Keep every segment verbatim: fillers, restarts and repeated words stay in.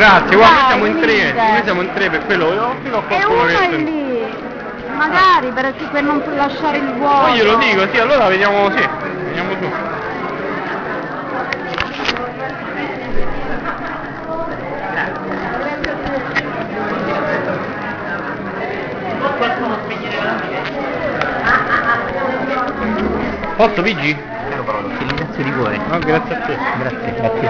grazie, guarda, noi Dai, siamo in tre, venite. noi siamo in tre per quello, io qui ho E qualcuno uno è che... lì, magari per, per non lasciare il vuoto. Poi glielo dico, sì, allora vediamo, sì, veniamo su. Posso, Pigi? Caro Paolo, ti ringrazio di cuore. No, grazie a te. Grazie, grazie.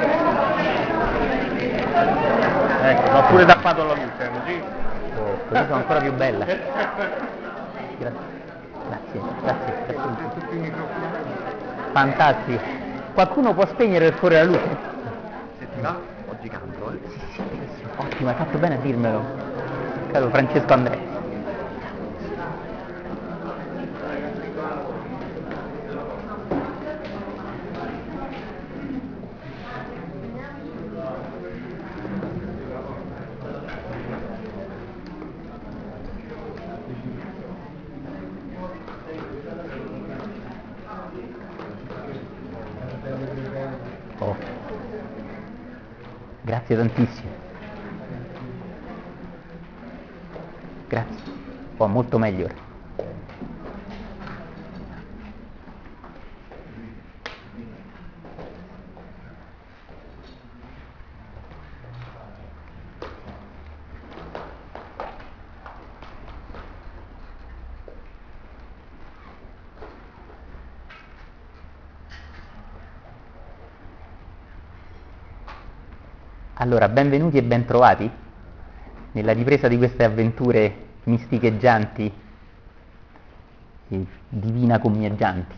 Ecco, ho pure tappato la luce, così. Oh, così sono ancora più bella. Grazie, grazie, grazie, grazie. Fantastico. Qualcuno può spegnere per fuori la luce? Se ti va, oggi canto, eh. Sì, sì, benissimo. Ottimo, hai fatto bene a dirmelo. Caro Francesco Andrea. Oh. Grazie tantissimo. Grazie. Oh, molto meglio ora. Allora, benvenuti e bentrovati nella ripresa di queste avventure misticheggianti e divina commiaggianti.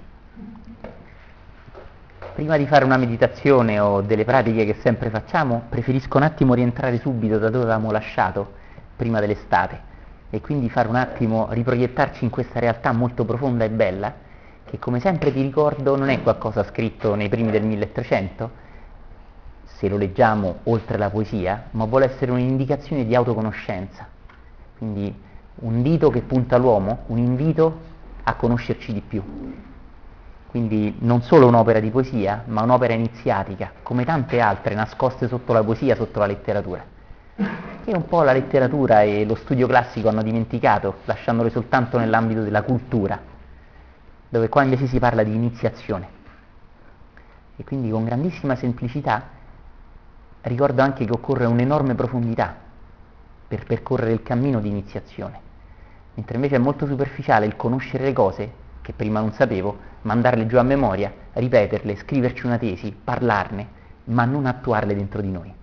Prima di fare una meditazione o delle pratiche che sempre facciamo, preferisco un attimo rientrare subito da dove avevamo lasciato prima dell'estate e quindi fare un attimo, riproiettarci in questa realtà molto profonda e bella, che come sempre ti ricordo non è qualcosa scritto nei primi del milletrecento, se lo leggiamo oltre la poesia, ma vuole essere un'indicazione di autoconoscenza, quindi un dito che punta all'uomo, un invito a conoscerci di più. Quindi non solo un'opera di poesia, ma un'opera iniziatica, come tante altre nascoste sotto la poesia, sotto la letteratura, che un po' la letteratura e lo studio classico hanno dimenticato, lasciandole soltanto nell'ambito della cultura, dove qua invece si parla di iniziazione. E quindi con grandissima semplicità ricordo anche che occorre un'enorme profondità per percorrere il cammino di iniziazione, mentre invece è molto superficiale il conoscere le cose che prima non sapevo, mandarle giù a memoria, ripeterle, scriverci una tesi, parlarne, ma non attuarle dentro di noi.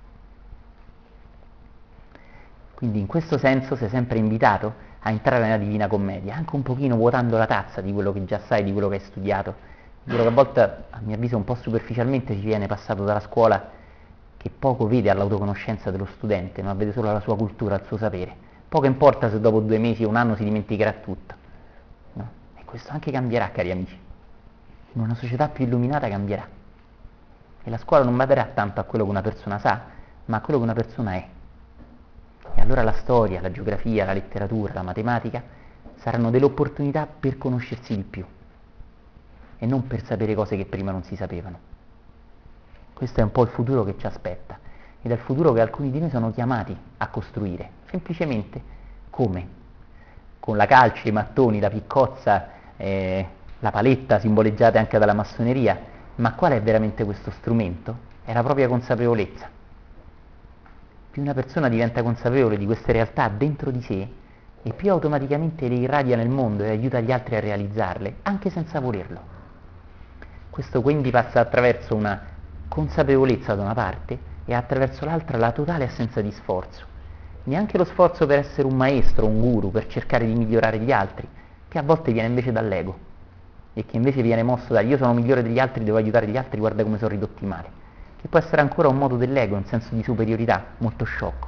Quindi in questo senso sei sempre invitato a entrare nella Divina Commedia, anche un pochino vuotando la tazza di quello che già sai, di quello che hai studiato, di quello che a volte, a mio avviso, un po' superficialmente ci viene passato dalla scuola, che poco vede all'autoconoscenza dello studente, ma vede solo la sua cultura, il suo sapere. Poco importa se dopo due mesi o un anno si dimenticherà tutto. No? E questo anche cambierà, cari amici. In una società più illuminata cambierà. E la scuola non baderà tanto a quello che una persona sa, ma a quello che una persona è. E allora la storia, la geografia, la letteratura, la matematica saranno delle opportunità per conoscersi di più e non per sapere cose che prima non si sapevano. Questo è un po' il futuro che ci aspetta ed è il futuro che alcuni di noi sono chiamati a costruire. Semplicemente come? Con la calce, i mattoni, la piccozza, eh, la paletta simboleggiate anche dalla massoneria, ma qual è veramente questo strumento? È la propria consapevolezza. Più una persona diventa consapevole di queste realtà dentro di sé e più automaticamente le irradia nel mondo e aiuta gli altri a realizzarle, anche senza volerlo. Questo quindi passa attraverso una consapevolezza da una parte e attraverso l'altra la totale assenza di sforzo. Neanche lo sforzo per essere un maestro, un guru, per cercare di migliorare gli altri, che a volte viene invece dall'ego e che invece viene mosso da io sono migliore degli altri, devo aiutare gli altri, guarda come sono ridotti male, che può essere ancora un modo dell'ego, un senso di superiorità molto sciocco.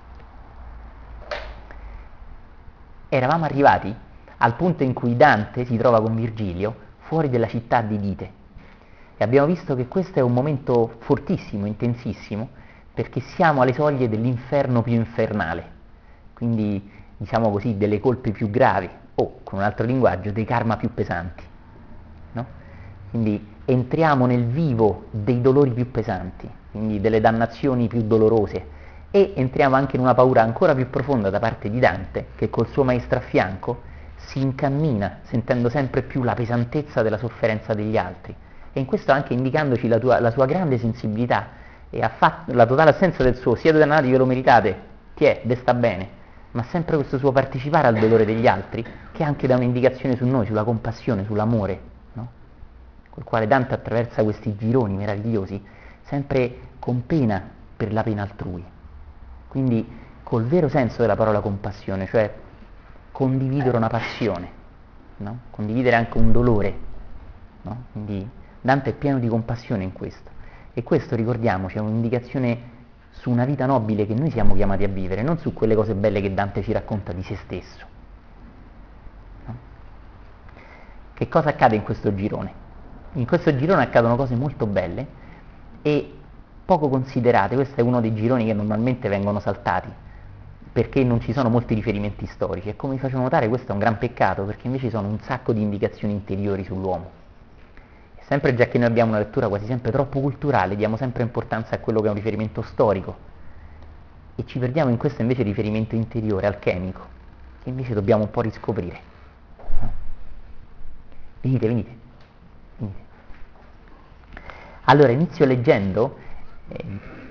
Eravamo arrivati al punto in cui Dante si trova con Virgilio fuori della città di Dite. E abbiamo visto che questo è un momento fortissimo, intensissimo, perché siamo alle soglie dell'inferno più infernale, quindi diciamo così delle colpe più gravi, o con un altro linguaggio, dei karma più pesanti. No? Quindi entriamo nel vivo dei dolori più pesanti, quindi delle dannazioni più dolorose, e entriamo anche in una paura ancora più profonda da parte di Dante, che col suo maestro a fianco si incammina sentendo sempre più la pesantezza della sofferenza degli altri, e in questo anche indicandoci la, tua, la sua grande sensibilità e ha fatto la totale assenza del suo siete dannati ve lo meritate, ti è, de sta bene, ma sempre questo suo partecipare al dolore degli altri, che anche dà un'indicazione su noi, sulla compassione, sull'amore, no? Col quale Dante attraversa questi gironi meravigliosi, sempre con pena per la pena altrui. Quindi col vero senso della parola compassione, cioè condividere una passione, no? Condividere anche un dolore, no? Quindi Dante è pieno di compassione in questo, e questo, ricordiamoci, è un'indicazione su una vita nobile che noi siamo chiamati a vivere, non su quelle cose belle che Dante ci racconta di se stesso, no? Che cosa accade in questo girone? In questo girone accadono cose molto belle e poco considerate. Questo è uno dei gironi che normalmente vengono saltati perché non ci sono molti riferimenti storici, e come vi facevo notare questo è un gran peccato, perché invece sono un sacco di indicazioni interiori sull'uomo. E sempre, già che noi abbiamo una lettura quasi sempre troppo culturale, diamo sempre importanza a quello che è un riferimento storico e ci perdiamo in questo invece riferimento interiore, alchemico, che invece dobbiamo un po' riscoprire, no? Venite, venite, venite. Allora inizio leggendo eh,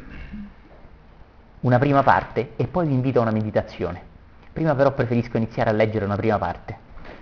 una prima parte e poi vi invito a una meditazione. Prima però preferisco iniziare a leggere una prima parte.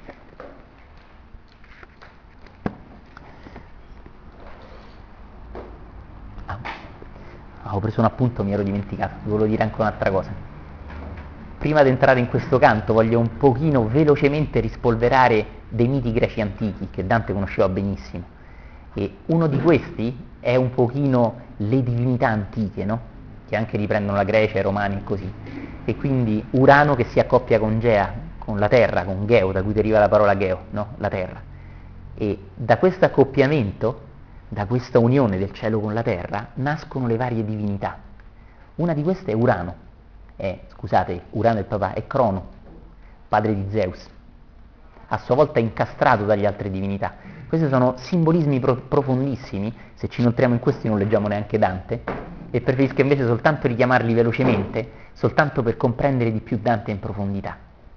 Ah, avevo preso un appunto, mi ero dimenticato, vi volevo dire anche un'altra cosa. Prima di entrare in questo canto voglio un pochino velocemente rispolverare dei miti greci antichi che Dante conosceva benissimo. E uno di questi è un pochino le divinità antiche, no? Che anche riprendono la Grecia, i Romani e così. E quindi Urano che si accoppia con Gea, con la terra, con Geo, da cui deriva la parola Geo, no? La terra. E da questo accoppiamento, da questa unione del cielo con la terra, nascono le varie divinità. Una di queste è Urano, è, scusate, Urano è il papà, è Crono, padre di Zeus, a sua volta incastrato dalle altre divinità. Questi sono simbolismi pro- profondissimi, se ci inoltriamo in questi non leggiamo neanche Dante, e preferisco invece soltanto richiamarli velocemente, soltanto per comprendere di più Dante in profondità.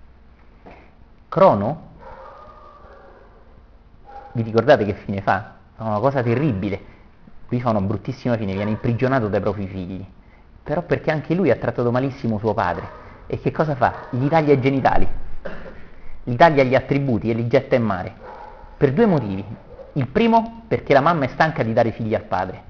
Crono, vi ricordate che fine fa? Fa una cosa terribile, qui fa una bruttissima fine, viene imprigionato dai propri figli, però perché anche lui ha trattato malissimo suo padre, e che cosa fa? Gli taglia i genitali, gli taglia gli attributi e li getta in mare. Per due motivi. Il primo, perché la mamma è stanca di dare figli al padre.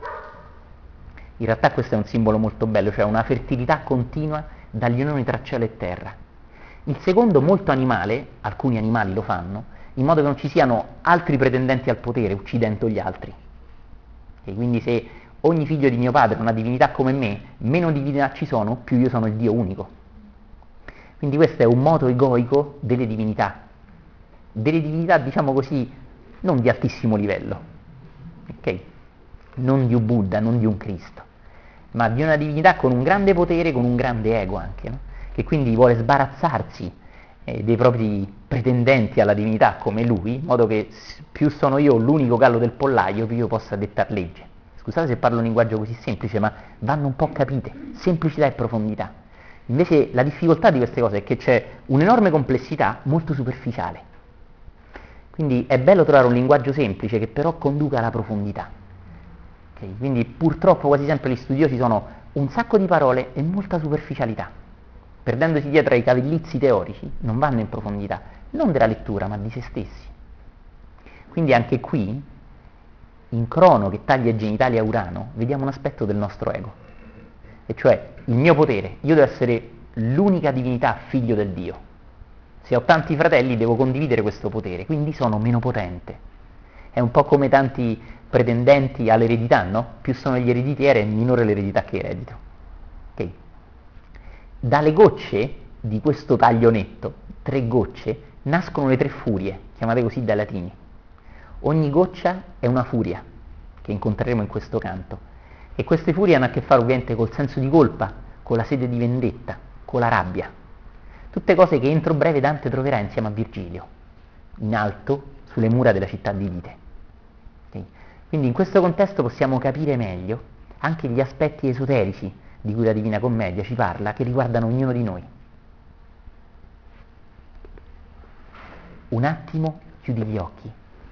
In realtà questo è un simbolo molto bello, cioè una fertilità continua dagli unioni tra cielo e terra. Il secondo, molto animale, alcuni animali lo fanno, in modo che non ci siano altri pretendenti al potere uccidendo gli altri. E quindi se ogni figlio di mio padre è una divinità come me, meno divinità ci sono, più io sono il Dio unico. Quindi questo è un moto egoico delle divinità. Delle divinità, diciamo così, non di altissimo livello, ok? Non di un Buddha, non di un Cristo, ma di una divinità con un grande potere, con un grande ego anche, no? Che quindi vuole sbarazzarsi eh, dei propri pretendenti alla divinità come lui, in modo che più sono io l'unico gallo del pollaio, più io possa dettar legge. Scusate se parlo un linguaggio così semplice, ma vanno un po' capite, semplicità e profondità. Invece la difficoltà di queste cose è che c'è un'enorme complessità molto superficiale. Quindi è bello trovare un linguaggio semplice che però conduca alla profondità. Okay? Quindi purtroppo quasi sempre gli studiosi sono un sacco di parole e molta superficialità. Perdendosi dietro ai cavillizi teorici, non vanno in profondità, non della lettura, ma di se stessi. Quindi anche qui, in Crono che taglia i genitali a Urano, vediamo un aspetto del nostro ego. E cioè il mio potere, io devo essere l'unica divinità figlio del Dio. Se ho tanti fratelli devo condividere questo potere, quindi sono meno potente. È un po' come tanti pretendenti all'eredità, no? Più sono gli ereditieri, minore l'eredità che eredito. Okay. Dalle gocce di questo taglio netto, tre gocce, nascono le tre furie, chiamate così dai latini. Ogni goccia è una furia, che incontreremo in questo canto. E queste furie hanno a che fare ovviamente col senso di colpa, con la sete di vendetta, con la rabbia. Tutte cose che entro breve Dante troverà insieme a Virgilio, in alto, sulle mura della città di Lite. Okay. Quindi in questo contesto possiamo capire meglio anche gli aspetti esoterici di cui la Divina Commedia ci parla, che riguardano ognuno di noi. Un attimo chiudi gli occhi.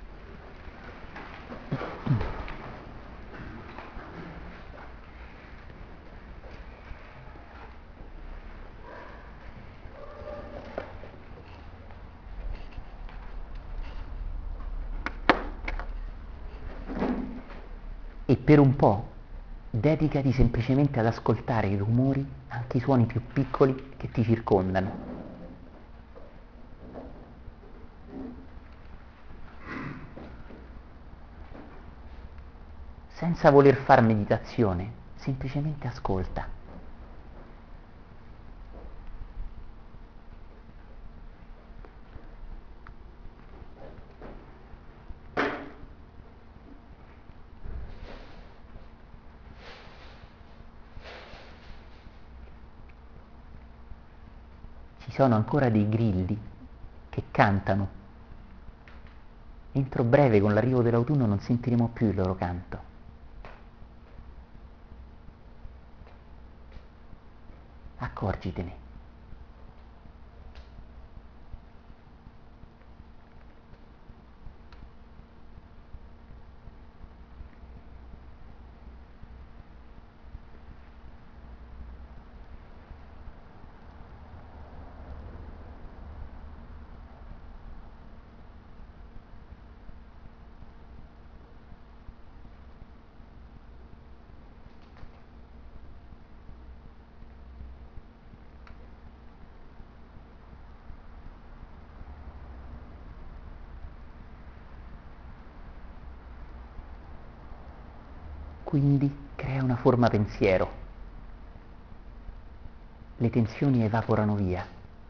E per un po' dedicati semplicemente ad ascoltare i rumori, anche i suoni più piccoli che ti circondano. Senza voler far meditazione, semplicemente ascolta. Ci sono ancora dei grilli che cantano. Entro breve, con l'arrivo dell'autunno, non sentiremo più il loro canto. Accorgitene. Quindi crea una forma pensiero. Le tensioni evaporano via.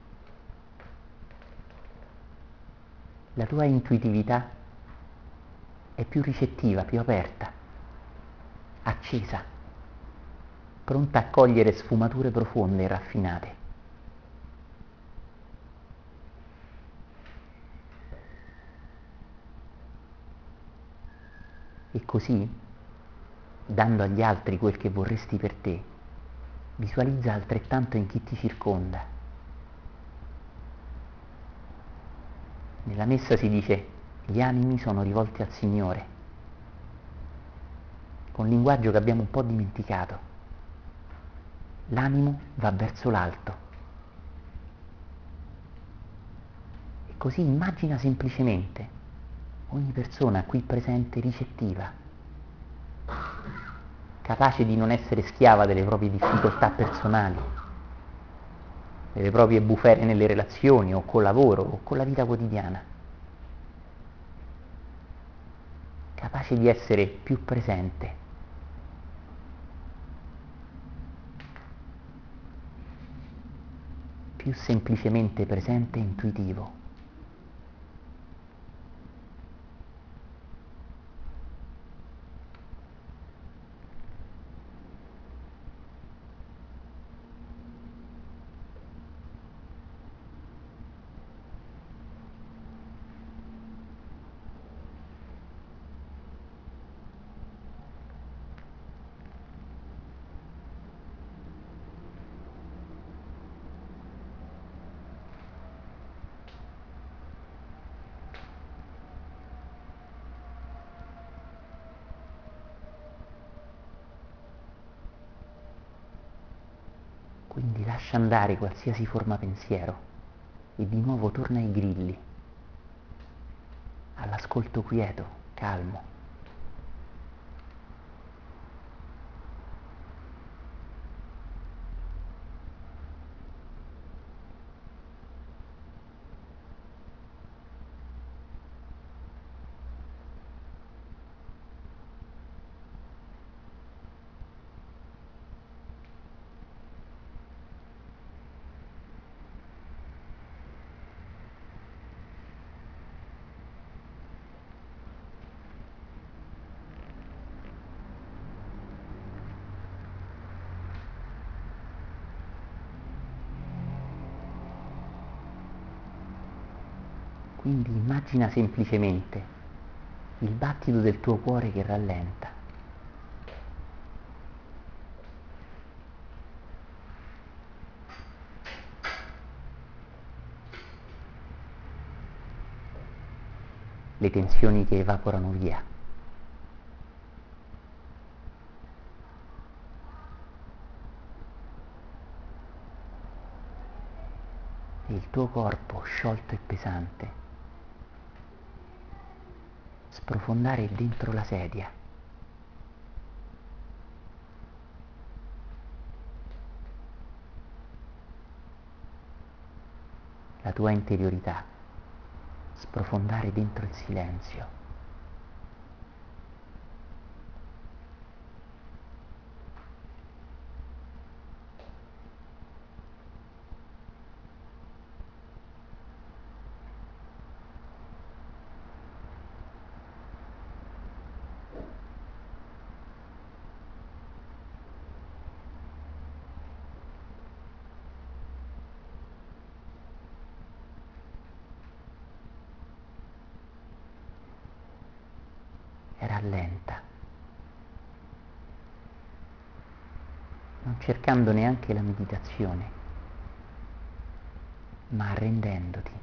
La tua intuitività è più ricettiva, più aperta, accesa, pronta a cogliere sfumature profonde e raffinate. E così, dando agli altri quel che vorresti per te, visualizza altrettanto in chi ti circonda. Nella messa si dice: gli animi sono rivolti al Signore, con un linguaggio che abbiamo un po' dimenticato. L'animo va verso l'alto. E così immagina semplicemente ogni persona qui presente ricettiva, capace di non essere schiava delle proprie difficoltà personali, delle proprie bufere nelle relazioni o col lavoro o con la vita quotidiana, capace di essere più presente, più semplicemente presente e intuitivo. Quindi lascia andare qualsiasi forma pensiero e di nuovo torna ai grilli, all'ascolto quieto, calmo. Quindi immagina semplicemente il battito del tuo cuore che rallenta. Le tensioni che evaporano via. E il tuo corpo sciolto e pesante sprofondare dentro la sedia. La tua interiorità sprofondare dentro il silenzio. E rallenta, non cercando neanche la meditazione, ma arrendendoti.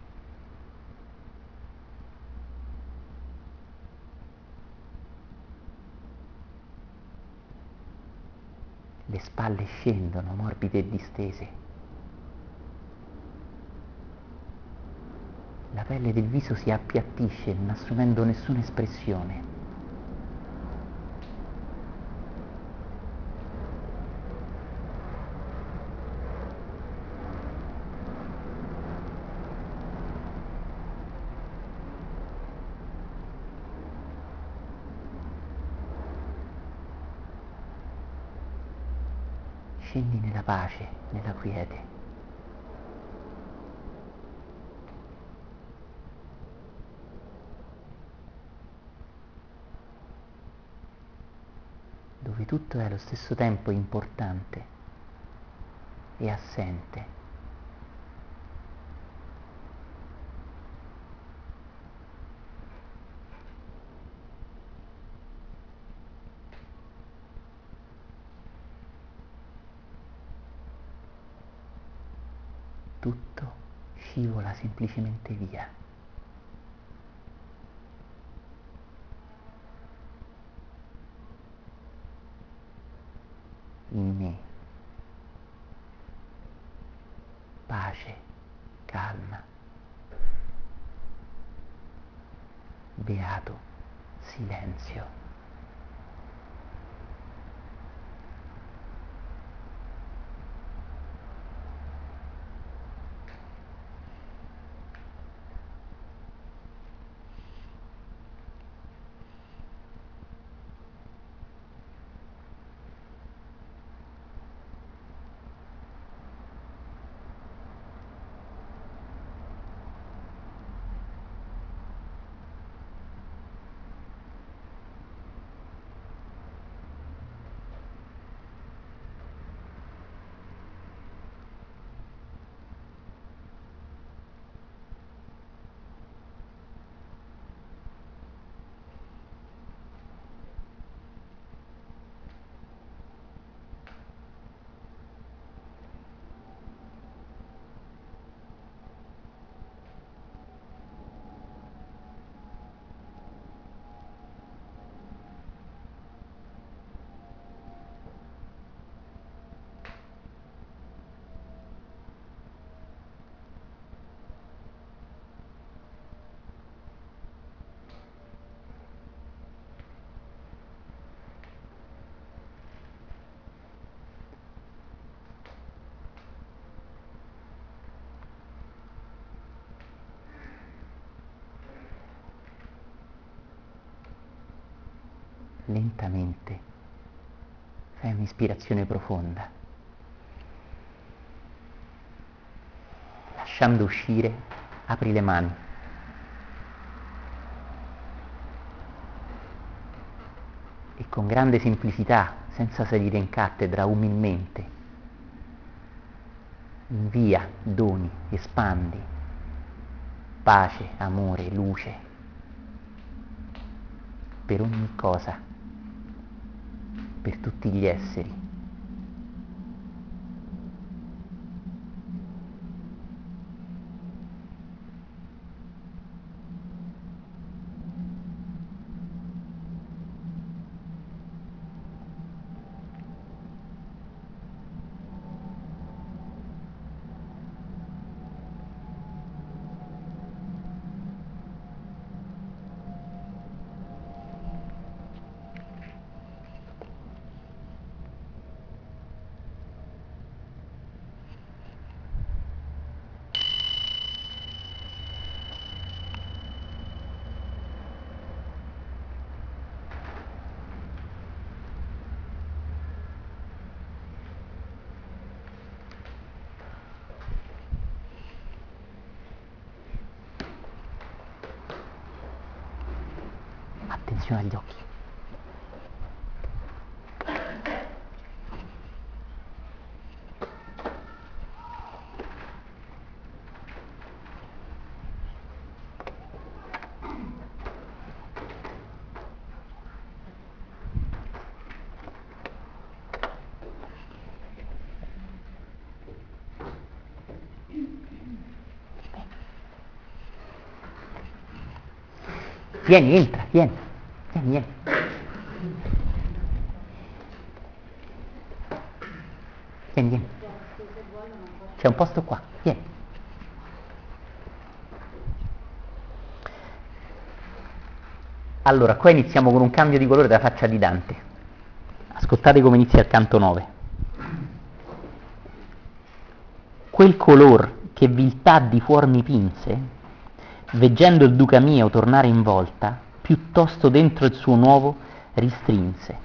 Le spalle scendono morbide e distese. La pelle del viso si appiattisce, non assumendo nessuna espressione. Scendi nella pace, nella quiete. Dove tutto è allo stesso tempo importante e assente. Tutto scivola semplicemente via. In me. Pace, calma, beato silenzio. Lentamente fai un'ispirazione profonda, lasciando uscire, apri le mani e con grande semplicità, senza salire in cattedra, umilmente invia doni, espandi pace, amore, luce. per ogni cosa, per tutti gli esseri. Attenzione agli occhi. Vieni, entra, vieni, vieni, vieni. Vieni, vieni. C'è un posto qua, vieni. Allora, qua iniziamo con un cambio di colore della faccia di Dante. Ascoltate come inizia il canto nove. Quel color che viltà di fuor mi pinse, veggendo il duca mio tornare in volta, piuttosto dentro il suo nuovo ristrinse.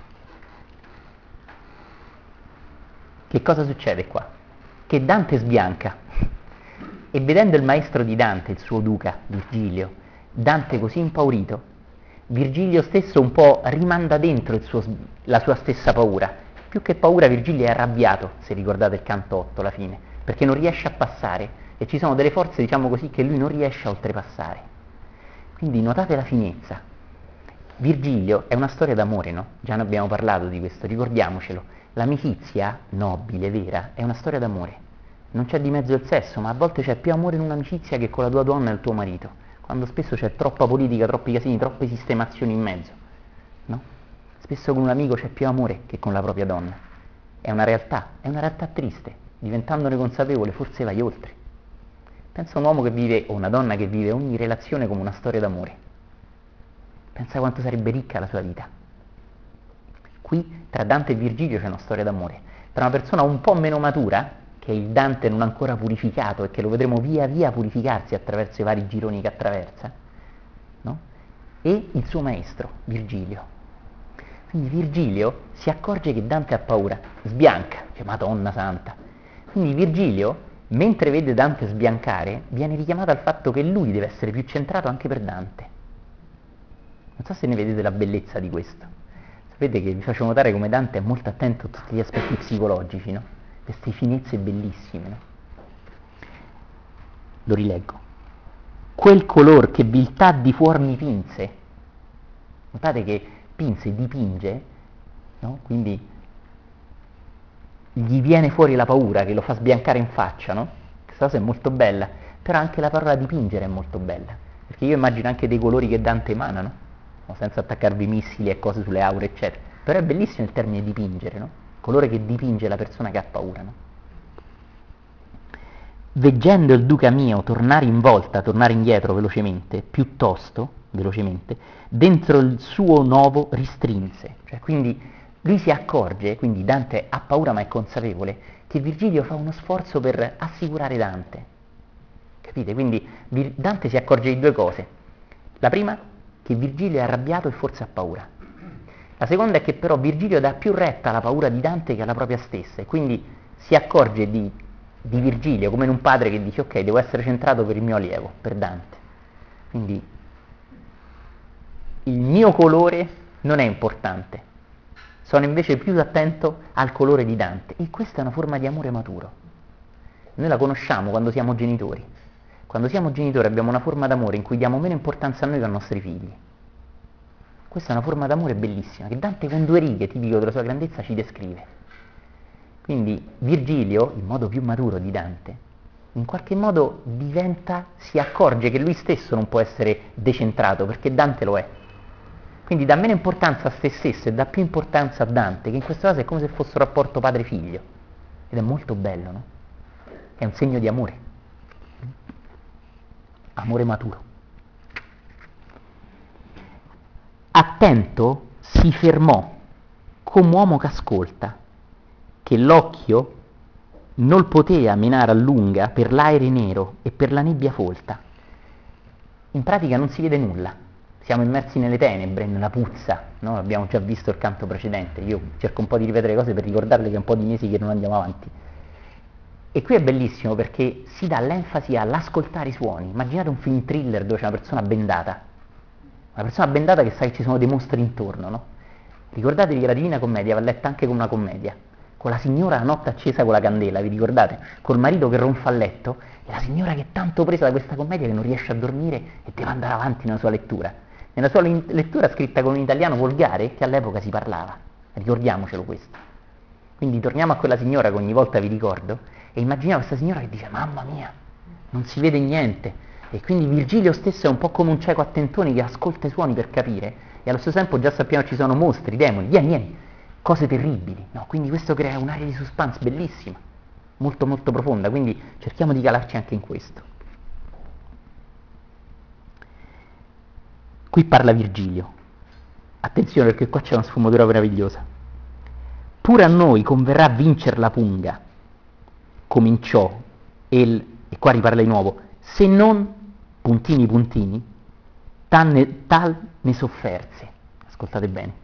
Che cosa succede qua? Che Dante sbianca e vedendo il maestro di Dante, il suo duca, Virgilio, Dante così impaurito, Virgilio stesso un po' rimanda dentro il suo, la sua stessa paura. Più che paura Virgilio è arrabbiato, se ricordate il canto otto alla fine, perché non riesce a passare e ci sono delle forze, diciamo così, che lui non riesce a oltrepassare. Quindi notate la finezza. Virgilio è una storia d'amore, no? Già ne abbiamo parlato di questo, ricordiamocelo. L'amicizia nobile, vera, è una storia d'amore. Non c'è di mezzo il sesso, ma a volte c'è più amore in un'amicizia che con la tua donna e il tuo marito, quando spesso c'è troppa politica, troppi casini, troppe sistemazioni in mezzo, no? Spesso con un amico c'è più amore che con la propria donna. È una realtà, è una realtà triste. Diventandone consapevole forse vai oltre. Pensa a un uomo che vive, o una donna che vive ogni relazione come una storia d'amore. Pensa quanto sarebbe ricca la sua vita. Qui tra Dante e Virgilio c'è una storia d'amore. Tra una persona un po' meno matura, che è il Dante non ancora purificato e che lo vedremo via via purificarsi attraverso i vari gironi che attraversa, no? E il suo maestro, Virgilio. Quindi Virgilio si accorge che Dante ha paura, sbianca, dice Madonna Santa. Quindi Virgilio, mentre vede Dante sbiancare, viene richiamato al fatto che lui deve essere più centrato anche per Dante. Non so se ne vedete la bellezza di questo. Sapete che vi faccio notare come Dante è molto attento a tutti gli aspetti psicologici, no? Queste finezze bellissime, no? Lo rileggo. Quel color che viltà di fuor mi pinse. Notate che pinse, dipinge, no? Quindi gli viene fuori la paura che lo fa sbiancare in faccia, no? Questa cosa è molto bella, però anche la parola dipingere è molto bella, perché io immagino anche dei colori che Dante emana, no? No, senza attaccarvi missili e cose sulle aure, eccetera. Però è bellissimo il termine dipingere, no? Colore che dipinge la persona che ha paura, no? Veggendo il duca mio tornare in volta, tornare indietro velocemente, piuttosto, velocemente, dentro il suo nuovo ristrinse. Cioè, quindi lui si accorge, quindi Dante ha paura ma è consapevole, che Virgilio fa uno sforzo per assicurare Dante. Capite? Quindi Dante si accorge di due cose. La prima, che Virgilio è arrabbiato e forse ha paura. La seconda è che però Virgilio dà più retta alla paura di Dante che alla propria stessa e quindi si accorge di, di Virgilio come in un padre che dice ok, devo essere centrato per il mio allievo, per Dante. Quindi il mio colore non è importante, sono invece più attento al colore di Dante e questa è una forma di amore maturo. Noi la conosciamo quando siamo genitori. Quando siamo genitori abbiamo una forma d'amore in cui diamo meno importanza a noi che ai nostri figli. Questa è una forma d'amore bellissima, che Dante con due righe, tipico della sua grandezza, ci descrive. Quindi Virgilio, il modo più maturo di Dante, in qualche modo diventa, si accorge che lui stesso non può essere decentrato, perché Dante lo è. Quindi dà meno importanza a se stesso e dà più importanza a Dante, che in questo caso è come se fosse un rapporto padre-figlio. Ed è molto bello, no? È un segno di amore. Amore maturo. Attento si fermò, come uomo che ascolta, che l'occhio non potea menare a lunga per l'aere nero e per la nebbia folta. In pratica non si vede nulla, siamo immersi nelle tenebre, nella puzza, no? Abbiamo già visto il canto precedente, io cerco un po' di ripetere cose per ricordarle che è un po' di mesi che non andiamo avanti. E qui è bellissimo perché si dà l'enfasi all'ascoltare i suoni. Immaginate un film thriller dove c'è una persona bendata, una persona bendata che sa che ci sono dei mostri intorno, no? Ricordatevi che la Divina Commedia va letta anche come una commedia, con la signora la notte accesa con la candela, vi ricordate? Col marito che ronfa a letto, e la signora che è tanto presa da questa commedia che non riesce a dormire e deve andare avanti nella sua lettura. Nella sua lettura scritta con un italiano volgare che all'epoca si parlava, ricordiamocelo questo. Quindi torniamo a quella signora che ogni volta vi ricordo, e immaginiamo questa signora che dice, mamma mia, non si vede niente. E quindi Virgilio stesso è un po' come un cieco a tentoni che ascolta i suoni per capire, e allo stesso tempo già sappiamo che ci sono mostri, demoni, vieni, vieni, cose terribili, no? Quindi questo crea un'area di suspense bellissima, molto molto profonda, quindi cerchiamo di calarci anche in questo. Qui parla Virgilio, attenzione perché qua c'è una sfumatura meravigliosa. Pure a noi converrà vincer la punga, cominciò, e, il, e qua riparla di nuovo, se non, puntini puntini, tal ne, tal ne sofferse. Ascoltate bene.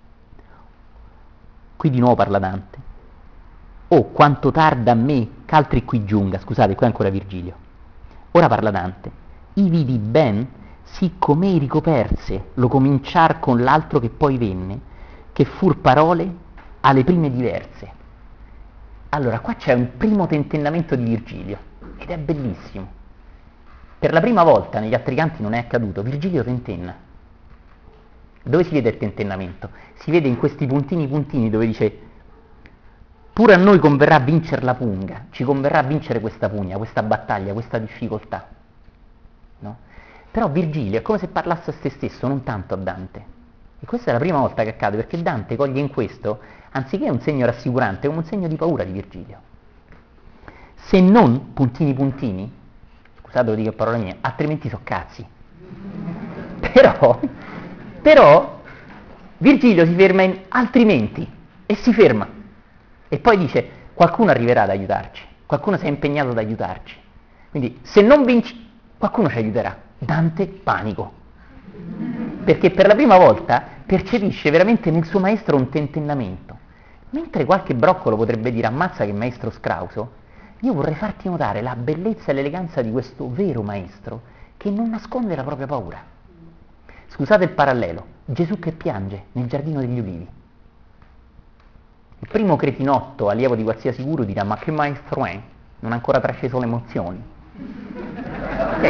Qui di nuovo parla Dante. Oh, quanto tarda a me ch'altri qui giunga. Scusate, qui è ancora Virgilio. Ora parla Dante. I vidi ben, sì come ricoperse, lo cominciar con l'altro che poi venne, che fur parole alle prime diverse. Allora, qua c'è un primo tentennamento di Virgilio, ed è bellissimo. Per la prima volta negli altri canti non è accaduto, Virgilio tentenna. Dove si vede il tentennamento? Si vede in questi puntini puntini dove dice pure a noi converrà vincere la punga, ci converrà vincere questa pugna, questa battaglia, questa difficoltà. No? Però Virgilio è come se parlasse a se stesso, non tanto a Dante. E questa è la prima volta che accade, perché Dante coglie in questo, anziché un segno rassicurante, come un segno di paura di Virgilio. Se non, puntini puntini, scusate lo dico a parole mie, altrimenti so cazzi. Però, però, Virgilio si ferma in altrimenti, e si ferma. E poi dice, qualcuno arriverà ad aiutarci, qualcuno si è impegnato ad aiutarci. Quindi, se non vinci, qualcuno ci aiuterà. Dante, panico. Perché per la prima volta percepisce veramente nel suo maestro un tentennamento. Mentre qualche broccolo potrebbe dire, ammazza che maestro scrauso, io vorrei farti notare la bellezza e l'eleganza di questo vero maestro che non nasconde la propria paura. Scusate il parallelo, Gesù che piange nel giardino degli ulivi. Il primo cretinotto allievo di qualsiasi guru dirà, ma che maestro è? Non ha ancora trasceso le emozioni. Okay.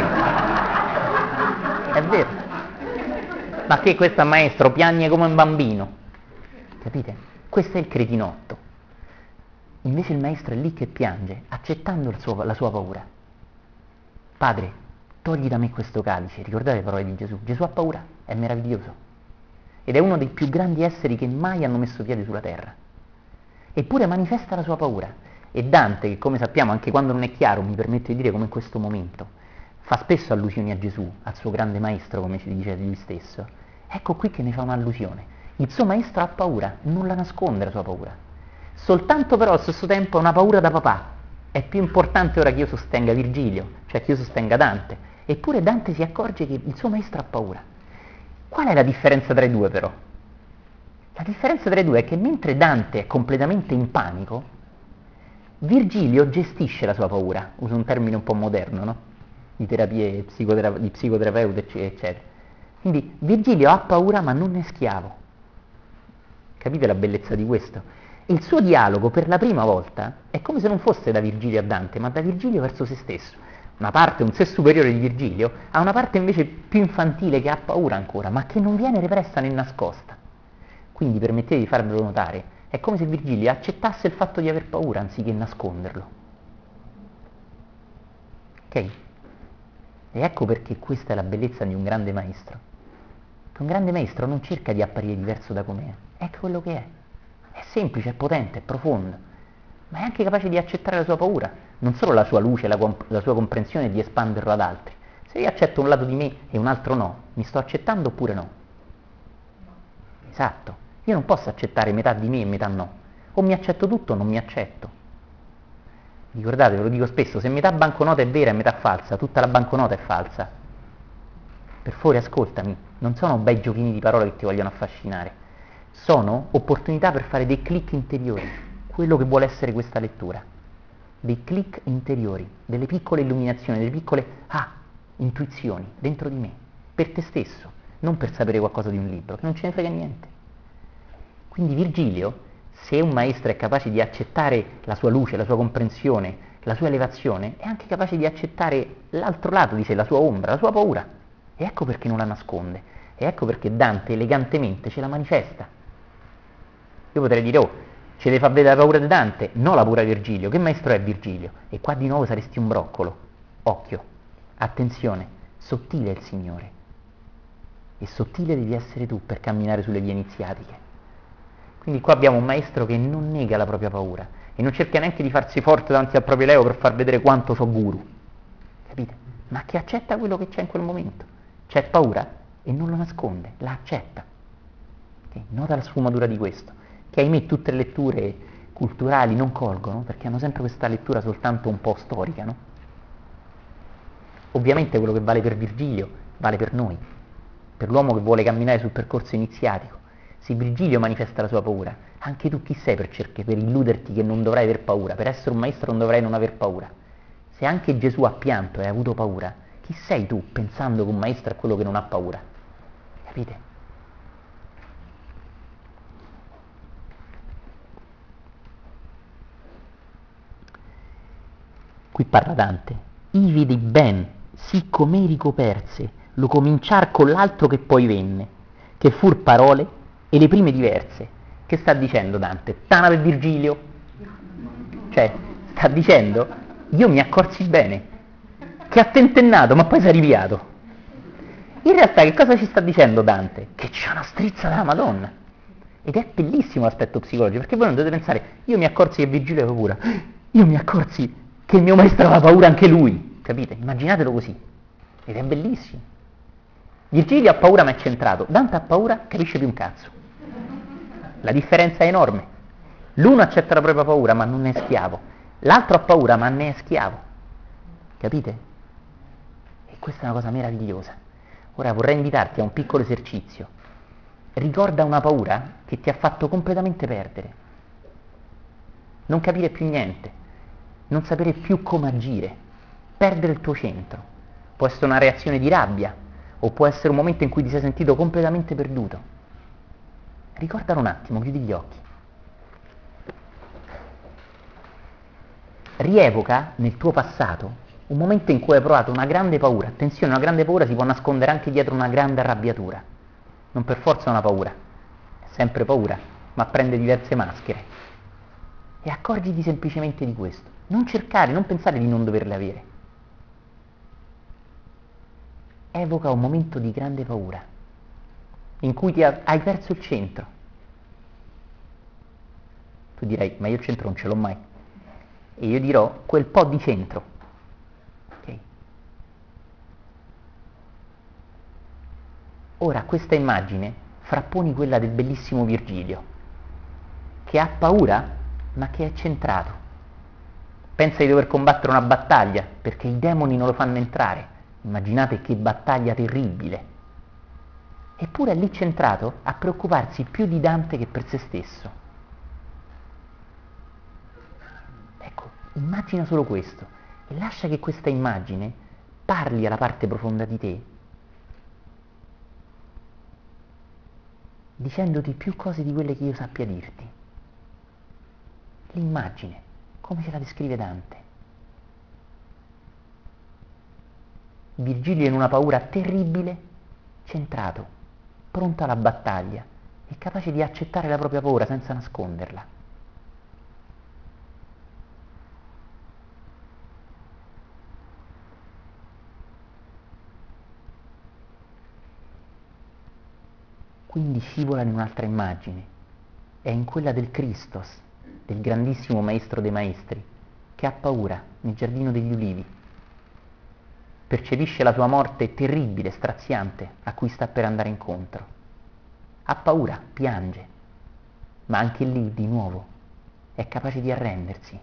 È vero. Ma che questo maestro piagne come un bambino? Capite? Questo è il cretinotto. Invece il maestro è lì che piange, accettando il suo, la sua paura. Padre, togli da me questo calice. Ricordate le parole di Gesù? Gesù ha paura, è meraviglioso. Ed è uno dei più grandi esseri che mai hanno messo piede sulla terra. Eppure manifesta la sua paura. E Dante, che come sappiamo anche quando non è chiaro, mi permetto di dire come in questo momento, fa spesso allusioni a Gesù, al suo grande maestro, come ci dice lui stesso. Ecco qui che ne fa un'allusione. Il suo maestro ha paura, non la nasconde la sua paura. Soltanto però allo stesso tempo ha una paura da papà. È più importante ora che io sostenga Virgilio, cioè che io sostenga Dante. Eppure Dante si accorge che il suo maestro ha paura. Qual è la differenza tra i due però? La differenza tra i due è che mentre Dante è completamente in panico, Virgilio gestisce la sua paura. Uso un termine un po' moderno, no? Di terapie, psicotera- di psicoterapeuta, eccetera. Quindi Virgilio ha paura ma non è schiavo. Capite la bellezza di questo? Il suo dialogo per la prima volta è come se non fosse da Virgilio a Dante, ma da Virgilio verso se stesso. una parte, un sé superiore di Virgilio, ha una parte invece più infantile che ha paura ancora, ma che non viene repressa né nascosta. Quindi permettete di farvelo notare, è come se Virgilio accettasse il fatto di aver paura anziché nasconderlo. Ok? E ecco perché questa è la bellezza di un grande maestro. Che un grande maestro non cerca di apparire diverso da com'è, è quello che è. È semplice, è potente, è profondo, ma è anche capace di accettare la sua paura, non solo la sua luce, la, comp- la sua comprensione e di espanderlo ad altri. Se io accetto un lato di me e un altro no, mi sto accettando oppure no? Esatto, io non posso accettare metà di me e metà no, o mi accetto tutto o non mi accetto. Ricordate, ve lo dico spesso, se metà banconota è vera e metà falsa, tutta la banconota è falsa. Per favore ascoltami, non sono bei giochini di parole che ti vogliono affascinare, sono opportunità per fare dei click interiori, quello che vuole essere questa lettura, dei click interiori, delle piccole illuminazioni, delle piccole ah, intuizioni dentro di me, per te stesso, non per sapere qualcosa di un libro, che non ce ne frega niente. Quindi Virgilio, se un maestro è capace di accettare la sua luce, la sua comprensione, la sua elevazione, è anche capace di accettare l'altro lato di sé, la sua ombra, la sua paura. E ecco perché non la nasconde, e ecco perché Dante elegantemente ce la manifesta. Io potrei dire, oh, ce le fa vedere la paura di Dante, no la paura di Virgilio, che maestro è Virgilio? E qua di nuovo saresti un broccolo. Occhio, attenzione, sottile è il Signore, e sottile devi essere tu per camminare sulle vie iniziatiche. Quindi qua abbiamo un maestro che non nega la propria paura e non cerca neanche di farsi forte davanti al proprio ego per far vedere quanto so guru, capite? Ma che accetta quello che c'è in quel momento. C'è paura e non lo nasconde, la accetta. Okay? Nota la sfumatura di questo, che ahimè tutte le letture culturali non colgono, perché hanno sempre questa lettura soltanto un po' storica, no? Ovviamente quello che vale per Virgilio vale per noi, per l'uomo che vuole camminare sul percorso iniziatico. Se Virgilio manifesta la sua paura, anche tu chi sei per cercare, per illuderti che non dovrai aver paura? Per essere un maestro non dovrai non aver paura. Se anche Gesù ha pianto e ha avuto paura, chi sei tu pensando che un maestro è quello che non ha paura? Capite? Qui parla Dante. I vidi ben, sì come ricoperse, lo cominciar con l'altro che poi venne, che fur parole e le prime diverse. Che sta dicendo Dante? Tana per Virgilio? Cioè, sta dicendo, io mi accorsi bene, che ha tentennato, ma poi si è ripiato. In realtà che cosa ci sta dicendo Dante? Che c'è una strizza della Madonna. Ed è bellissimo l'aspetto psicologico, perché voi non dovete pensare, io mi accorsi che Virgilio aveva paura, io mi accorsi che il mio maestro aveva paura anche lui, capite? Immaginatelo così. Ed è bellissimo. Virgilio ha paura ma è centrato, Dante ha paura, capisce più un cazzo. La differenza è enorme. L'uno accetta la propria paura ma non ne è schiavo, l'altro ha paura ma ne è schiavo. Capite? E questa è una cosa meravigliosa. Ora vorrei invitarti a un piccolo esercizio. Ricorda una paura che ti ha fatto completamente perdere. Non capire più niente, non sapere più come agire, perdere il tuo centro. Può essere una reazione di rabbia, o può essere un momento in cui ti sei sentito completamente perduto. Ricordalo un attimo, chiudi gli occhi. Rievoca nel tuo passato un momento in cui hai provato una grande paura. Attenzione, una grande paura si può nascondere anche dietro una grande arrabbiatura. Non per forza una paura, è sempre paura, ma prende diverse maschere. E accorgiti semplicemente di questo. Non cercare, non pensare di non doverle avere. Evoca un momento di grande paura, in cui ti ha, hai perso il centro. Tu direi, ma io il centro non ce l'ho mai. E io dirò, quel po' di centro. Okay. Ora, questa immagine frapponi quella del bellissimo Virgilio, che ha paura, ma che è centrato. Pensa di dover combattere una battaglia, perché i demoni non lo fanno entrare. Immaginate che battaglia terribile. Eppure è lì centrato a preoccuparsi più di Dante che per se stesso. Ecco, immagina solo questo e lascia che questa immagine parli alla parte profonda di te, dicendoti più cose di quelle che io sappia dirti. L'immagine, come ce la descrive Dante. Virgilio in una paura terribile, centrato, pronto alla battaglia e capace di accettare la propria paura senza nasconderla. Quindi scivola in un'altra immagine, è in quella del Christos, del grandissimo maestro dei maestri, che ha paura nel giardino degli ulivi. Percepisce la sua morte terribile, straziante, a cui sta per andare incontro. Ha paura, piange, ma anche lì, di nuovo, è capace di arrendersi.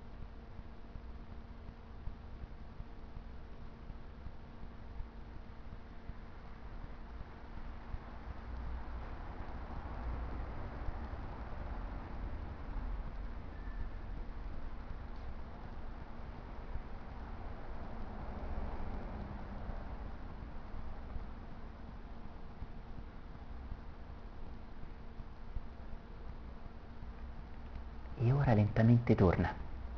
E ora lentamente torna.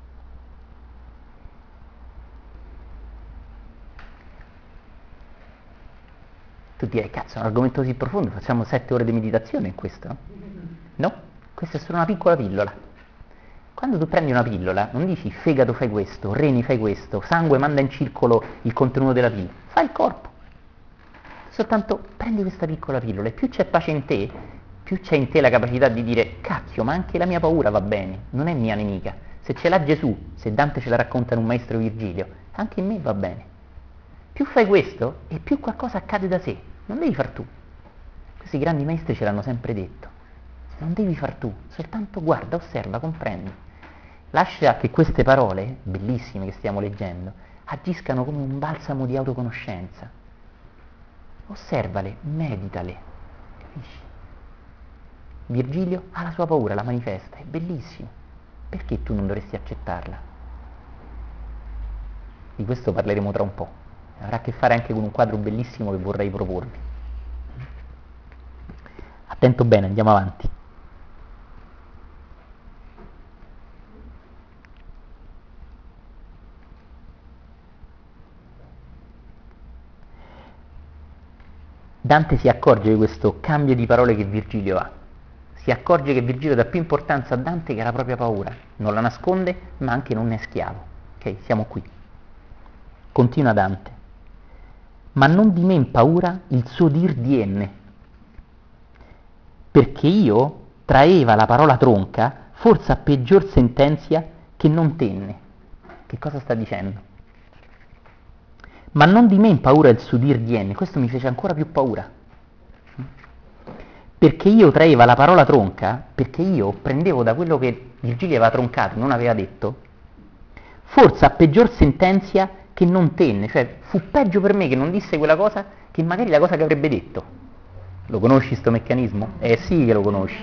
Tu direi, cazzo, è un argomento così profondo, facciamo sette ore di meditazione in questo, no? No? Questa è solo una piccola pillola. Quando tu prendi una pillola, non dici fegato fai questo, reni fai questo, sangue manda in circolo il contenuto della pillola, fai il corpo. Soltanto prendi questa piccola pillola e più c'è pace in te, più c'è in te la capacità di dire cacchio, ma anche la mia paura va bene, non è mia nemica. Se ce l'ha Gesù, se Dante ce la racconta in un maestro Virgilio, anche in me va bene. Più fai questo e più qualcosa accade da sé, non devi far tu. Questi grandi maestri ce l'hanno sempre detto, non devi far tu, soltanto guarda, osserva, comprendi. Lascia che queste parole, bellissime che stiamo leggendo, agiscano come un balsamo di autoconoscenza. Osservale, meditale, capisci? Virgilio ha la sua paura, la manifesta, è bellissimo. Perché tu non dovresti accettarla? Di questo parleremo tra un po'. Avrà a che fare anche con un quadro bellissimo che vorrei proporvi. Attento bene, andiamo avanti. Dante si accorge di questo cambio di parole che Virgilio ha. Si accorge che Virgilio dà più importanza a Dante che alla propria paura. Non la nasconde, ma anche non ne è schiavo. Ok, siamo qui. Continua Dante. Ma non di me in paura il suo dir dienne, perché io traeva la parola tronca, forse a peggior sentenzia che non tenne. Che cosa sta dicendo? Ma non di me in paura il suo dir dienne, questo mi fece ancora più paura. Perché io traeva la parola tronca, perché io prendevo da quello che Virgilio aveva troncato, non aveva detto, forse a peggior sentenzia che non tenne, cioè fu peggio per me che non disse quella cosa che magari la cosa che avrebbe detto. Lo conosci sto meccanismo? Eh sì che lo conosci.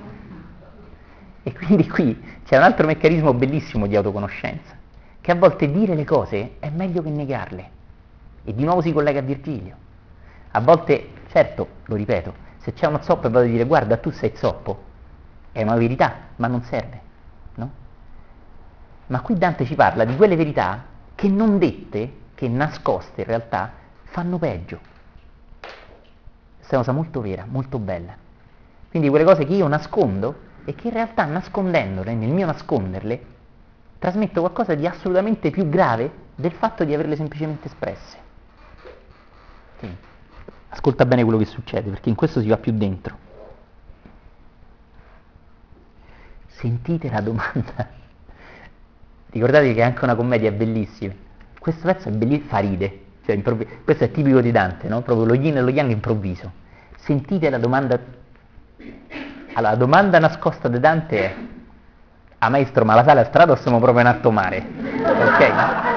E quindi qui c'è un altro meccanismo bellissimo di autoconoscenza, che a volte dire le cose è meglio che negarle. E di nuovo si collega a Virgilio. A volte, certo, lo ripeto, se c'è uno zoppo e vado a dire guarda tu sei zoppo, è una verità, ma non serve, no? Ma qui Dante ci parla di quelle verità che non dette, che nascoste in realtà, fanno peggio. Questa è una cosa molto vera, molto bella. Quindi quelle cose che io nascondo e che in realtà nascondendole, nel mio nasconderle, trasmetto qualcosa di assolutamente più grave del fatto di averle semplicemente espresse. Sì. Ascolta bene quello che succede, perché in questo si va più dentro. Sentite la domanda. Ricordatevi che è anche una commedia bellissima. Questo pezzo è bellissimo, fa ride. Cioè, improvvi- questo è tipico di Dante, no? Proprio lo yin e lo yang improvviso. Sentite la domanda. Allora, la domanda nascosta di Dante è: ah maestro, ma la sale a strada o siamo proprio in alto mare? Ok?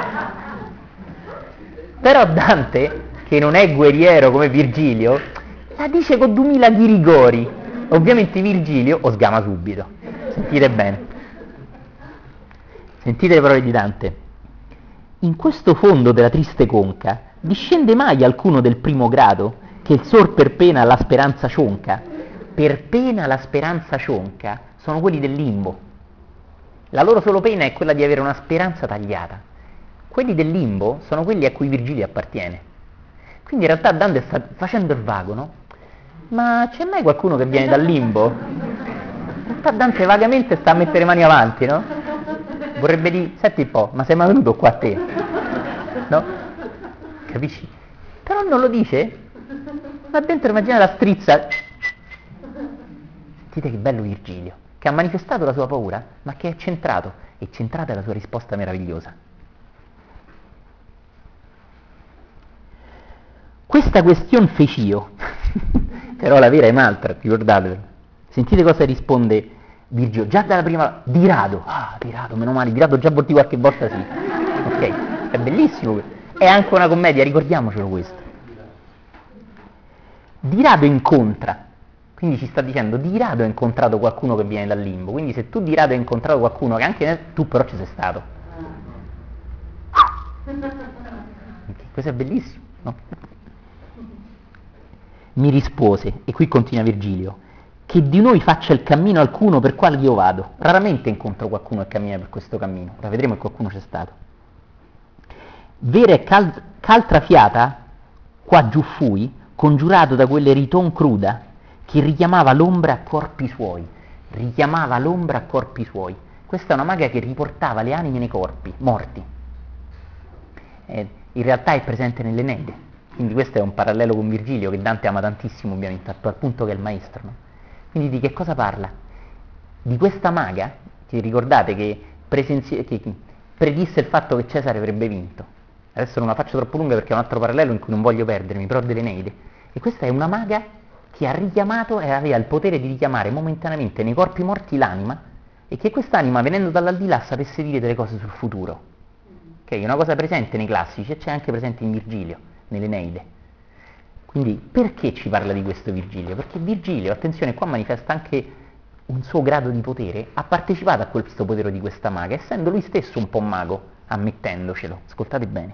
Però Dante, che non è guerriero come Virgilio, la dice con duemila ghirigori. Ovviamente Virgilio o sgama subito. Sentite bene. Sentite le parole di Dante. In questo fondo della triste conca discende mai alcuno del primo grado che il sor per pena la speranza cionca? Per pena la speranza cionca sono quelli del limbo. La loro solo pena è quella di avere una speranza tagliata. quelli del limbo sono quelli a cui Virgilio appartiene. Quindi in realtà Dante sta facendo il vago, no? Ma c'è mai qualcuno che viene dal limbo? In realtà Dante vagamente sta a mettere le mani avanti, no? Vorrebbe dire, senti un po', ma sei mai venuto qua a te? No? Capisci? Però non lo dice. Ma dentro immagina la strizza. Sentite che bello Virgilio, che ha manifestato la sua paura, ma che è centrato. E centrata è la sua risposta meravigliosa. Questa questione feci io, però la vera è un'altra, ricordatevelo. Sentite cosa risponde Virgilio, già dalla prima, di rado, ah, di rado, meno male, di rado già vuol dire qualche volta sì, ok, è bellissimo, è anche una commedia, ricordiamocelo questo. Di rado incontra, quindi ci sta dicendo, di rado ho incontrato qualcuno che viene dal limbo, quindi se tu di rado hai incontrato qualcuno che anche tu però ci sei stato. Okay, questo è bellissimo, no? Mi rispose, e qui continua Virgilio, che di noi faccia il cammino alcuno per quale io vado. Raramente incontro qualcuno che cammina per questo cammino, ora vedremo che qualcuno c'è stato. Vera è cal- ch'altra fiata, qua giù fui, congiurato da quell'eriton cruda, che richiamava l'ombra a corpi suoi, richiamava l'ombra a corpi suoi. Questa è una maga che riportava le anime nei corpi, morti. Eh, in realtà è presente nell'Eneide. Quindi questo è un parallelo con Virgilio che Dante ama tantissimo ovviamente, al punto che è il maestro, no? Quindi di che cosa parla? Di questa maga, che ricordate che, presenzi- che predisse il fatto che Cesare avrebbe vinto. Adesso non la faccio troppo lunga perché è un altro parallelo in cui non voglio perdermi, però dell'Eneide. E questa è una maga che ha richiamato e aveva il potere di richiamare momentaneamente nei corpi morti l'anima e che quest'anima venendo dall'aldilà sapesse dire delle cose sul futuro. Ok, è una cosa presente nei classici e c'è anche presente in Virgilio, nell'Eneide. Quindi perché ci parla di questo Virgilio? Perché Virgilio, attenzione, qua manifesta anche un suo grado di potere, ha partecipato a questo potere di questa maga, essendo lui stesso un po' mago, ammettendocelo. Ascoltate bene.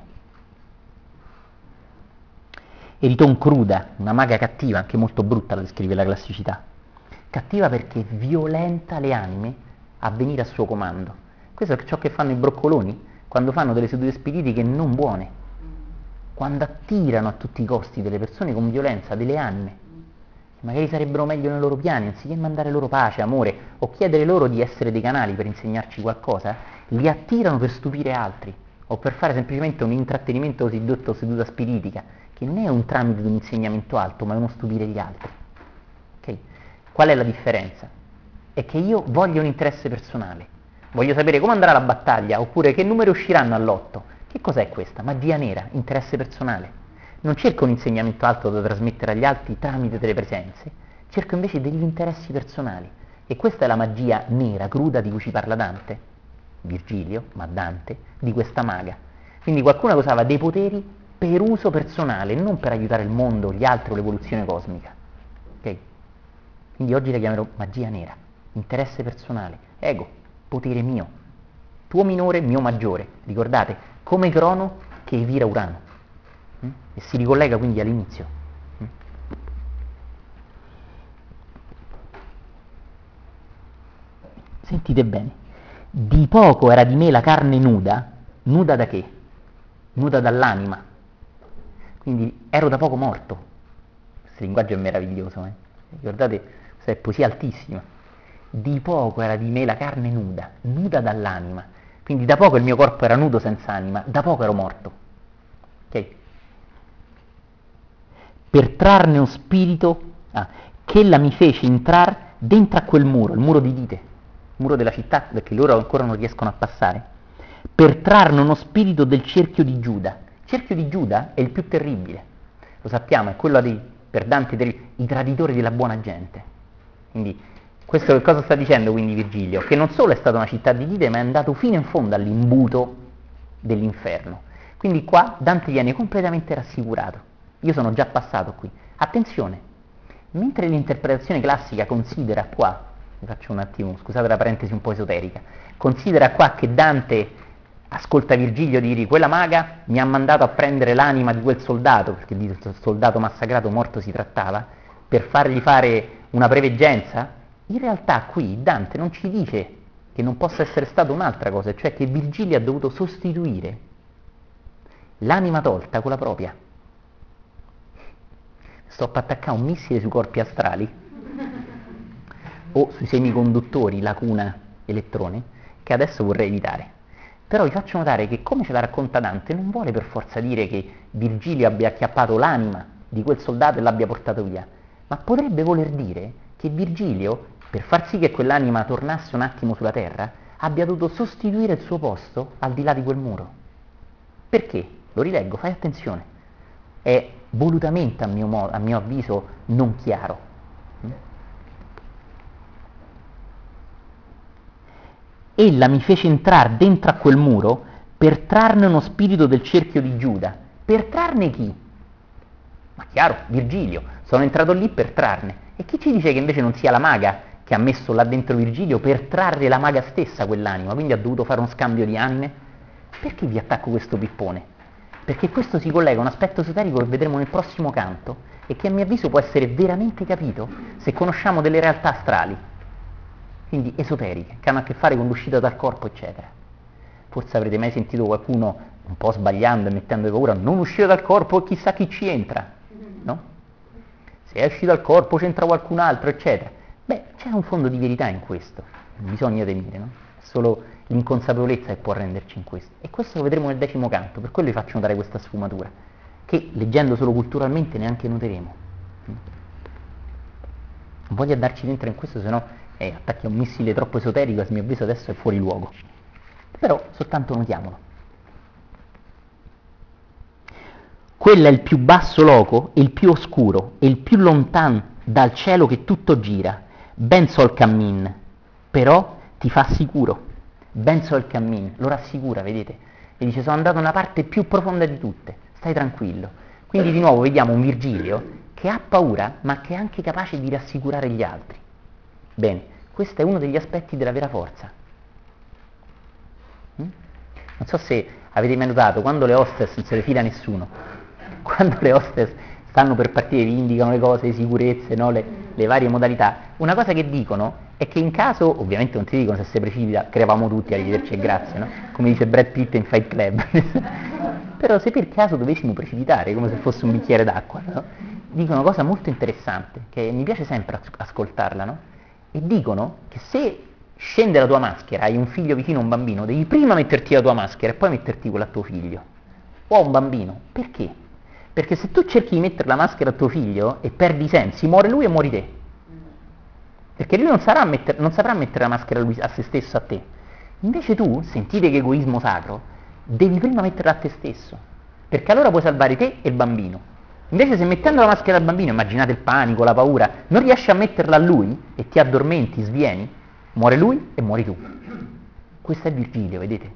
Eriton cruda, una maga cattiva, anche molto brutta la descrive la classicità. Cattiva perché violenta le anime a venire a suo comando. Questo è ciò che fanno i broccoloni quando fanno delle sedute spiritiche non buone. Quando attirano a tutti i costi delle persone con violenza, delle anime, che magari sarebbero meglio nei loro piani, anziché mandare loro pace, amore, o chiedere loro di essere dei canali per insegnarci qualcosa, li attirano per stupire altri, o per fare semplicemente un intrattenimento cosiddetto seduta spiritica, che non è un tramite di un insegnamento alto, ma è uno stupire gli altri. Okay? Qual è la differenza? È che io voglio un interesse personale, voglio sapere come andrà la battaglia, oppure che numeri usciranno all'otto. Che cos'è questa? Magia nera, interesse personale. Non cerco un insegnamento alto da trasmettere agli altri tramite delle presenze, cerco invece degli interessi personali. E questa è la magia nera, cruda, di cui ci parla Dante, Virgilio, ma Dante, di questa maga. Quindi qualcuno che usava dei poteri per uso personale, non per aiutare il mondo, gli altri o l'evoluzione cosmica. Ok? Quindi oggi la chiamerò magia nera, interesse personale, ego, potere mio, tuo minore, mio maggiore. Ricordate? Come Crono che evira Urano, mm? E si ricollega quindi all'inizio. Mm? Sentite bene, di poco era di me la carne nuda, nuda da che? Nuda dall'anima, quindi ero da poco morto. Questo linguaggio è meraviglioso, eh? Ricordate, questa è poesia altissima. Di poco era di me la carne nuda, nuda dall'anima. Quindi da poco il mio corpo era nudo senza anima, da poco ero morto. Ok? Per trarne uno spirito ah, che ella mi fece entrare dentro a quel muro, il muro di dite, il muro della città, perché loro ancora non riescono a passare, per trarne uno spirito del cerchio di Giuda. Il cerchio di Giuda è il più terribile, lo sappiamo, è quello dei, per Dante, dei, i traditori della buona gente. Quindi questo che cosa sta dicendo quindi Virgilio? Che non solo è stata una città di dite, ma è andato fino in fondo all'imbuto dell'inferno. Quindi qua Dante viene completamente rassicurato. Io sono già passato qui. Attenzione, mentre l'interpretazione classica considera qua, vi faccio un attimo, scusate la parentesi un po' esoterica, considera qua che Dante ascolta Virgilio dire quella maga mi ha mandato a prendere l'anima di quel soldato, perché di soldato massacrato morto si trattava, per fargli fare una preveggenza. In realtà qui Dante non ci dice che non possa essere stata un'altra cosa, cioè che Virgilio ha dovuto sostituire l'anima tolta con la propria. Sto per attaccare un missile sui corpi astrali o sui semiconduttori, lacuna, elettrone, che adesso vorrei evitare. Però vi faccio notare che, come ce la racconta Dante, non vuole per forza dire che Virgilio abbia acchiappato l'anima di quel soldato e l'abbia portato via, ma potrebbe voler dire che Virgilio, per far sì che quell'anima tornasse un attimo sulla terra, abbia dovuto sostituire il suo posto al di là di quel muro. Perché? Lo rileggo, fai attenzione. È volutamente, a mio, mo- a mio avviso, non chiaro. Ella mi fece entrare dentro a quel muro per trarne uno spirito del cerchio di Giuda. Per trarne chi? Ma chiaro, Virgilio. Sono entrato lì per trarne. E chi ci dice che invece non sia la maga che ha messo là dentro Virgilio per trarre la maga stessa quell'anima, quindi ha dovuto fare uno scambio di anime? Perché vi attacco questo pippone? Perché questo si collega a un aspetto esoterico che vedremo nel prossimo canto e che a mio avviso può essere veramente capito se conosciamo delle realtà astrali, quindi esoteriche, che hanno a che fare con l'uscita dal corpo, eccetera. Forse avrete mai sentito qualcuno, un po' sbagliando e mettendo paura, non uscire dal corpo e chissà chi ci entra, no? Se esci dal corpo c'entra qualcun altro, eccetera. Beh, c'è un fondo di verità in questo, non bisogna temere, no? È solo l'inconsapevolezza che può renderci in questo. E questo lo vedremo nel decimo canto, per quello vi faccio notare questa sfumatura, che leggendo solo culturalmente neanche noteremo. Non voglio andarci dentro in questo, se no eh, attacchi a un missile troppo esoterico e a mio avviso adesso è fuori luogo. Però soltanto notiamolo. Quello è il più basso loco, il più oscuro, e il più lontan dal cielo che tutto gira. Ben so il cammin, però ti fa sicuro. Ben so il cammin, lo rassicura, vedete? E dice, sono andato nella parte più profonda di tutte, stai tranquillo. Quindi di nuovo vediamo un Virgilio che ha paura, ma che è anche capace di rassicurare gli altri. Bene, questo è uno degli aspetti della vera forza. Mm? Non so se avete mai notato, quando le hostess non se le fila nessuno, quando le hostess stanno per partire, vi indicano le cose, le sicurezze, no? le, le varie modalità, una cosa che dicono è che in caso, ovviamente non ti dicono se si precipita, crepamo tutti, arrivederci e grazie, no? Come dice Brad Pitt in Fight Club, però se per caso dovessimo precipitare, come se fosse un bicchiere d'acqua, no? Dicono una cosa molto interessante, che mi piace sempre ascoltarla, no? E dicono che se scende la tua maschera, hai un figlio vicino a un bambino, devi prima metterti la tua maschera e poi metterti quella a tuo figlio, o a un bambino. Perché? Perché se tu cerchi di mettere la maschera a tuo figlio e perdi i sensi, muore lui e muori te. Perché lui non, sarà metter, non saprà mettere la maschera a, lui, a se stesso, a te. Invece tu, sentite che egoismo sacro, devi prima metterla a te stesso, perché allora puoi salvare te e il bambino. Invece se mettendo la maschera al bambino, immaginate il panico, la paura, non riesci a metterla a lui e ti addormenti, svieni, muore lui e muori tu. Questo è Virgilio, vedete?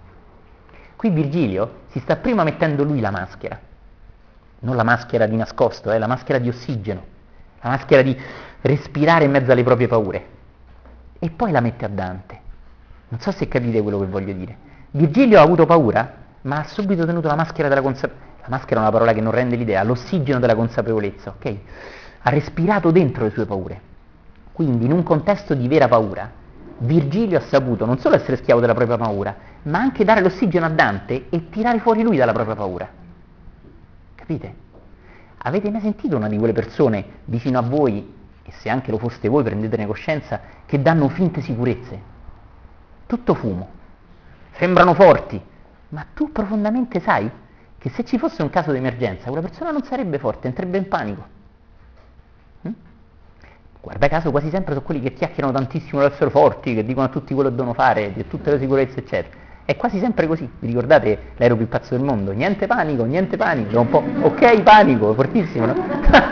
Qui Virgilio si sta prima mettendo lui la maschera, non la maschera di nascosto, eh, la maschera di ossigeno, la maschera di respirare in mezzo alle proprie paure, e poi la mette a Dante. Non so se capite quello che voglio dire. Virgilio ha avuto paura, ma ha subito tenuto la maschera della consapevolezza. La maschera è una parola che non rende l'idea, l'ossigeno della consapevolezza, ok? Ha respirato dentro le sue paure. Quindi in un contesto di vera paura, Virgilio ha saputo non solo essere schiavo della propria paura, ma anche dare l'ossigeno a Dante e tirare fuori lui dalla propria paura. Capite? Avete mai sentito una di quelle persone vicino a voi, e se anche lo foste voi prendetene coscienza, che danno finte sicurezze? Tutto fumo. Sembrano forti, ma tu profondamente sai che se ci fosse un caso di emergenza, quella persona non sarebbe forte, entrerebbe in panico. Hm? Guarda caso quasi sempre sono quelli che chiacchierano tantissimo di essere forti, che dicono a tutti quello che devono fare, di tutte le sicurezze, eccetera. È quasi sempre così. Vi ricordate l'aereo più pazzo del mondo? Niente panico, niente panico. Un po', ok, panico, fortissimo, no?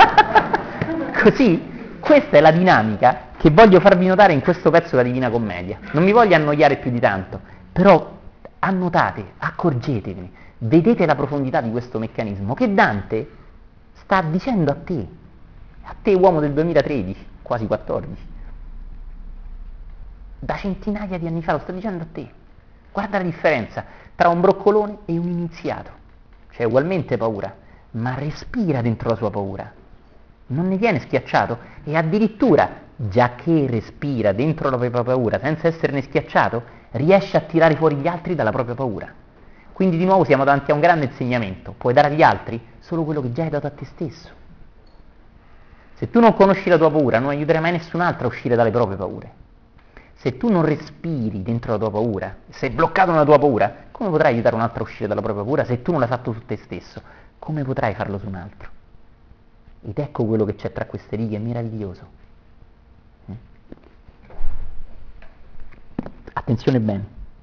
Così, questa è la dinamica che voglio farvi notare in questo pezzo della Divina Commedia. Non mi voglio annoiare più di tanto, però annotate, accorgetevi. Vedete la profondità di questo meccanismo che Dante sta dicendo a te, a te uomo del duemilatredici, quasi quattordici, da centinaia di anni fa, lo sta dicendo a te. Guarda la differenza tra un broccolone e un iniziato. C'è ugualmente paura, ma respira dentro la sua paura. Non ne viene schiacciato e addirittura, già che respira dentro la propria paura senza esserne schiacciato, riesce a tirare fuori gli altri dalla propria paura. Quindi di nuovo siamo davanti a un grande insegnamento. Puoi dare agli altri solo quello che già hai dato a te stesso. Se tu non conosci la tua paura, non aiuterai mai nessun altro a uscire dalle proprie paure. Se tu non respiri dentro la tua paura, sei bloccato nella tua paura, come potrai aiutare un altro a uscire dalla propria paura se tu non l'hai fatto su te stesso? Come potrai farlo su un altro? Ed ecco quello che c'è tra queste righe, è meraviglioso. Attenzione bene.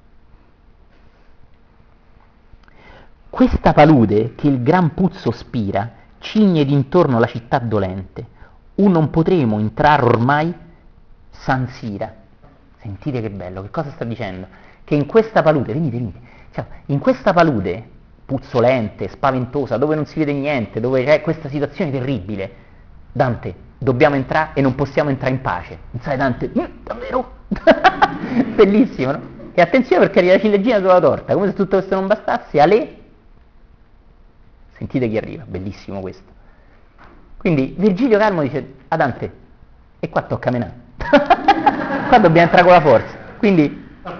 Questa palude che il gran puzzo spira, cigne d'intorno la città dolente, u non potremo entrare ormai San Sira. Sentite che bello, che cosa sta dicendo? Che in questa palude, venite, venite, cioè, in questa palude puzzolente, spaventosa, dove non si vede niente, dove c'è questa situazione terribile, Dante, dobbiamo entrare e non possiamo entrare in pace. Pensate Dante, mm, davvero? Bellissimo, no? E attenzione perché arriva la ciliegina sulla torta, come se tutto questo non bastasse, Ale, sentite chi arriva, bellissimo questo. Quindi Virgilio Calmo dice a Dante, e qua tocca menare. Qua dobbiamo entrare con la forza. Quindi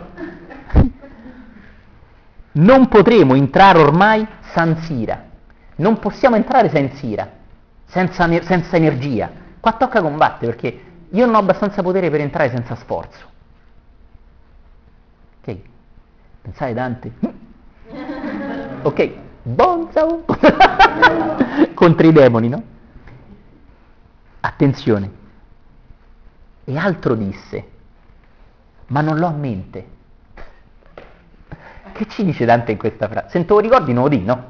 non potremo entrare ormai San Sira. Non possiamo entrare senza ira, senza, senza energia. Qua tocca combattere perché io non ho abbastanza potere per entrare senza sforzo. Ok? Pensate Dante? Ok, bonzo! Contro i demoni, no? Attenzione. E altro disse, ma non l'ho a mente. Che ci dice Dante in questa frase? Se non te lo ricordi non lo di, no?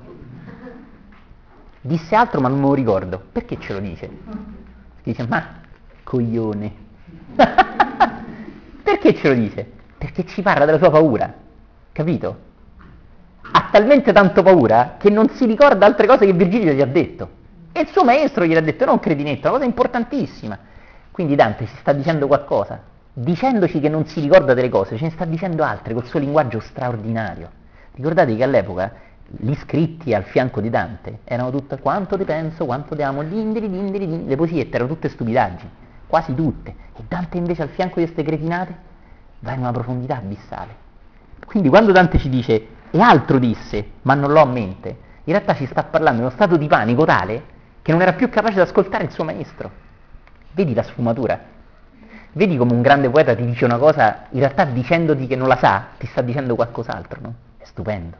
Disse altro ma non me lo ricordo. Perché ce lo dice? Dice, ma coglione. Perché ce lo dice? Perché ci parla della sua paura, capito? Ha talmente tanto paura che non si ricorda altre cose che Virgilio gli ha detto. E il suo maestro gliel'ha detto, non credinetto, una cosa importantissima. Quindi Dante ci sta dicendo qualcosa, dicendoci che non si ricorda delle cose, ce ne sta dicendo altre col suo linguaggio straordinario. Ricordate che all'epoca gli scritti al fianco di Dante erano tutte quanto ti penso, quanto ti amo, dindiri, dindiri, dindiri. Le poesiette erano tutte stupidaggini, quasi tutte. E Dante invece al fianco di queste cretinate va in una profondità abissale. Quindi quando Dante ci dice e altro disse, ma non l'ho a mente, in realtà ci sta parlando di uno stato di panico tale che non era più capace di ascoltare il suo maestro. Vedi la sfumatura? Vedi come un grande poeta ti dice una cosa, in realtà dicendoti che non la sa, ti sta dicendo qualcos'altro, no? È stupendo.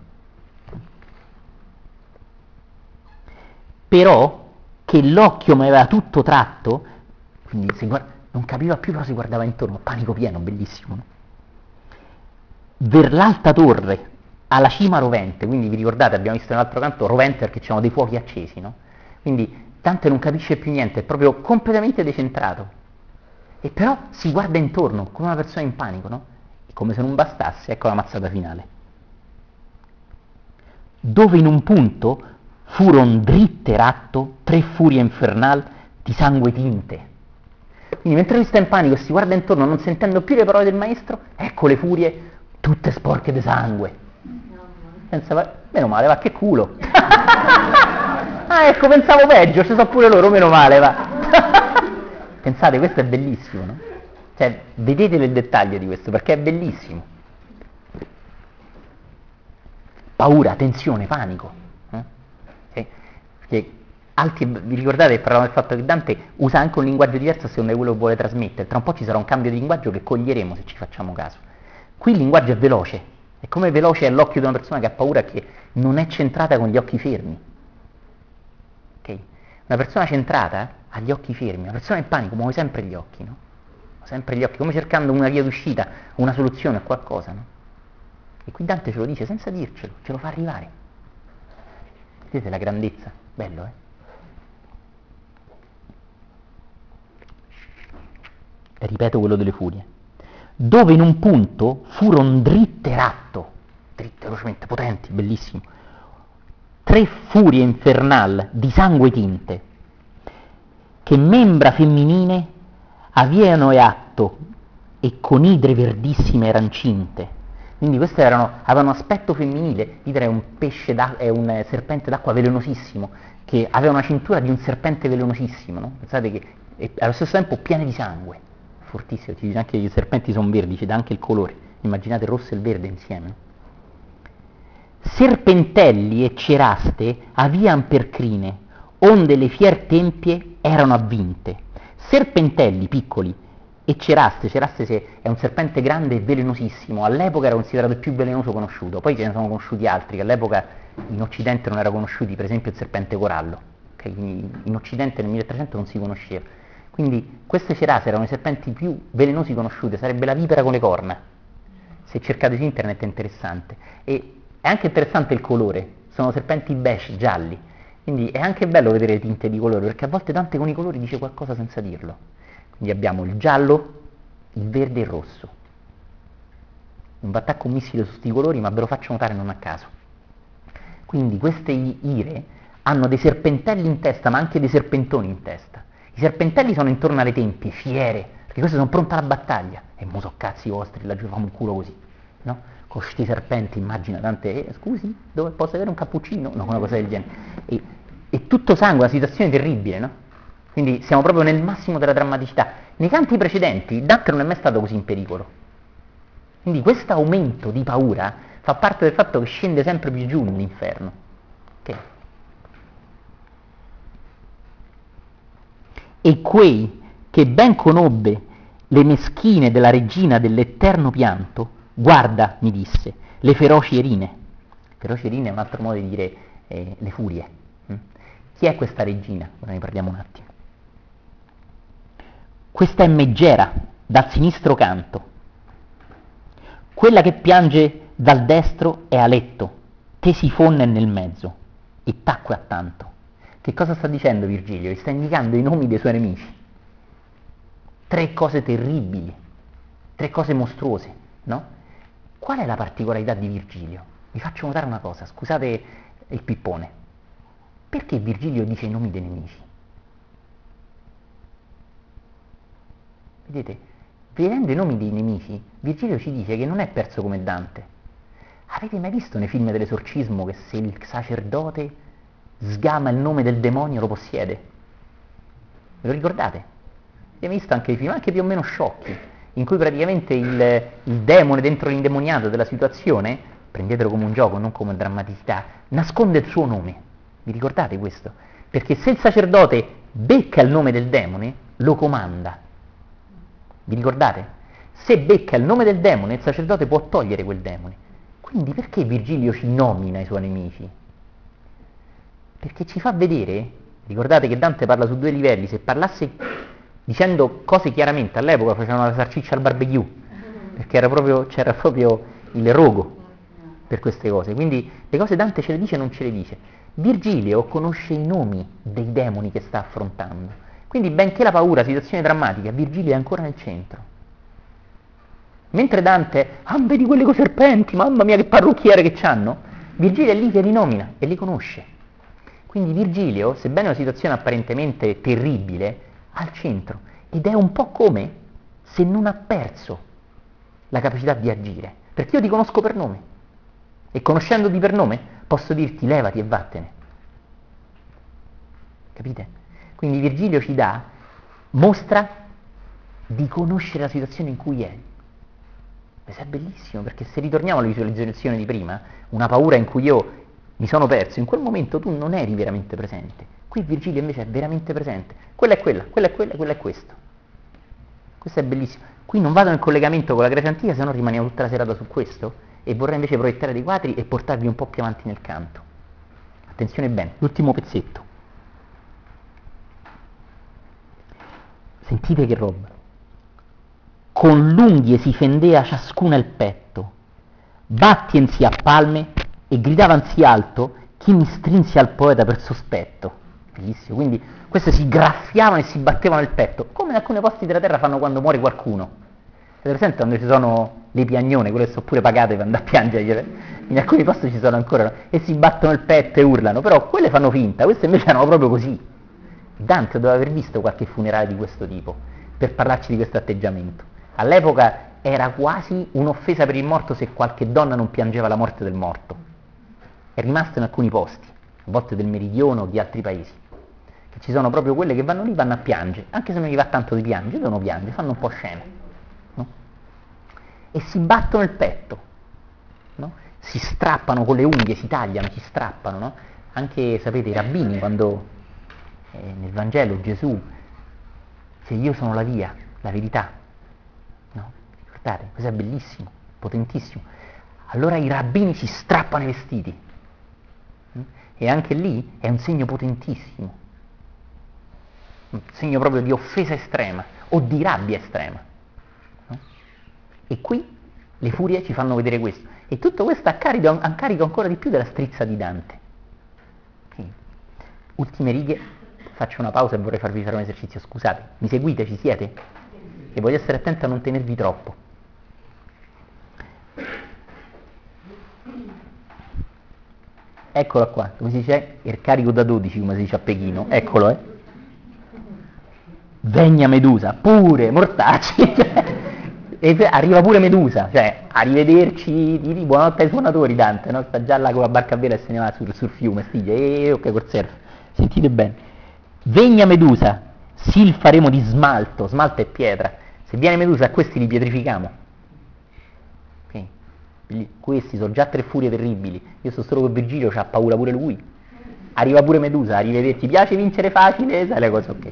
Però, che l'occhio mi aveva tutto tratto, quindi si guarda, non capiva più, però si guardava intorno, panico pieno, bellissimo, no? Ver l'alta torre, alla cima rovente, quindi vi ricordate, abbiamo visto nell'altro canto, rovente perché c'erano dei fuochi accesi, no? Quindi Dante non capisce più niente, è proprio completamente decentrato. E però si guarda intorno, come una persona in panico, no? E come se non bastasse, ecco la mazzata finale. Dove in un punto furon dritte ratto tre furie infernal di sangue tinte. Quindi mentre lui sta in panico e si guarda intorno, non sentendo più le parole del maestro, ecco le furie tutte sporche di sangue. Pensava, meno male, va che culo. Ah, ecco, pensavo peggio, ci sono pure loro, meno male, va. Pensate, questo è bellissimo, no? Cioè, vedete il dettaglio di questo, perché è bellissimo. Paura, tensione, panico. Eh? Perché, perché altri, vi ricordate che parlavamo del fatto che Dante usa anche un linguaggio diverso a seconda di quello che vuole trasmettere. Tra un po' ci sarà un cambio di linguaggio che coglieremo se ci facciamo caso. Qui il linguaggio è veloce, è come veloce è l'occhio di una persona che ha paura, che non è centrata con gli occhi fermi. Okay? Una persona centrata ha gli occhi fermi, una persona in panico muove sempre gli occhi, no? Sempre gli occhi, come cercando una via d'uscita, una soluzione a qualcosa, no? E qui Dante ce lo dice senza dircelo, ce lo fa arrivare. Vedete la grandezza? Bello, eh? Ripeto quello delle furie. Dove in un punto furon dritte ratto, dritte velocemente, potenti, bellissimo, tre furie infernal di sangue tinte, che membra femminine avevano e atto e con idre verdissime eran cinte. Quindi queste erano, avevano aspetto femminile. Idra è un pesce d'acqua, è un serpente d'acqua velenosissimo, che aveva una cintura di un serpente velenosissimo, no? Pensate che è allo stesso tempo piene di sangue, fortissimo, ci dice anche che i serpenti sono verdi, ci dà anche il colore, immaginate il rosso e il verde insieme. serpentelli e ceraste avian per crine, onde le fier tempie erano avvinte. Serpentelli piccoli e ceraste, ceraste se è un serpente grande e velenosissimo, all'epoca era considerato il più velenoso conosciuto, poi ce ne sono conosciuti altri che all'epoca in Occidente non erano conosciuti, per esempio il serpente corallo, okay? Quindi in Occidente nel milletrecento non si conosceva. Quindi queste ceraste erano i serpenti più velenosi conosciuti, sarebbe la vipera con le corna. Se cercate su internet è interessante. E è anche interessante il colore, sono serpenti beige, gialli, quindi è anche bello vedere le tinte di colore, perché a volte Dante con i colori dice qualcosa senza dirlo. Quindi abbiamo il giallo, il verde e il rosso. Non va attacco un missile su questi colori, ma ve lo faccio notare non a caso. Quindi queste ire hanno dei serpentelli in testa, ma anche dei serpentoni in testa. I serpentelli sono intorno alle tempie, fiere, perché queste sono pronte alla battaglia. E mo so cazzi vostri, laggiù famo un culo così, no? Con sti serpenti, immagina tante, eh, scusi, dove posso avere un cappuccino? No, una cosa del genere. E, e tutto sangue, una situazione terribile, no? Quindi siamo proprio nel massimo della drammaticità. Nei canti precedenti Dante non è mai stato così in pericolo. Quindi questo aumento di paura fa parte del fatto che scende sempre più giù nell'inferno. Okay. E quei che ben conobbe le meschine della regina dell'eterno pianto, guarda, mi disse, le feroci erine. Feroci erine è un altro modo di dire eh, le furie. Hm? Chi è questa regina? Ora ne parliamo un attimo. Questa è Megera, dal sinistro canto. Quella che piange dal destro è Aletto, Tesifonna è nel mezzo, e tacque a tanto. Che cosa sta dicendo Virgilio? Gli sta indicando i nomi dei suoi nemici. Tre cose terribili, tre cose mostruose, no? Qual è la particolarità di Virgilio? Vi faccio notare una cosa, scusate il pippone. Perché Virgilio dice i nomi dei nemici? Vedete, vedendo i nomi dei nemici, Virgilio ci dice che non è perso come Dante. Avete mai visto nei film dell'esorcismo che se il sacerdote sgama il nome del demonio lo possiede? Ve lo ricordate? Avete visto anche i film, anche più o meno sciocchi, in cui praticamente il, il demone dentro l'indemoniato della situazione, prendetelo come un gioco, non come drammaticità, nasconde il suo nome. Vi ricordate questo? Perché se il sacerdote becca il nome del demone, lo comanda. Vi ricordate? Se becca il nome del demone, il sacerdote può togliere quel demone. Quindi perché Virgilio ci nomina i suoi nemici? Perché ci fa vedere, ricordate che Dante parla su due livelli, se parlasse dicendo cose chiaramente, all'epoca facevano la salsiccia al barbecue, perché era proprio, c'era proprio il rogo per queste cose, quindi le cose Dante ce le dice e non ce le dice. Virgilio conosce i nomi dei demoni che sta affrontando. Quindi benché la paura, situazione drammatica, Virgilio è ancora nel centro. Mentre Dante, ah vedi quelle coi serpenti, mamma mia che parrucchiere che c'hanno, Virgilio è lì che li nomina e li conosce. Quindi Virgilio, sebbene è una situazione apparentemente terribile, al centro, ed è un po' come se non ha perso la capacità di agire, perché io ti conosco per nome e conoscendoti per nome posso dirti levati e vattene. Capite? Quindi Virgilio ci dà, mostra di conoscere la situazione in cui è. Questo è bellissimo, perché se ritorniamo alla visualizzazione di prima, una paura in cui io mi sono perso, in quel momento tu non eri veramente presente. Qui Virgilio invece è veramente presente. Quella è quella, quella è quella, quella è questo. Questo è bellissimo. Qui non vado nel collegamento con la Grecia antica, se no rimaniamo tutta la serata su questo, e vorrei invece proiettare dei quadri e portarvi un po' più avanti nel canto. Attenzione bene, l'ultimo pezzetto. Sentite che roba. Con l'unghie si fendea ciascuna il petto, battiensi a palme e gridavansi alto chi mi strinse al poeta per sospetto. Bellissimo, quindi queste si graffiavano e si battevano il petto, come in alcuni posti della terra fanno quando muore qualcuno. Avete presente quando ci sono le piagnone, quelle sono pure pagate per andare a piangere, in alcuni posti ci sono ancora, e si battono il petto e urlano, però quelle fanno finta, queste invece erano proprio così. Dante doveva aver visto qualche funerale di questo tipo, per parlarci di questo atteggiamento. All'epoca era quasi un'offesa per il morto se qualche donna non piangeva la morte del morto. È rimasto in alcuni posti, a volte del meridione o di altri paesi, che ci sono proprio quelle che vanno lì, vanno a piangere, anche se non gli va tanto di piangere, devono piangere, fanno un po' scene, no? E si battono il petto, no? si strappano con le unghie, si tagliano, si strappano, no? Anche, sapete, i rabbini, quando eh, nel Vangelo Gesù dice io sono la via, la verità, no? Ricordate, questo è bellissimo, potentissimo. Allora i rabbini si strappano i vestiti, mm? E anche lì è un segno potentissimo, un segno proprio di offesa estrema o di rabbia estrema, no? E qui le furie ci fanno vedere questo, e tutto questo a carico, a carico ancora di più della strizza di Dante. Quindi, ultime righe, faccio una pausa e vorrei farvi fare un esercizio, scusate, mi seguite, ci siete? E voglio essere attento a non tenervi troppo. Eccolo qua, come si dice? Il carico da dodici, come si dice a Pechino, eccolo, eh. Vegna Medusa, pure, mortacci, e arriva pure Medusa, cioè, arrivederci, di buonanotte ai suonatori Dante, no? Sta già là con la barca a vela e se ne va sul, sul fiume, stiglia, e ok, col surf, sentite bene. Vegna Medusa, sil faremo di smalto, smalto è pietra, se viene Medusa a questi li pietrifichiamo. Questi sono già tre furie terribili, io sto solo con Virgilio, c'ha paura pure lui, arriva pure Medusa, arrivederci, ti piace vincere facile, sai le cose, ok.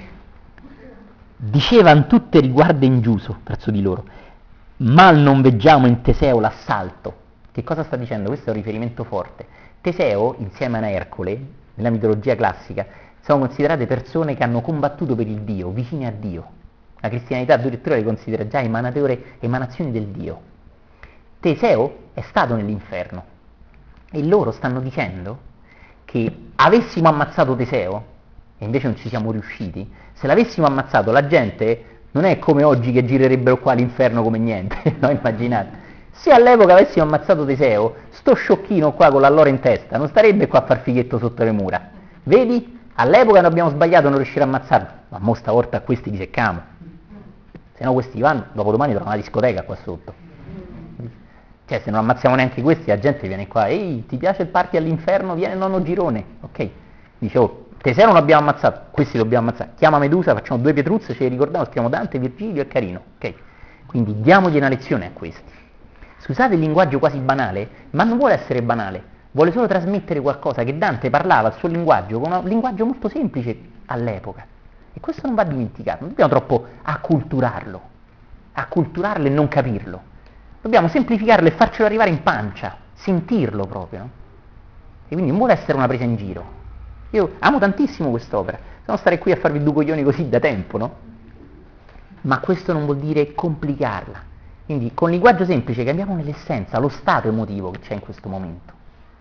Dicevan tutte riguardo ingiuso verso di loro, mal non veggiamo in Teseo l'assalto. Che cosa sta dicendo? Questo è un riferimento forte. Teseo, insieme a Ercole, nella mitologia classica, sono considerate persone che hanno combattuto per il Dio, vicine a Dio. La cristianità addirittura le considera già emanatore, emanazioni del Dio. Teseo è stato nell'inferno e loro stanno dicendo che avessimo ammazzato Teseo, e invece non ci siamo riusciti, se l'avessimo ammazzato la gente non è come oggi che girerebbero qua all'inferno come niente, no? Immaginate. Se all'epoca avessimo ammazzato Teseo, sto sciocchino qua con l'allora in testa non starebbe qua a far fighetto sotto le mura. Vedi? All'epoca non abbiamo sbagliato a non riuscire a ammazzarlo, ma mo stavolta a questi li seccamo. Se no questi vanno, dopodomani trovano una discoteca qua sotto. Cioè, se non ammazziamo neanche questi, la gente viene qua, ehi, ti piace il party all'inferno? Viene il nonno Girone, ok? Dice, oh, Teseo non l'abbiamo ammazzato, questi dobbiamo ammazzare. Chiama Medusa, facciamo due pietruzze, ce li ricordiamo, scriviamo Dante, Virgilio e Carino, ok? Quindi diamogli una lezione a questi. Scusate il linguaggio quasi banale, ma non vuole essere banale, vuole solo trasmettere qualcosa che Dante parlava il suo linguaggio con un linguaggio molto semplice all'epoca. E questo non va dimenticato, non dobbiamo troppo acculturarlo, acculturarlo e non capirlo. Dobbiamo semplificarlo e farcelo arrivare in pancia, sentirlo proprio, no? E quindi non vuole essere una presa in giro. Io amo tantissimo quest'opera, se no stare qui a farvi due coglioni così da tempo, no? Ma questo non vuol dire complicarla. Quindi con linguaggio semplice cambiamo nell'essenza, lo stato emotivo che c'è in questo momento.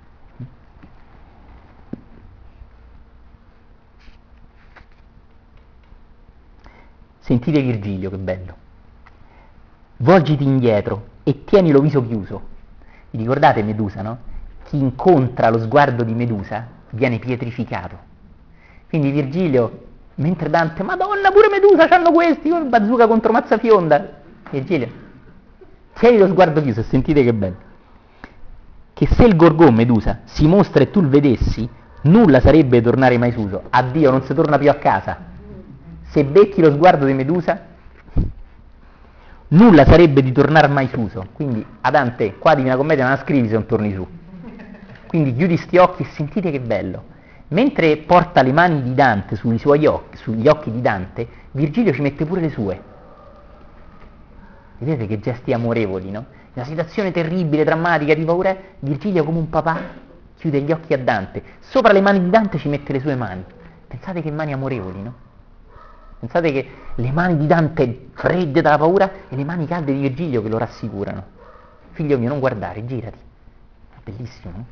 Sentite Virgilio, che bello. Volgiti indietro e tienilo viso chiuso. Vi ricordate Medusa, no? Chi incontra lo sguardo di Medusa viene pietrificato. Quindi Virgilio, mentre Dante, Madonna, pure Medusa c'hanno questi, con bazooka contro Mazzafionda. Virgilio, tieni lo sguardo chiuso e sentite che bello. Che se il Gorgò, Medusa, si mostra e tu il vedessi, nulla sarebbe tornare mai suso. Addio, non si torna più a casa. Se becchi lo sguardo di Medusa, nulla sarebbe di tornar mai suso. Quindi a Dante qua Divina Commedia non la scrivi se non torni su. Quindi chiudi sti occhi e sentite che bello. Mentre porta le mani di Dante sui suoi occhi, sugli occhi di Dante, Virgilio ci mette pure le sue. Vedete che gesti amorevoli, no? In una situazione terribile, drammatica, di paura, Virgilio come un papà chiude gli occhi a Dante. Sopra le mani di Dante ci mette le sue mani. Pensate che mani amorevoli, no? Pensate che le mani di Dante fredde dalla paura e le mani calde di Virgilio che lo rassicurano. Figlio mio, non guardare, girati. È bellissimo, no?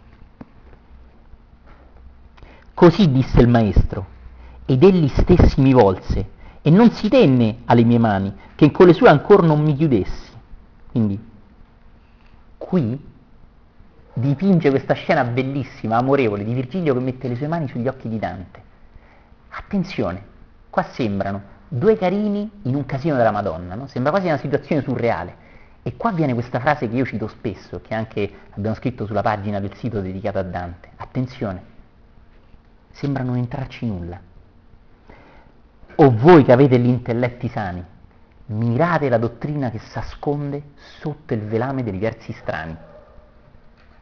Così disse il maestro, ed egli stessi mi volse, e non si tenne alle mie mani, che con le sue ancora non mi chiudessi. Quindi, qui dipinge questa scena bellissima, amorevole, di Virgilio che mette le sue mani sugli occhi di Dante. Attenzione! Qua sembrano due carini in un casino della Madonna, no? Sembra quasi una situazione surreale. E qua viene questa frase che io cito spesso, che anche abbiamo scritto sulla pagina del sito dedicato a Dante. Attenzione, sembra non entrarci nulla. O voi che avete gli intelletti sani, mirate la dottrina che s'asconde sotto il velame dei versi strani.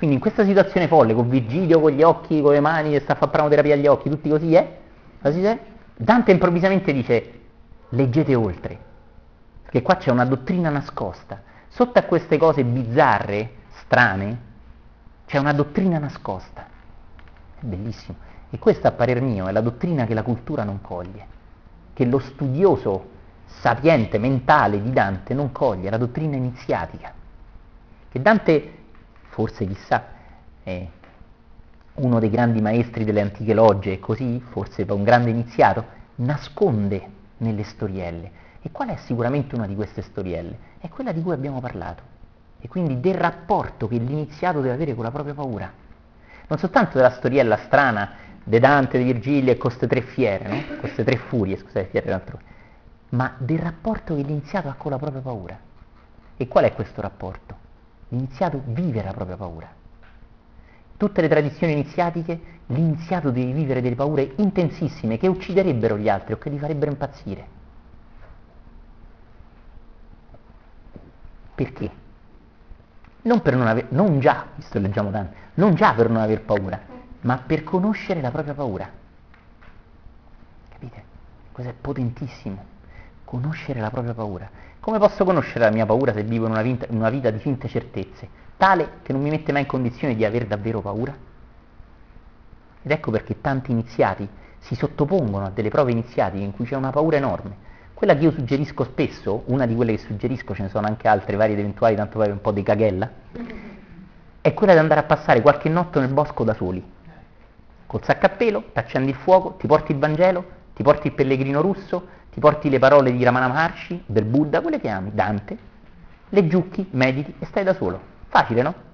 Quindi in questa situazione folle, con Virgilio, con gli occhi, con le mani, che sta a fare pranoterapia agli occhi, tutti così, eh? Così è? Dante improvvisamente dice, leggete oltre, perché qua c'è una dottrina nascosta. Sotto a queste cose bizzarre, strane, c'è una dottrina nascosta. È bellissimo. E questa, a parer mio, è la dottrina che la cultura non coglie, che lo studioso sapiente, mentale di Dante non coglie, la dottrina iniziatica. Che Dante, forse chissà, è uno dei grandi maestri delle antiche logge e così, forse un grande iniziato, nasconde nelle storielle. E qual è sicuramente una di queste storielle? È quella di cui abbiamo parlato. E quindi del rapporto che l'iniziato deve avere con la propria paura. Non soltanto della storiella strana di Dante, di Virgilio e con queste tre fiere, no? Con queste tre furie, scusate, fiere l'altro, ma del rapporto che l'iniziato ha con la propria paura. E qual è questo rapporto? L'iniziato vive la propria paura. Tutte le tradizioni iniziatiche, l'iniziato deve vivere delle paure intensissime che ucciderebbero gli altri o che li farebbero impazzire. Perché? Non per non aver, non già, visto che leggiamo tanto, non già per non aver paura, ma per conoscere la propria paura. Capite? Questo è potentissimo. Conoscere la propria paura. Come posso conoscere la mia paura se vivo in una vita, in una vita di finte certezze, tale che non mi mette mai in condizione di aver davvero paura? Ed ecco perché tanti iniziati si sottopongono a delle prove iniziatiche in cui c'è una paura enorme. Quella che io suggerisco spesso, una di quelle che suggerisco, ce ne sono anche altre varie ed eventuali, tanto fare un po' di caghella, è quella di andare a passare qualche notte nel bosco da soli. Col sacco a pelo, ti accendi il fuoco, ti porti il Vangelo, ti porti il pellegrino russo, ti porti le parole di Ramana Maharshi, del Buddha, quelle che ami, Dante, le giucchi, mediti e stai da solo. Facile, no?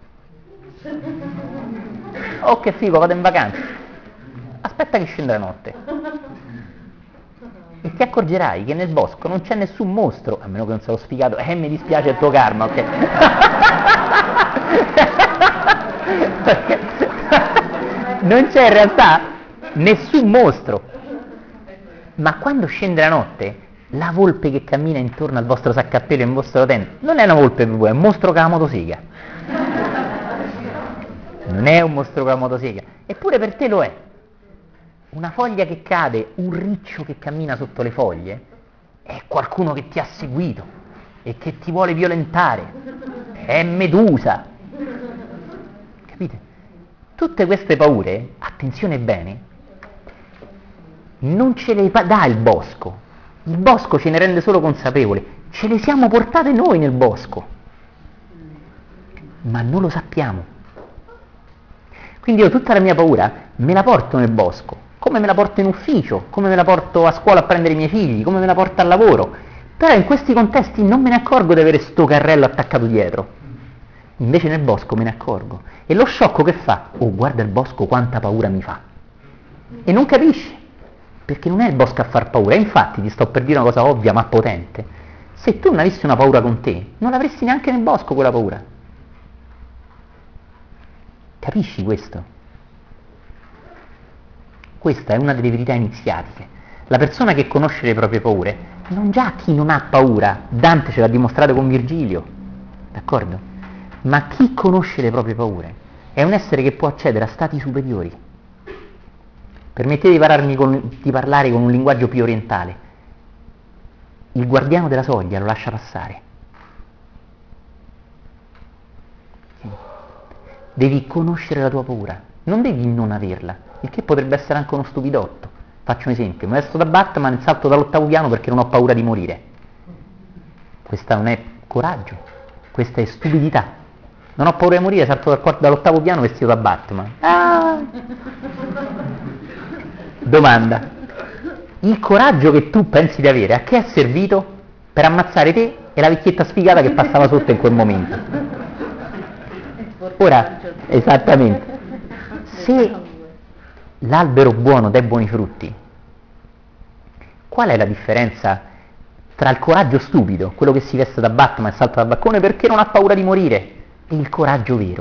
Oh che figo, vado in vacanza. Aspetta che scenda la notte. E ti accorgerai che nel bosco non c'è nessun mostro, a meno che non sia lo sfigato, eh mi dispiace il tuo karma, ok? Non c'è in realtà nessun mostro. Ma quando scende la notte, la volpe che cammina intorno al vostro saccappello e in vostro tenda non è una volpe per voi, è un mostro con la motosega. Non è un mostro con la motosega, eppure per te lo è. Una foglia che cade, un riccio che cammina sotto le foglie, è qualcuno che ti ha seguito e che ti vuole violentare. È Medusa. Capite? Tutte queste paure, attenzione bene, non ce le dà il bosco. Il bosco ce ne rende solo consapevole. Ce le siamo portate noi nel bosco. Ma non lo sappiamo. Quindi io tutta la mia paura me la porto nel bosco. Come me la porto in ufficio, come me la porto a scuola a prendere i miei figli, come me la porto al lavoro. Però in questi contesti non me ne accorgo di avere sto carrello attaccato dietro. Invece nel bosco me ne accorgo. E lo sciocco che fa? Oh, guarda il bosco quanta paura mi fa. E non capisce. Perché non è il bosco a far paura. E infatti ti sto per dire una cosa ovvia ma potente. Se tu non avessi una paura con te, non l'avresti neanche nel bosco quella paura. Capisci questo? Questa è una delle verità iniziatiche. La persona che conosce le proprie paure, non già chi non ha paura, Dante ce l'ha dimostrato con Virgilio, d'accordo? Ma chi conosce le proprie paure è un essere che può accedere a stati superiori. Permettete di, parlarmi con, di parlare con un linguaggio più orientale. Il guardiano della soglia lo lascia passare. Devi conoscere la tua paura, non devi non averla. Il che potrebbe essere anche uno stupidotto. Faccio un esempio, mi vesto da Batman e salto dall'ottavo piano perché non ho paura di morire. Questa non è coraggio, questa è stupidità. Non ho paura di morire, salto dal quarto, dall'ottavo piano vestito da Batman. Ah! Domanda. Il coraggio che tu pensi di avere, a che è servito? Per ammazzare te e la vecchietta sfigata che passava sotto in quel momento. Ora, esattamente. Se l'albero buono dà buoni frutti, qual è la differenza tra il coraggio stupido, quello che si veste da Batman e salta dal balcone perché non ha paura di morire, e il coraggio vero?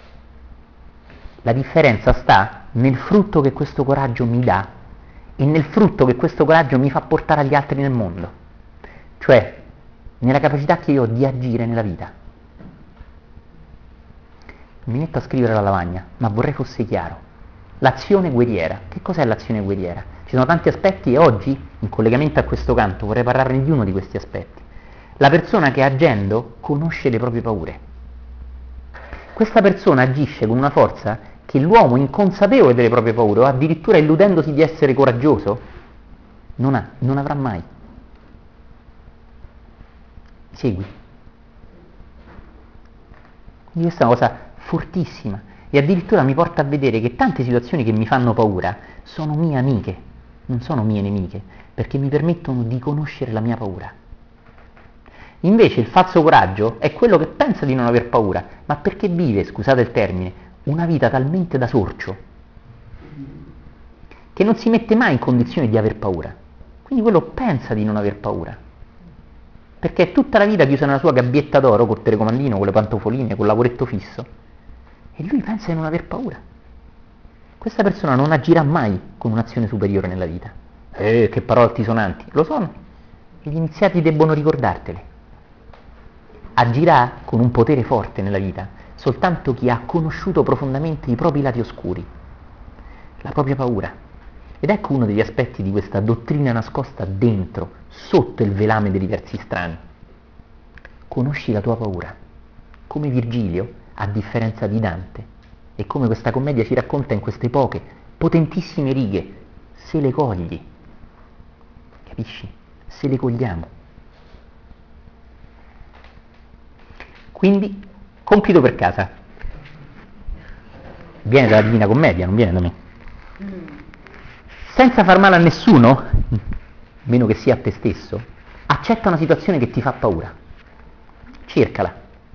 La differenza sta nel frutto che questo coraggio mi dà e nel frutto che questo coraggio mi fa portare agli altri nel mondo, cioè nella capacità che io ho di agire nella vita. mi metto a scrivere la lavagna, ma vorrei fosse chiaro. L'azione guerriera. Che cos'è l'azione guerriera? Ci sono tanti aspetti e oggi, in collegamento a questo canto, vorrei parlarne di uno di questi aspetti. La persona che agendo conosce le proprie paure. Questa persona agisce con una forza che l'uomo inconsapevole delle proprie paure, o addirittura illudendosi di essere coraggioso, non ha, non avrà mai. Segui. Quindi questa è una cosa fortissima e addirittura mi porta a vedere che tante situazioni che mi fanno paura sono mie amiche, non sono mie nemiche, perché mi permettono di conoscere la mia paura. Invece il falso coraggio è quello che pensa di non aver paura, ma perché vive, scusate il termine, una vita talmente da sorcio che non si mette mai in condizione di aver paura. Quindi quello pensa di non aver paura, perché è tutta la vita chiusa nella sua gabbietta d'oro col telecomandino, con le pantofoline, col lavoretto fisso, e lui pensa di non aver paura. Questa persona non agirà mai con un'azione superiore nella vita. Eh, che parole altisonanti, lo sono, e gli iniziati debbono ricordartele. Agirà con un potere forte nella vita soltanto chi ha conosciuto profondamente i propri lati oscuri, la propria paura. Ed ecco uno degli aspetti di questa dottrina nascosta dentro, sotto il velame dei versi strani. Conosci la tua paura, come Virgilio, a differenza di Dante, e come questa commedia ci racconta in queste poche, potentissime righe, se le cogli, capisci? Se le cogliamo. Quindi, compito per casa. Viene dalla Divina Commedia, non viene da me. Senza far male a nessuno, meno che sia a te stesso, accetta una situazione che ti fa paura. Cercala.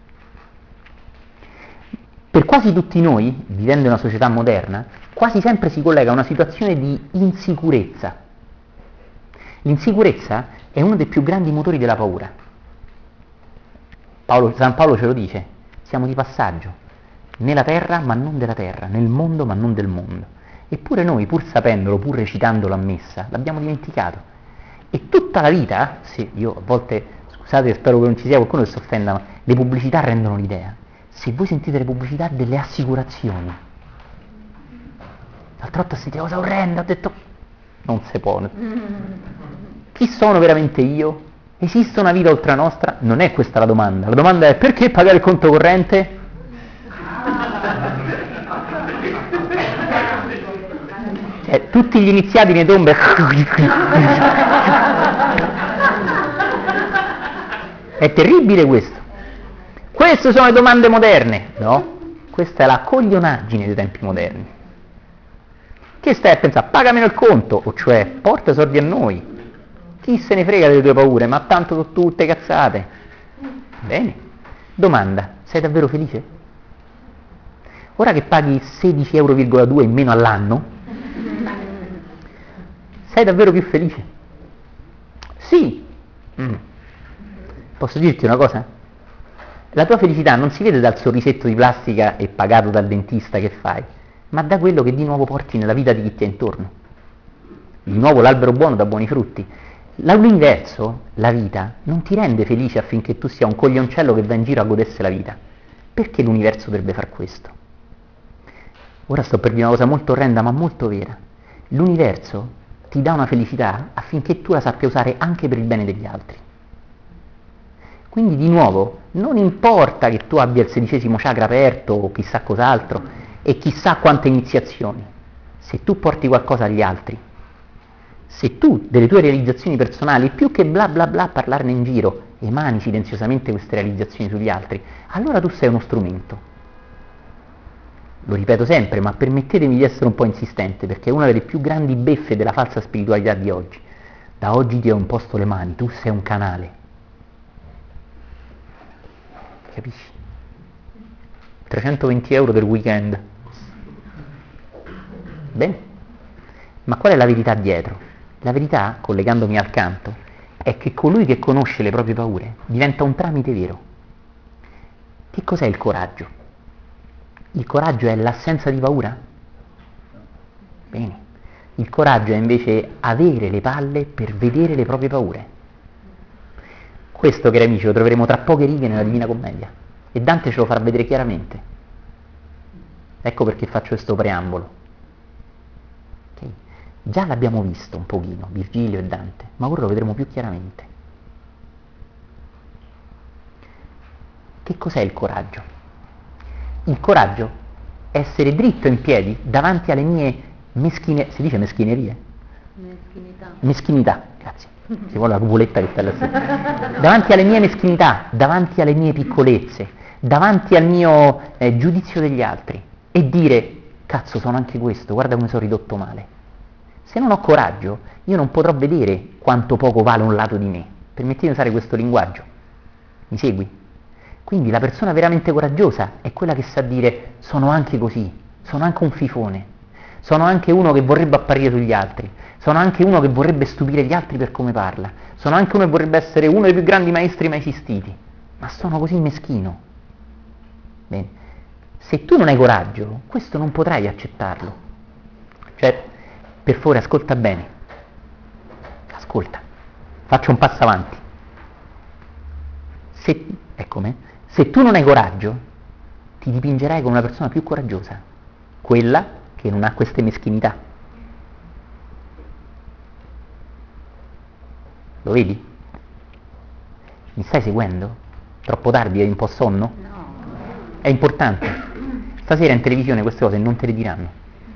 Per quasi tutti noi, vivendo in una società moderna, quasi sempre si collega a una situazione di insicurezza. L'insicurezza è uno dei più grandi motori della paura. Paolo, San Paolo ce lo dice, siamo di passaggio, nella terra ma non della terra, nel mondo ma non del mondo. Eppure noi, pur sapendolo, pur recitandolo a messa, l'abbiamo dimenticato. E tutta la vita, se io a volte, scusate, spero che non ci sia qualcuno che si offenda, ma le pubblicità rendono l'idea. Se voi sentite le pubblicità delle assicurazioni, l'altra volta sentite cosa orrenda, ho detto, non si può. Chi sono veramente io? Esiste una vita oltre la nostra? Non è questa la domanda. La domanda è: perché pagare il conto corrente? Cioè, tutti gli iniziati nei tombe. È terribile questo. Queste sono le domande moderne, no? Questa è la coglionaggine dei tempi moderni. Che stai a pensare? Pagamelo il conto, o cioè porta soldi a noi. Chi se ne frega delle tue paure, ma tanto sono tutte cazzate. Bene. Domanda, sei davvero felice? Ora che paghi sedici virgola due euro in meno all'anno, sei davvero più felice? Sì. Mm. Posso dirti una cosa? La tua felicità non si vede dal sorrisetto di plastica e pagato dal dentista che fai, ma da quello che di nuovo porti nella vita di chi ti è intorno. Di nuovo l'albero buono dà buoni frutti. L'universo, la vita, non ti rende felice affinché tu sia un coglioncello che va in giro a godersi la vita. Perché l'universo dovrebbe far questo? Ora sto per dire una cosa molto orrenda ma molto vera. L'universo ti dà una felicità affinché tu la sappia usare anche per il bene degli altri. Quindi di nuovo, non importa che tu abbia il sedicesimo chakra aperto o chissà cos'altro e chissà quante iniziazioni, se tu porti qualcosa agli altri, se tu delle tue realizzazioni personali, più che bla bla bla parlarne in giro, emani silenziosamente queste realizzazioni sugli altri, allora tu sei uno strumento. Lo ripeto sempre, ma permettetemi di essere un po' insistente, perché è una delle più grandi beffe della falsa spiritualità di oggi. Da oggi ti ho imposto le mani, tu sei un canale. Capisci? trecentoventi euro del weekend. Bene. Ma qual è la verità dietro? La verità, collegandomi al canto, è che colui che conosce le proprie paure diventa un tramite vero. Che cos'è il coraggio? Il coraggio è l'assenza di paura? Bene. Il coraggio è invece avere le palle per vedere le proprie paure. Questo, cari amici, lo troveremo tra poche righe nella Divina Commedia. E Dante ce lo farà vedere chiaramente. Ecco perché faccio questo preambolo. Okay? Già l'abbiamo visto un pochino, Virgilio e Dante, ma ora lo vedremo più chiaramente. Che cos'è il coraggio? Il coraggio è essere dritto in piedi davanti alle mie meschine... si dice meschinerie? Meschinità. Meschinità, grazie. Ci vuole la cupoletta che sta là sotto. Davanti alle mie meschinità, davanti alle mie piccolezze, davanti al mio eh, giudizio degli altri e dire, cazzo, sono anche questo, guarda come sono ridotto male. Se non ho coraggio, io non potrò vedere quanto poco vale un lato di me. Permettete di usare questo linguaggio. Mi segui? Quindi la persona veramente coraggiosa è quella che sa dire, sono anche così, sono anche un fifone, sono anche uno che vorrebbe apparire sugli altri, sono anche uno che vorrebbe stupire gli altri per come parla, sono anche uno che vorrebbe essere uno dei più grandi maestri mai esistiti, ma sono così meschino. Bene. Se tu non hai coraggio, questo non potrai accettarlo. Cioè, per favore, ascolta bene. Ascolta. Faccio un passo avanti. Se, eccomi, se tu non hai coraggio, ti dipingerai come una persona più coraggiosa, quella che non ha queste meschinità. Lo vedi? Mi stai seguendo? Troppo tardi, hai un po' sonno? No. È importante. Stasera in televisione queste cose non te le diranno.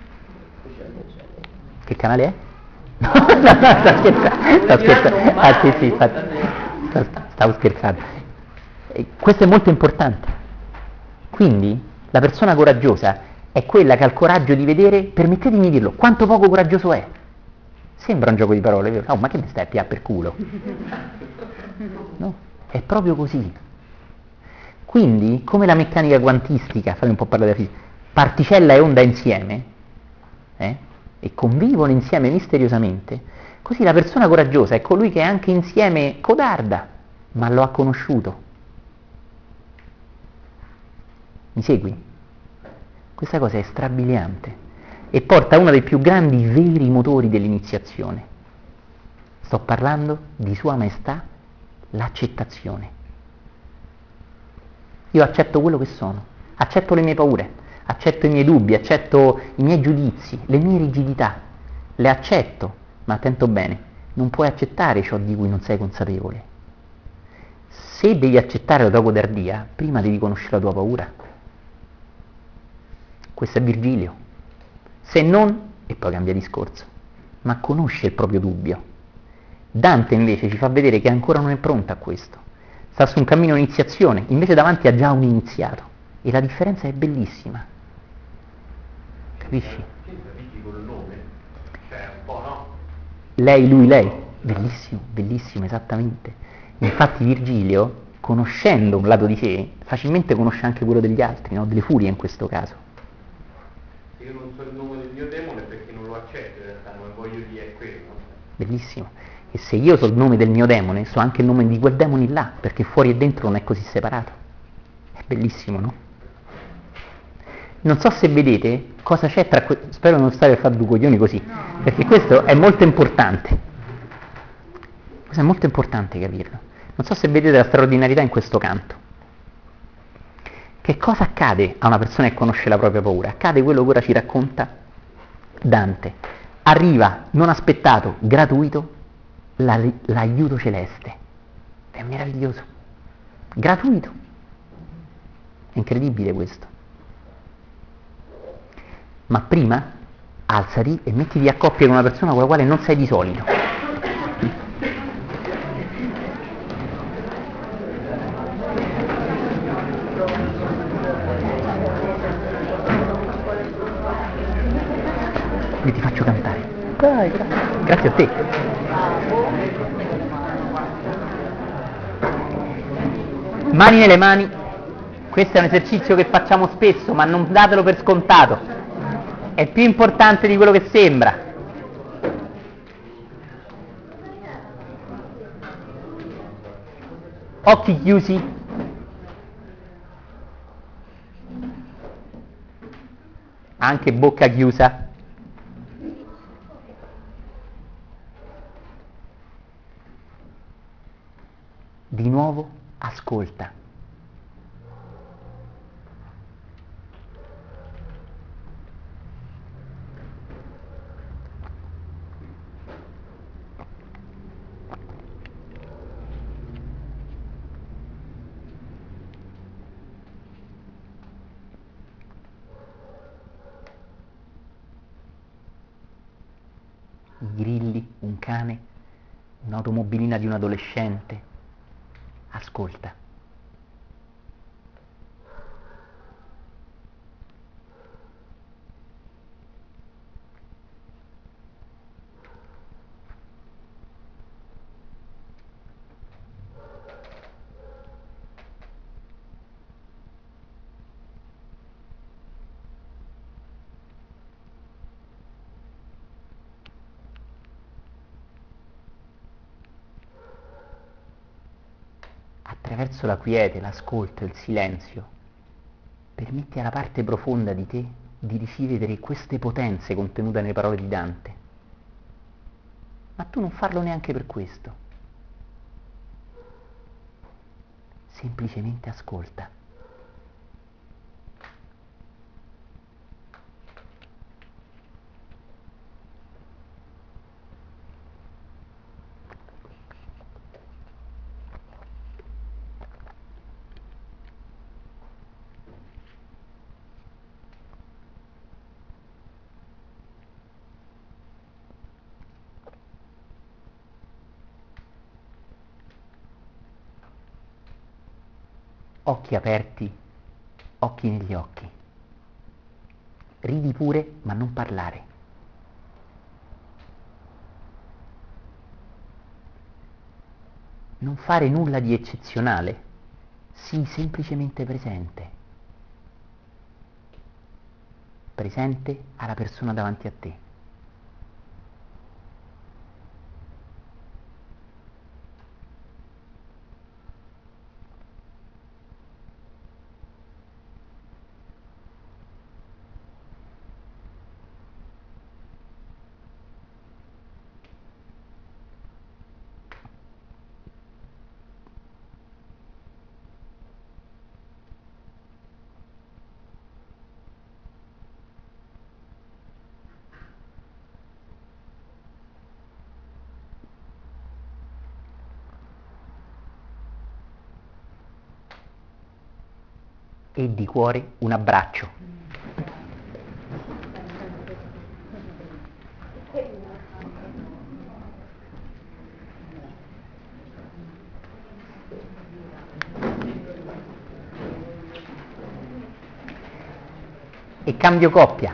Che canale è? No, no, no, sto scherzando. Sto scherzando. Ah, sì, sì, infatti. Stavo scherzando. E questo è molto importante. Quindi la persona coraggiosa è quella che ha il coraggio di vedere, permettetemi di dirlo, quanto poco coraggioso è. Sembra un gioco di parole, vero? Oh, ma che mi stai a pià per culo? No, è proprio così. Quindi, come la meccanica quantistica, fammi un po' parlare della fisica, particella e onda insieme, eh, e convivono insieme misteriosamente, così la persona coraggiosa è colui che è anche insieme codarda, ma lo ha conosciuto. Mi segui? Questa cosa è strabiliante e porta a uno dei più grandi veri motori dell'iniziazione. Sto parlando di Sua Maestà, l'accettazione. Io accetto quello che sono, accetto le mie paure, accetto i miei dubbi, accetto i miei giudizi, le mie rigidità, le accetto, ma attento bene, non puoi accettare ciò di cui non sei consapevole. Se devi accettare la tua codardia, prima devi conoscere la tua paura. Questo è Virgilio. Se non, e poi cambia discorso, ma conosce il proprio dubbio. Dante invece ci fa vedere che ancora non è pronto a questo. Sta su un cammino di iniziazione, invece davanti ha già un iniziato. E la differenza è bellissima. Capisci? Col nome, cioè un po', no? Lei, lui, lei. Bellissimo, bellissimo, esattamente. Infatti Virgilio, conoscendo un lato di sé, facilmente conosce anche quello degli altri, no? Delle furie in questo caso. Se io non so il nome del mio demone perché non lo accetto, in realtà non voglio dire è quello. Bellissimo. E se io so il nome del mio demone, so anche il nome di quel demone là, perché fuori e dentro non è così separato. È bellissimo, no? Non so se vedete cosa c'è tra... Que- spero non stare a fare due coglioni così, no. Perché questo è molto importante. Questo è molto importante capirlo. Non so se vedete la straordinarietà in questo canto. Che cosa accade a una persona che conosce la propria paura? Accade quello che ora ci racconta Dante. Arriva, non aspettato, gratuito, la, l'aiuto celeste. È meraviglioso. Gratuito. È incredibile questo. Ma prima alzati e mettiti a coppia con una persona con la quale non sei di solito. E ti faccio cantare. Dai, grazie. Grazie a te. Mani nelle mani. Questo è un esercizio che facciamo spesso, ma non datelo per scontato. È più importante di quello che sembra. Occhi chiusi. Anche bocca chiusa. Di nuovo ascolta. i grilli, un cane, un'automobilina di un adolescente. Ascolta. Attraverso la quiete, l'ascolto e il silenzio, permetti alla parte profonda di te di ricevere queste potenze contenute nelle parole di Dante. Ma tu non farlo neanche per questo. Semplicemente ascolta. Occhi aperti, occhi negli occhi. Ridi pure, ma non parlare. Non fare nulla di eccezionale, sii semplicemente presente. Presente alla persona davanti a te. E di cuore un abbraccio. E cambio coppia.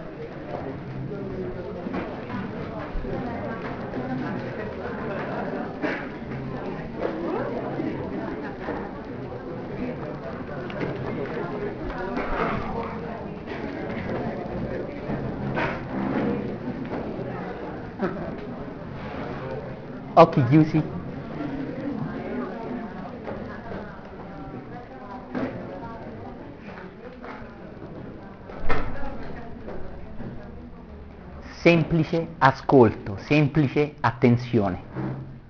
Occhi chiusi. Semplice ascolto, semplice attenzione.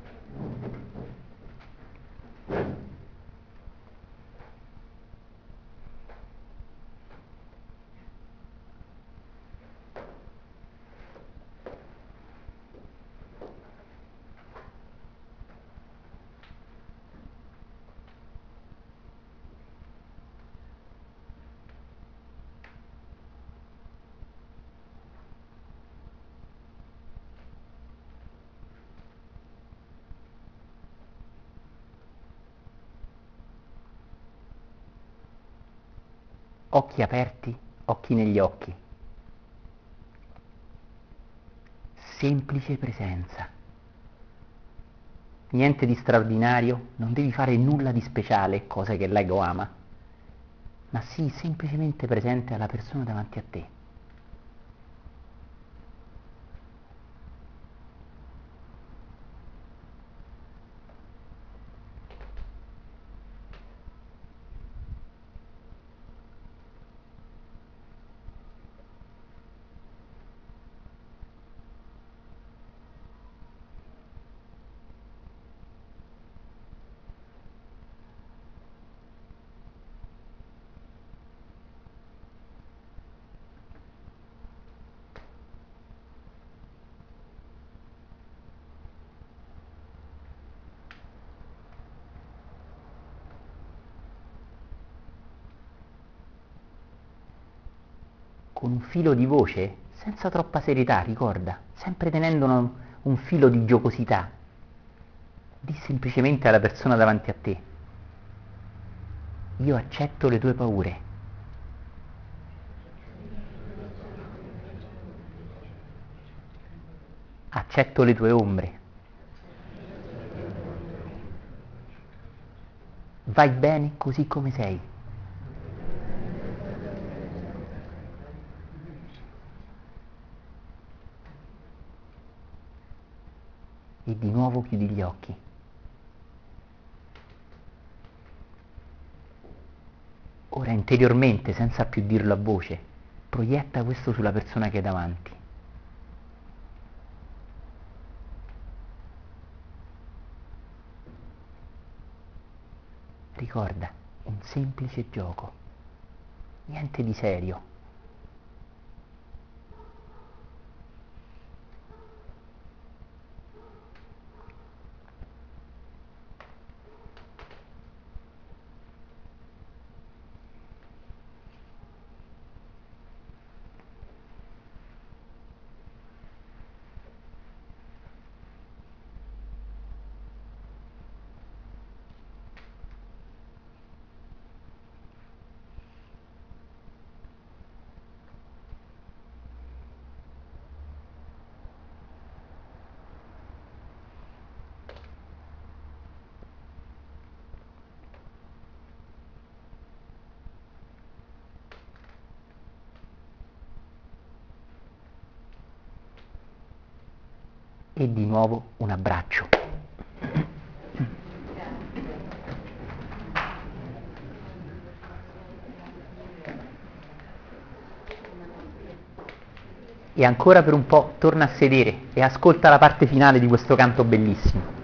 Occhi aperti, occhi negli occhi. Semplice presenza. Niente di straordinario, non devi fare nulla di speciale, cose che l'ego ama, ma sii semplicemente presente alla persona davanti a te. Con un filo di voce senza troppa serietà, ricorda, sempre tenendo uno, un filo di giocosità. Di semplicemente alla persona davanti a te: io accetto le tue paure. Accetto le tue ombre. Vai bene così come sei. E di nuovo chiudi gli occhi. Ora interiormente, senza più dirlo a voce, proietta questo sulla persona che hai davanti. Ricorda, un semplice gioco, niente di serio. E di nuovo un abbraccio. E ancora per un po' torna a sedere e ascolta la parte finale di questo canto bellissimo.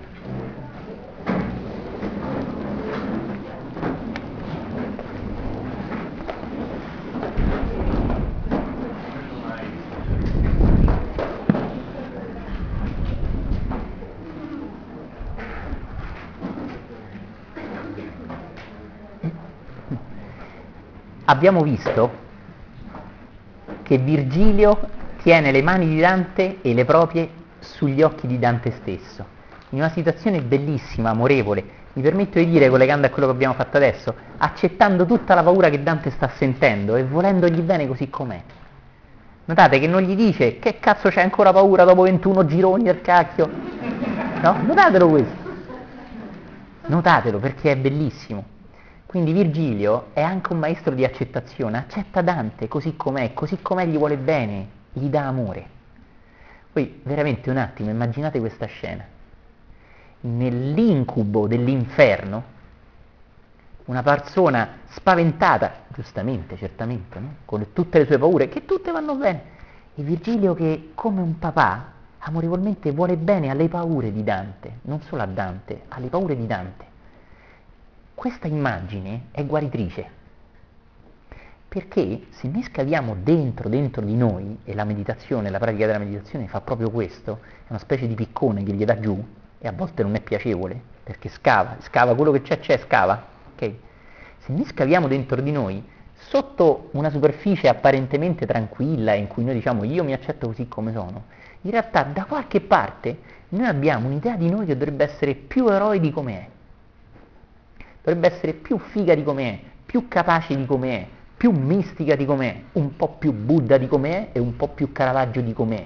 Abbiamo visto che Virgilio tiene le mani di Dante e le proprie sugli occhi di Dante stesso, in una situazione bellissima, amorevole, mi permetto di dire, collegando a quello che abbiamo fatto adesso, accettando tutta la paura che Dante sta sentendo e volendogli bene così com'è. Notate che non gli dice: che cazzo c'hai ancora paura dopo ventuno gironi del cacchio? No? Notatelo questo. Notatelo, perché è bellissimo. Quindi Virgilio è anche un maestro di accettazione, accetta Dante così com'è, così com'è gli vuole bene, gli dà amore. Poi veramente un attimo, immaginate questa scena. Nell'incubo dell'inferno, una persona spaventata, giustamente, certamente, no? Con tutte le sue paure, che tutte vanno bene, e Virgilio che, come un papà, amorevolmente vuole bene alle paure di Dante, non solo a Dante, alle paure di Dante. Questa immagine è guaritrice, perché se noi scaviamo dentro, dentro di noi, e la meditazione, la pratica della meditazione fa proprio questo, è una specie di piccone che gli dà giù, e a volte non è piacevole, perché scava, scava quello che c'è, c'è, scava, ok? Se noi scaviamo dentro di noi, sotto una superficie apparentemente tranquilla, in cui noi diciamo io mi accetto così come sono, in realtà da qualche parte noi abbiamo un'idea di noi che dovrebbe essere più eroe di come è. Dovrebbe essere più figa di com'è, più capace di com'è, più mistica di com'è, un po' più Buddha di com'è e un po' più Caravaggio di com'è,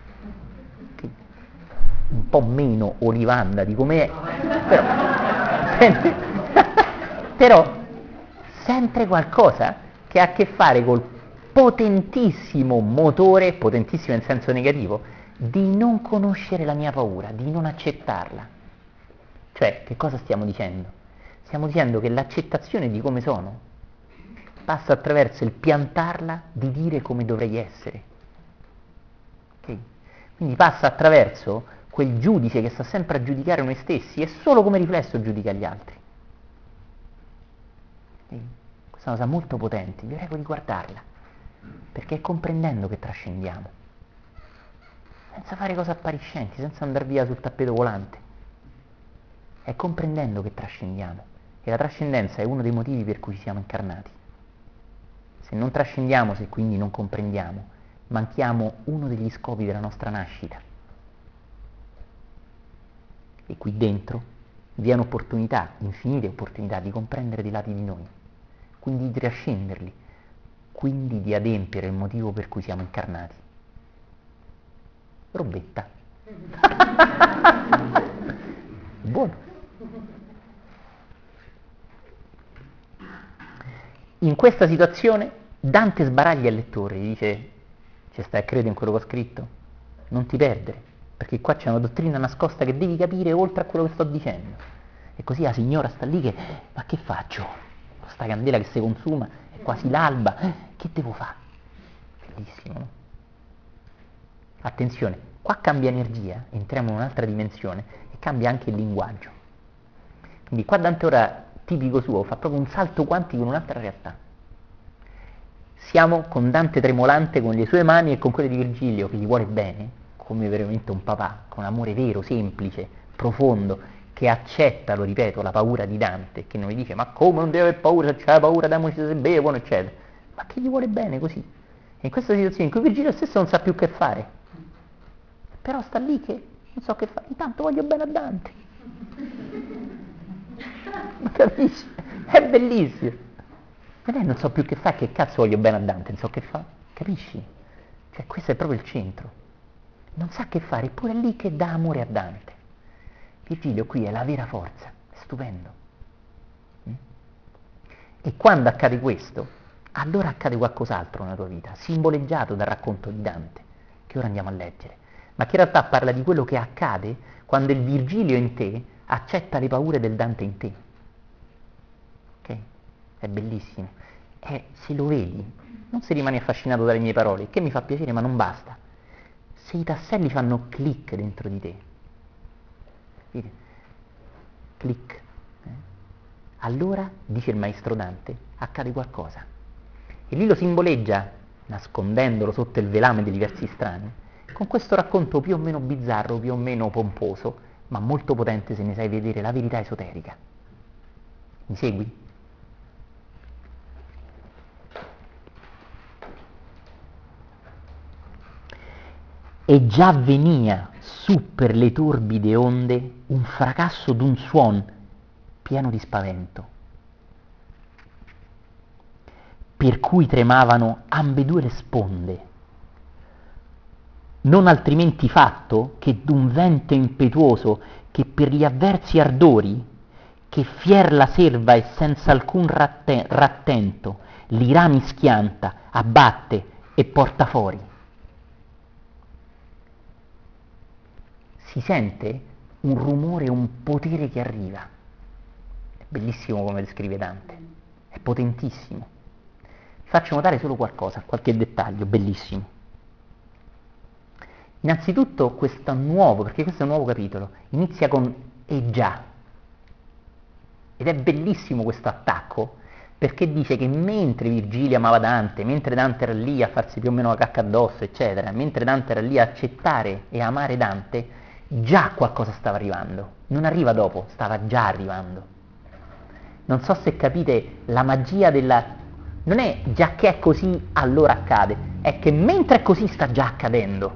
un po' meno Olivanda di com'è, però, però sempre qualcosa che ha a che fare col potentissimo motore, potentissimo in senso negativo, di non conoscere la mia paura, di non accettarla. Cioè, che cosa stiamo dicendo? Stiamo dicendo che l'accettazione di come sono passa attraverso il piantarla di dire come dovrei essere. Okay? Quindi passa attraverso quel giudice che sta sempre a giudicare noi stessi e solo come riflesso giudica gli altri. Okay? Questa è una cosa molto potente, vi prego di guardarla, perché è comprendendo che trascendiamo, senza fare cose appariscenti, senza andare via sul tappeto volante. È comprendendo che trascendiamo. E la trascendenza è uno dei motivi per cui ci siamo incarnati. Se non trascendiamo, se quindi non comprendiamo, manchiamo uno degli scopi della nostra nascita. E qui dentro vi è un'opportunità, infinite opportunità di comprendere dei lati di noi, quindi di trascenderli, quindi di adempiere il motivo per cui siamo incarnati. Robetta. Buono. In questa situazione Dante sbaraglia il lettore, gli dice: ci stai a credere in quello che ho scritto? Non ti perdere, perché qua c'è una dottrina nascosta che devi capire oltre a quello che sto dicendo. E così la signora sta lì che, ma che faccio? Questa candela che si consuma, è quasi l'alba, eh, che devo fare? Bellissimo, no? Attenzione, qua cambia energia, entriamo in un'altra dimensione e cambia anche il linguaggio. Quindi qua Dante ora, tipico suo, fa proprio un salto quantico in un'altra realtà. Siamo con Dante tremolante con le sue mani e con quelle di Virgilio che gli vuole bene, come veramente un papà, con amore vero, semplice, profondo, che accetta, lo ripeto, la paura di Dante, che non gli dice: ma come non deve aver paura, se c'è paura, diamoci se bevono, eccetera, ma che gli vuole bene così. E in questa situazione in cui Virgilio stesso non sa più che fare, però sta lì che non so che fare, intanto voglio bene a Dante. Ma capisci? È bellissimo. E lei non so più che fa, che cazzo voglio bene a Dante, non so che fa, capisci? Cioè questo è proprio il centro. Non sa che fare, eppure è lì che dà amore a Dante. Virgilio qui è la vera forza, è stupendo. Mm? E quando accade questo, allora accade qualcos'altro nella tua vita, simboleggiato dal racconto di Dante, che ora andiamo a leggere, ma che in realtà parla di quello che accade quando il Virgilio in te accetta le paure del Dante in te. Ok? È bellissimo. E se lo vedi, non se rimani affascinato dalle mie parole, che mi fa piacere, ma non basta. Se i tasselli fanno click dentro di te, vedi? Click. Eh? Allora, dice il maestro Dante, accade qualcosa. E lì lo simboleggia, nascondendolo sotto il velame dei versi strani, con questo racconto più o meno bizzarro, più o meno pomposo, ma molto potente se ne sai vedere la verità esoterica. Mi segui? E già venia su per le torbide onde un fracasso d'un suon pieno di spavento, per cui tremavano ambedue le sponde, non altrimenti fatto che d'un vento impetuoso che per gli avversi ardori, che fier la serva e senza alcun ratte- rattento li rami schianta, abbatte e porta fuori. Si sente un rumore, un potere che arriva. È bellissimo come descrive Dante, è potentissimo. Vi faccio notare solo qualcosa, qualche dettaglio, bellissimo. Innanzitutto questo nuovo, perché questo è un nuovo capitolo, inizia con e già. Ed è bellissimo questo attacco, perché dice che mentre Virgilio amava Dante, mentre Dante era lì a farsi più o meno la cacca addosso, eccetera, mentre Dante era lì a accettare e amare Dante, già qualcosa stava arrivando, non arriva dopo, stava già arrivando. Non so se capite la magia della... non è già che è così allora accade, è che mentre è così sta già accadendo.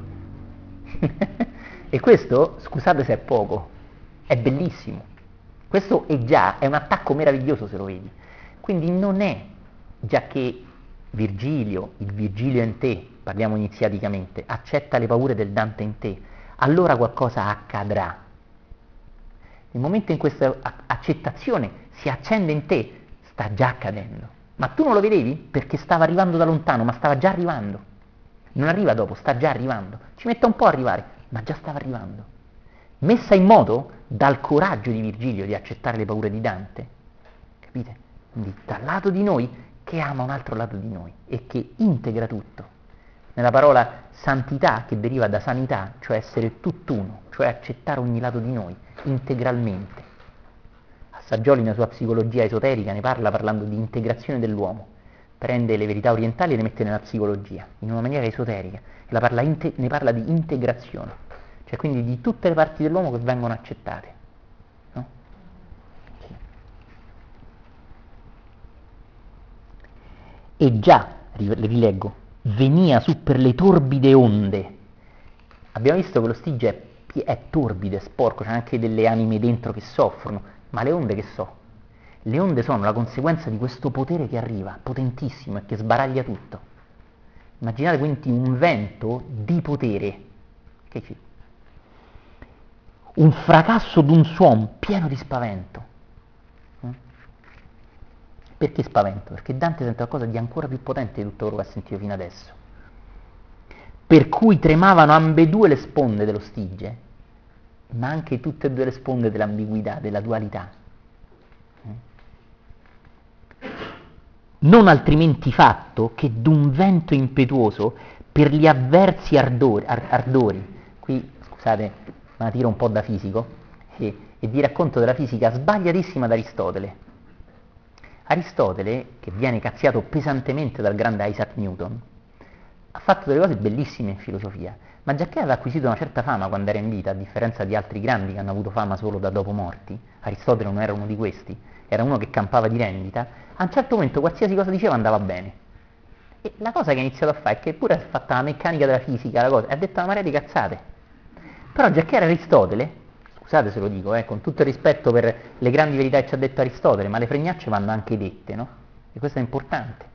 E questo, scusate se è poco, è bellissimo. Questo è già, è un attacco meraviglioso se lo vedi. Quindi non è già che Virgilio, il Virgilio in te, parliamo iniziaticamente, accetta le paure del Dante in te, allora qualcosa accadrà. Nel momento in cui questa accettazione si accende in te, sta già accadendo. Ma tu non lo vedevi? Perché stava arrivando da lontano, ma stava già arrivando. Non arriva dopo, sta già arrivando. Ci mette un po' a arrivare, ma già stava arrivando. Messa in moto dal coraggio di Virgilio di accettare le paure di Dante, capite? Quindi dal lato di noi che ama un altro lato di noi e che integra tutto. Nella parola santità, che deriva da sanità, cioè essere tutt'uno, cioè accettare ogni lato di noi integralmente. Assaggioli nella sua psicologia esoterica ne parla parlando di integrazione dell'uomo. Prende le verità orientali e le mette nella psicologia, in una maniera esoterica, e la parla inte- ne parla di integrazione, cioè quindi di tutte le parti dell'uomo che vengono accettate. No? Sì. E già, rileggo, venia su per le torbide onde. Abbiamo visto che lo Stige è, pi- è torbido, è sporco, c'è anche delle anime dentro che soffrono, ma le onde che so? Le onde sono la conseguenza di questo potere che arriva, potentissimo e che sbaraglia tutto. Immaginate quindi un vento di potere, che ci... un fracasso d'un suono pieno di spavento. Perché spavento? Perché Dante sente qualcosa di ancora più potente di tutto quello che ha sentito fino adesso. Per cui tremavano ambedue le sponde dello Stige, ma anche tutte e due le sponde dell'ambiguità, della dualità. Non altrimenti fatto che d'un vento impetuoso per gli avversi ardori, ar- ardori. Qui, scusate, ma tiro un po' da fisico, e, e vi racconto della fisica sbagliatissima da Aristotele. Aristotele, che viene cazziato pesantemente dal grande Isaac Newton, ha fatto delle cose bellissime in filosofia, ma giacché aveva acquisito una certa fama quando era in vita, a differenza di altri grandi che hanno avuto fama solo da dopo morti, Aristotele non era uno di questi, era uno che campava di rendita, a un certo momento qualsiasi cosa diceva andava bene. E la cosa che ha iniziato a fare è che pure ha fatto la meccanica della fisica, la cosa, e ha detto una marea di cazzate. Però giacché era Aristotele, scusate se lo dico, eh, con tutto il rispetto per le grandi verità che ci ha detto Aristotele, ma le fregnacce vanno anche dette, no? E questo è importante.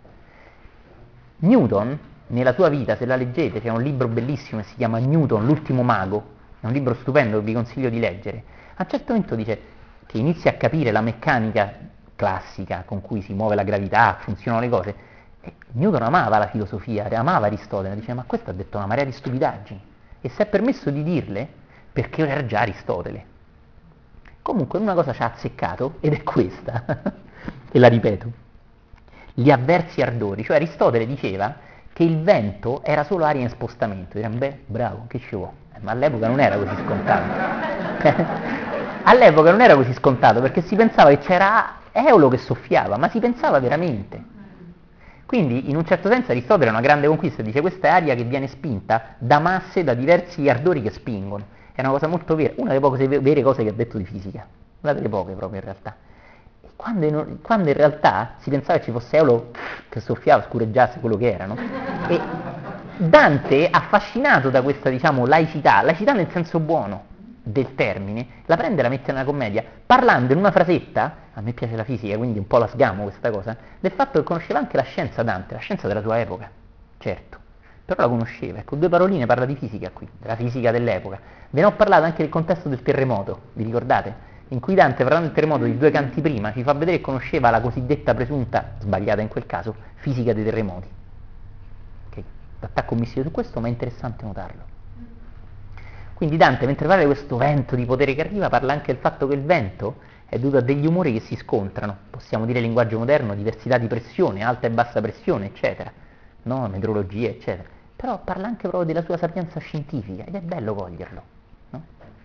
Newton, nella sua vita, se la leggete, c'è un libro bellissimo che si chiama Newton, l'ultimo mago, è un libro stupendo che vi consiglio di leggere. A un certo momento dice che inizia a capire la meccanica classica con cui si muove la gravità, funzionano le cose, e Newton amava la filosofia, amava Aristotele, dice ma questo ha detto una marea di stupidaggini, e si è permesso di dirle perché era già Aristotele. Comunque una cosa ci ha azzeccato, ed è questa, e la ripeto, gli avversi ardori, cioè Aristotele diceva che il vento era solo aria in spostamento, diremmo, beh, bravo, che ci vuole, eh, ma all'epoca non era così scontato. All'epoca non era così scontato, perché si pensava che c'era Eolo che soffiava, ma si pensava veramente. Quindi in un certo senso Aristotele è una grande conquista, dice questa è aria che viene spinta da masse, da diversi ardori che spingono. È una cosa molto vera, una delle poche vere cose che ha detto di fisica, una delle poche proprio in realtà. E quando in, quando in realtà si pensava che ci fosse Eolo che soffiava, scureggiasse quello che era, no? E Dante, affascinato da questa, diciamo, laicità, laicità nel senso buono del termine, la prende e la mette nella commedia, parlando in una frasetta, a me piace la fisica, quindi un po' la sgamo questa cosa, del fatto che conosceva anche la scienza Dante, la scienza della sua epoca, certo, però la conosceva, ecco, due paroline parla di fisica qui, della fisica dell'epoca. Ve ne ho parlato anche del contesto del terremoto, vi ricordate? In cui Dante, parlando del terremoto di due canti prima, ci fa vedere che conosceva la cosiddetta presunta, sbagliata in quel caso, fisica dei terremoti. Okay. L'attacco missile su questo, ma è interessante notarlo. Quindi Dante, mentre parla di questo vento di potere che arriva, parla anche del fatto che il vento è dovuto a degli umori che si scontrano, possiamo dire in linguaggio moderno, diversità di pressione, alta e bassa pressione, eccetera, no? Meteorologia, eccetera. Però parla anche proprio della sua sapienza scientifica, ed è bello coglierlo, no?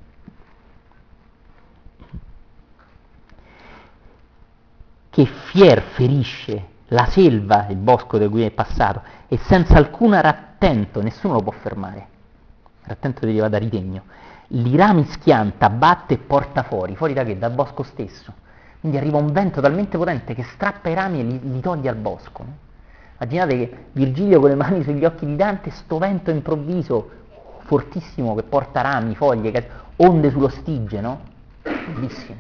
Che fier ferisce la selva, il bosco da cui è passato, e senza alcun rattento, nessuno lo può fermare. Rattento deriva da ritegno, li rami schianta, batte e porta fuori, fuori da che? Dal bosco stesso. Quindi arriva un vento talmente potente che strappa i rami e li, li toglie al bosco. No? Immaginate che Virgilio con le mani sugli occhi di Dante, sto vento improvviso, fortissimo, che porta rami, foglie, che, onde sullo Stige, no? Bellissimo.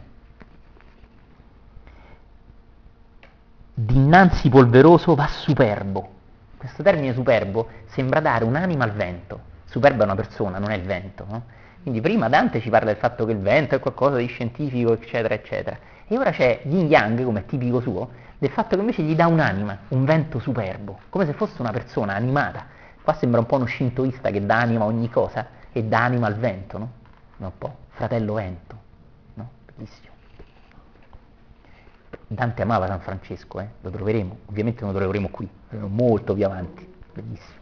Dinanzi polveroso va superbo. Questo termine superbo sembra dare un'anima al vento. Superbo è una persona, non è il vento, no? Quindi prima Dante ci parla del fatto che il vento è qualcosa di scientifico, eccetera, eccetera. E ora c'è Yin Yang, come è tipico suo, del fatto che invece gli dà un'anima, un vento superbo, come se fosse una persona animata. Qua sembra un po' uno scintoista che dà anima a ogni cosa e dà anima al vento, no? Un po' fratello vento, no? Bellissimo. Dante amava San Francesco, eh? Lo troveremo, ovviamente non lo troveremo qui, lo troveremo molto più avanti, bellissimo.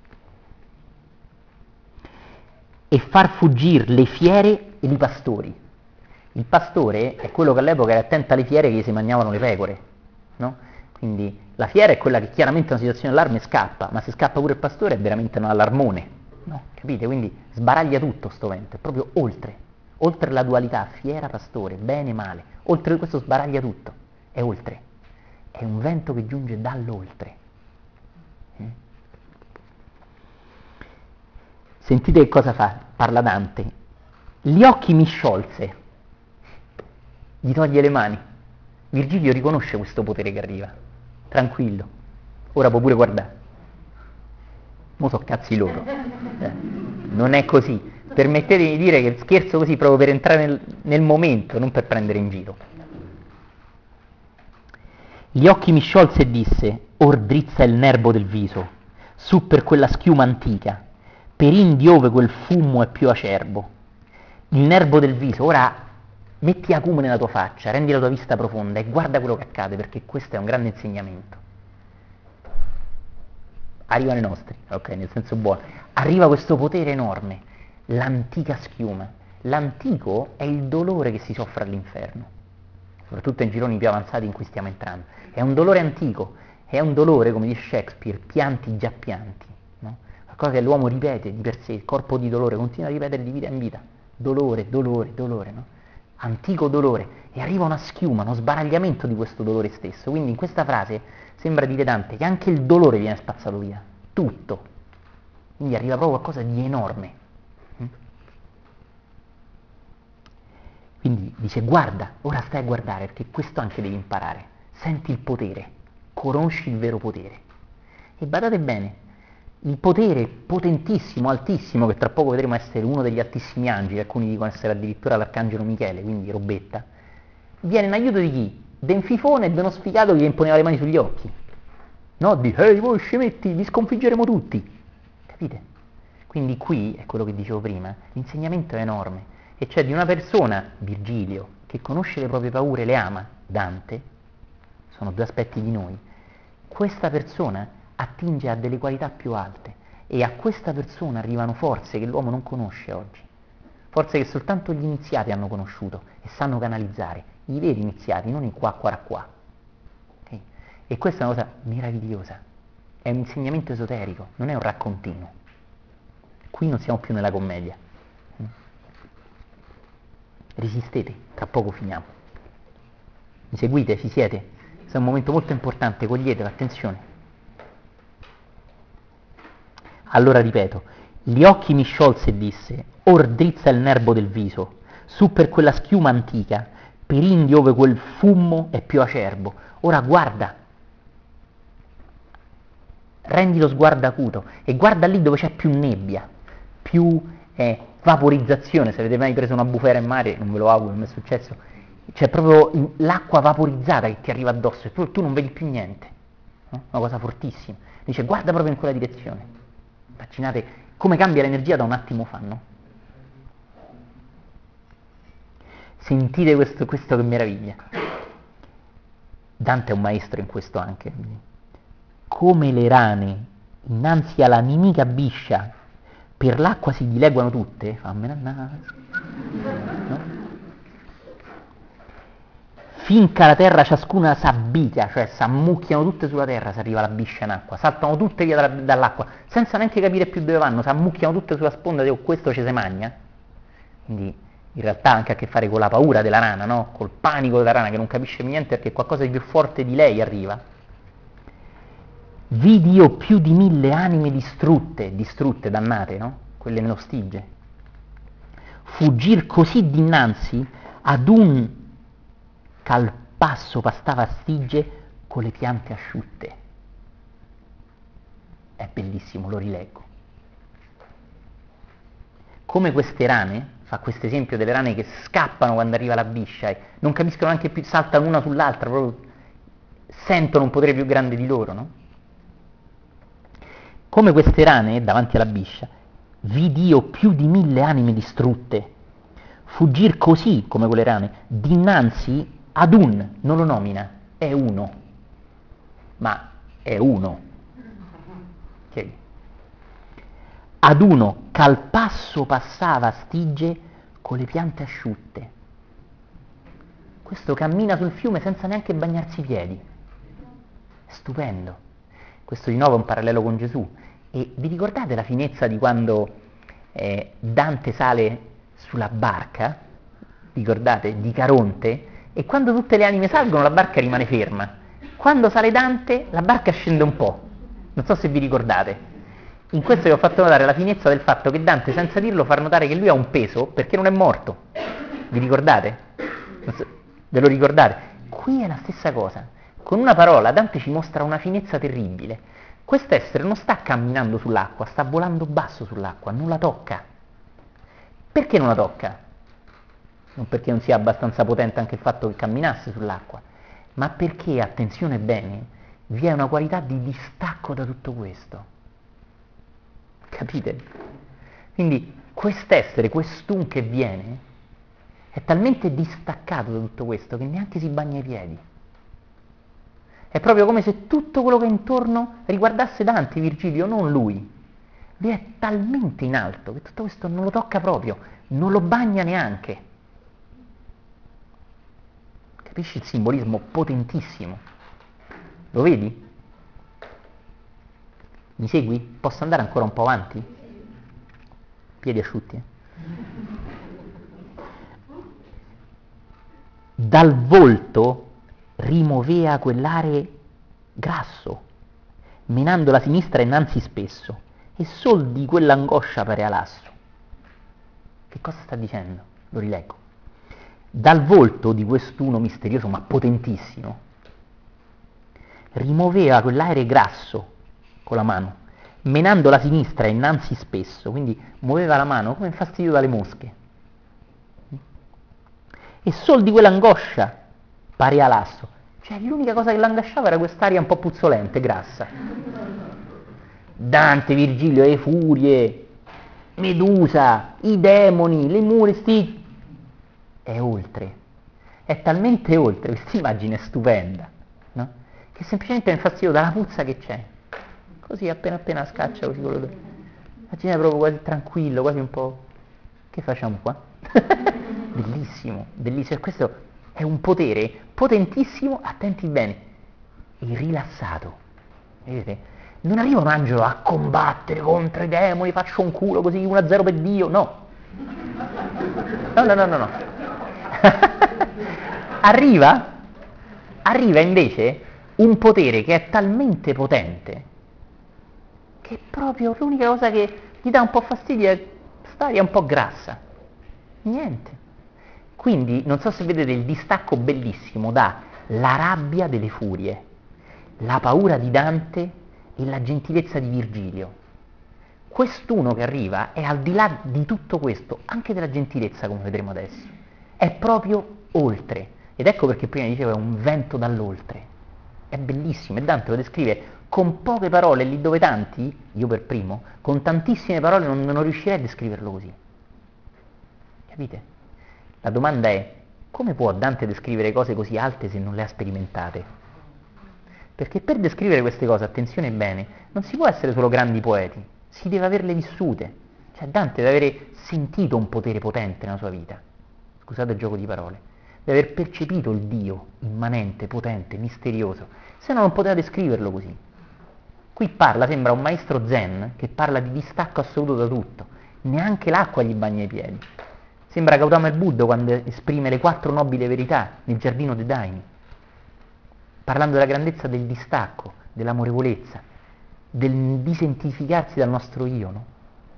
E far fuggire le fiere e i pastori. Il pastore è quello che all'epoca era attento alle fiere che gli si mangiavano le pecore, no? Quindi la fiera è quella che chiaramente in una situazione d'allarme scappa, ma se scappa pure il pastore è veramente un allarmone, no? Capite? Quindi sbaraglia tutto sto vento, è proprio oltre, oltre la dualità, fiera, pastore, bene, male, oltre questo sbaraglia tutto, è oltre, è un vento che giunge dall'oltre. Sentite che cosa fa, parla Dante. Gli occhi mi sciolse, gli toglie le mani. Virgilio riconosce questo potere che arriva, tranquillo, ora può pure guardare. Mo so cazzi loro, eh, non è così, permettetemi di dire che scherzo così proprio per entrare nel, nel momento, non per prendere in giro. Gli occhi mi sciolse e disse, or drizza il nervo del viso, su per quella schiuma antica, per indi ove quel fumo è più acerbo. Il nervo del viso, ora metti acume nella tua faccia, rendi la tua vista profonda e guarda quello che accade, perché questo è un grande insegnamento. Arrivano i nostri, ok, nel senso buono. Arriva questo potere enorme, l'antica schiuma. L'antico è il dolore che si soffre all'inferno, soprattutto in gironi più avanzati in cui stiamo entrando. È un dolore antico, è un dolore, come dice Shakespeare, pianti già pianti, no? Qualcosa che l'uomo ripete di per sé, il corpo di dolore, continua a ripetere di vita in vita. Dolore, dolore, dolore, no? Antico dolore, e arriva una schiuma, uno sbaragliamento di questo dolore stesso. Quindi in questa frase sembra dire Dante che anche il dolore viene spazzato via, tutto. Quindi arriva proprio qualcosa di enorme. Quindi dice guarda, ora stai a guardare, perché questo anche devi imparare. Senti il potere, conosci il vero potere. E badate bene, il potere potentissimo, altissimo, che tra poco vedremo essere uno degli altissimi angeli, alcuni dicono essere addirittura l'arcangelo Michele, quindi robetta, viene in aiuto di chi? Den fifone e de uno sfigato che gli imponeva le mani sugli occhi. No, di ehi voi scemetti, vi sconfiggeremo tutti. Capite? Quindi qui, è quello che dicevo prima, l'insegnamento è enorme, e c'è di una persona, Virgilio, che conosce le proprie paure e le ama, Dante, sono due aspetti di noi. Questa persona attinge a delle qualità più alte e a questa persona arrivano forze che l'uomo non conosce oggi, forze che soltanto gli iniziati hanno conosciuto e sanno canalizzare, i veri iniziati, non i qua qua qua. Okay? E questa è una cosa meravigliosa, è un insegnamento esoterico, non è un raccontino. Qui non siamo più nella commedia. Resistete, tra poco finiamo. Mi seguite? Ci siete? Questo è un momento molto importante, coglietelo, attenzione. Allora ripeto, gli occhi mi sciolse e disse, or drizza il nervo del viso, su per quella schiuma antica, per indi ove quel fumo è più acerbo. Ora guarda, rendi lo sguardo acuto e guarda lì dove c'è più nebbia, più eh, vaporizzazione. Se avete mai preso una bufera in mare, non ve lo auguro, non mi è successo, c'è proprio l'acqua vaporizzata che ti arriva addosso e tu, tu non vedi più niente, no? Una cosa fortissima. Dice guarda proprio in quella direzione. Immaginate come cambia l'energia da un attimo fa, no? Sentite questo, questo che meraviglia. Dante è un maestro in questo anche. Come le rane innanzi alla nemica biscia per l'acqua si dileguano tutte, fammela andare, no? Finca la terra ciascuna s'abbica, cioè s'ammucchiano tutte sulla terra se arriva la biscia in acqua, saltano tutte via dalla, dall'acqua, senza neanche capire più dove vanno, s'ammucchiano tutte sulla sponda e oh, questo ci se magna. Quindi in realtà ha anche a che fare con la paura della rana, no? Col panico della rana che non capisce niente perché qualcosa di più forte di lei arriva. Vidi io più di mille anime distrutte, distrutte, dannate, no? Quelle nello Stige. Fuggir così dinanzi ad un ch'al passo pastava Stige con le piante asciutte. È bellissimo, lo rileggo. Come queste rane, fa questo esempio delle rane che scappano quando arriva la biscia e non capiscono neanche più, saltano una sull'altra, proprio sentono un potere più grande di loro, no? Come queste rane, davanti alla biscia, vidi io più di mille anime distrutte, fuggir così, come quelle rane, dinanzi ad un, non lo nomina, è uno, ma è uno, okay. Ad uno ch'al passo passava Stige con le piante asciutte. Questo cammina sul fiume senza neanche bagnarsi i piedi, è stupendo. Questo di nuovo è un parallelo con Gesù. E vi ricordate la finezza di quando eh, Dante sale sulla barca, ricordate, di Caronte, e quando tutte le anime salgono la barca rimane ferma. Quando sale Dante la barca scende un po', non so se vi ricordate. In questo vi ho fatto notare la finezza del fatto che Dante, senza dirlo, fa notare che lui ha un peso perché non è morto. Vi ricordate? Ve lo ricordate? Qui è la stessa cosa. Con una parola Dante ci mostra una finezza terribile. Quest'essere non sta camminando sull'acqua, sta volando basso sull'acqua, non la tocca. Perché non la tocca? Non perché non sia abbastanza potente anche il fatto che camminasse sull'acqua, ma perché, attenzione bene, vi è una qualità di distacco da tutto questo. Capite? Quindi quest'essere, quest'un che viene, è talmente distaccato da tutto questo che neanche si bagna i piedi. È proprio come se tutto quello che è intorno riguardasse Dante, Virgilio, non lui. Lui è talmente in alto che tutto questo non lo tocca proprio, non lo bagna neanche. Capisci il simbolismo potentissimo? Lo vedi? Mi segui? Posso andare ancora un po' avanti? Piedi asciutti. Eh? Dal volto rimovea quell'are grasso, menando la sinistra innanzi spesso, e sol di quell'angoscia parea lasso. Che cosa sta dicendo? Lo rileggo. Dal volto di quest'uno misterioso ma potentissimo, rimoveva quell'aere grasso con la mano, menando la sinistra innanzi spesso, quindi muoveva la mano come infastidio dalle mosche. E sol di quell'angoscia parea lasso, cioè l'unica cosa che l'angosciava era quest'aria un po' puzzolente, grassa. Dante, Virgilio, le furie, Medusa, i demoni, le mure, sti... è oltre, è talmente oltre, questa immagine è stupenda, no? Che semplicemente è infastidio dalla puzza che c'è, così appena appena scaccia così quello. Immagina proprio quasi tranquillo, quasi un po', che facciamo qua? Bellissimo, bellissimo, questo è un potere potentissimo, attenti bene, e rilassato, vedete? Non arriva un angelo a combattere contro i demoni, faccio un culo così, uno a zero per Dio, no, no, no, no, no, no. arriva, arriva invece un potere che è talmente potente che proprio l'unica cosa che gli dà un po' fastidio è st'aria un po' grassa, niente. Quindi non so se vedete il distacco bellissimo da la rabbia delle furie, la paura di Dante e la gentilezza di Virgilio. Quest'uno che arriva è al di là di tutto questo, anche della gentilezza, come vedremo adesso. È proprio oltre, ed ecco perché prima dicevo è un vento dall'oltre, è bellissimo, e Dante lo descrive con poche parole, lì dove tanti, io per primo, con tantissime parole non, non riuscirei a descriverlo così, capite? La domanda è, come può Dante descrivere cose così alte se non le ha sperimentate? Perché per descrivere queste cose, attenzione bene, non si può essere solo grandi poeti, si deve averle vissute, cioè Dante deve avere sentito un potere potente nella sua vita, scusate il gioco di parole, deve aver percepito il Dio immanente, potente, misterioso, se no non poteva descriverlo così. Qui parla, sembra un maestro zen che parla di distacco assoluto da tutto, neanche l'acqua gli bagna i piedi. Sembra Gautama il Buddha quando esprime le quattro nobili verità nel giardino dei Daini, parlando della grandezza del distacco, dell'amorevolezza, del disentificarsi dal nostro io, no?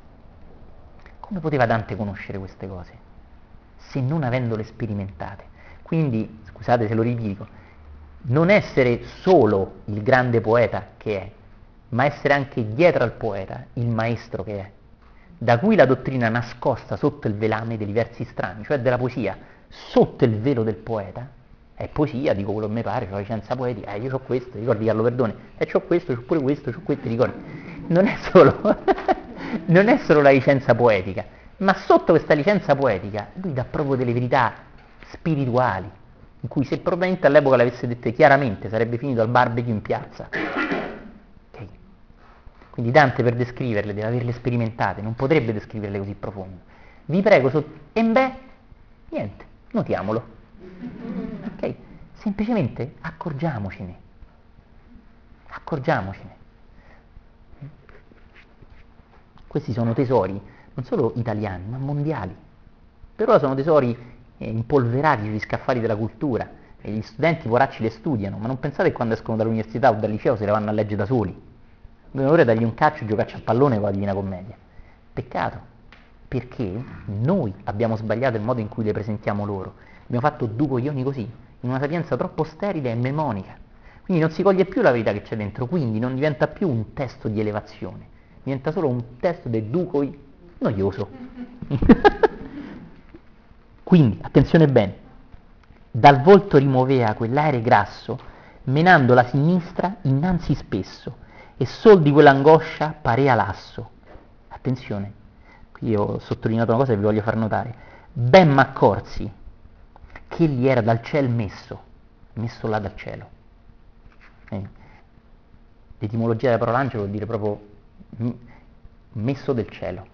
Come poteva Dante conoscere queste cose se non avendole sperimentate? Quindi, scusate se lo ridico, non essere solo il grande poeta che è, ma essere anche dietro al poeta il maestro che è, da cui la dottrina nascosta sotto il velame dei versi strani, cioè della poesia, sotto il velo del poeta, è poesia, dico quello che mi pare, ho licenza poetica, eh, io ho questo, ricordi Carlo Verdone, e eh, c'ho questo, c'ho pure questo, c'ho questo, ricordi? Non è solo, non è solo la licenza poetica, ma sotto questa licenza poetica lui dà proprio delle verità spirituali, in cui se probabilmente all'epoca le avesse dette chiaramente sarebbe finito al barbecue in piazza. Okay. Quindi Dante per descriverle deve averle sperimentate, non potrebbe descriverle così profonde. Vi prego, so... e beh, niente, notiamolo. Ok? Semplicemente accorgiamocene. Accorgiamocene. Questi sono tesori non solo italiani, ma mondiali. Per ora sono tesori eh, impolverati sugli scaffali della cultura e gli studenti poracci le studiano, ma non pensate che quando escono dall'università o dal liceo se le vanno a leggere da soli. ora dargli un calcio e giocarci a pallone con la Divina Commedia. Peccato, perché noi abbiamo sbagliato il modo in cui le presentiamo loro. Abbiamo fatto due coglioni così, in una sapienza troppo sterile e mnemonica. Quindi non si coglie più la verità che c'è dentro, quindi non diventa più un testo di elevazione, diventa solo un testo dei due coi noioso. Quindi, attenzione bene, dal volto rimuovea quell'aere grasso, menando la sinistra innanzi spesso, e sol di quell'angoscia parea lasso. Attenzione, qui ho sottolineato una cosa che vi voglio far notare. Ben m'accorsi che egli era dal ciel messo, messo là dal cielo. Eh. L'etimologia della parola angelo vuol dire proprio messo del cielo.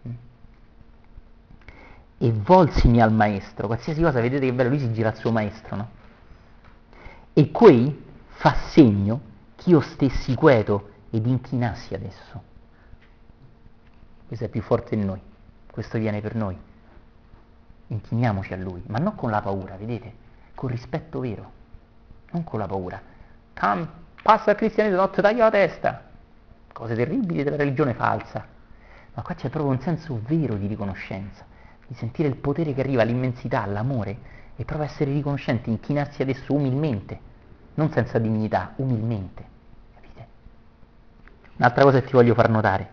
E volsimi al maestro, qualsiasi cosa, vedete che bello, lui si gira al suo maestro, no? E quei fa segno ch'io stessi queto ed inchinassi adesso. Questo è più forte di noi, questo viene per noi. Inchiniamoci a lui, ma non con la paura, vedete? Con rispetto vero, non con la paura. Come, passa il cristianesimo, no, ti taglio la testa. Cose terribili della religione falsa. Ma qua c'è proprio un senso vero di riconoscenza, di sentire il potere che arriva, l'immensità, l'amore, e proprio essere riconoscenti, inchinarsi ad esso umilmente, non senza dignità, umilmente. Capite? Un'altra cosa che ti voglio far notare.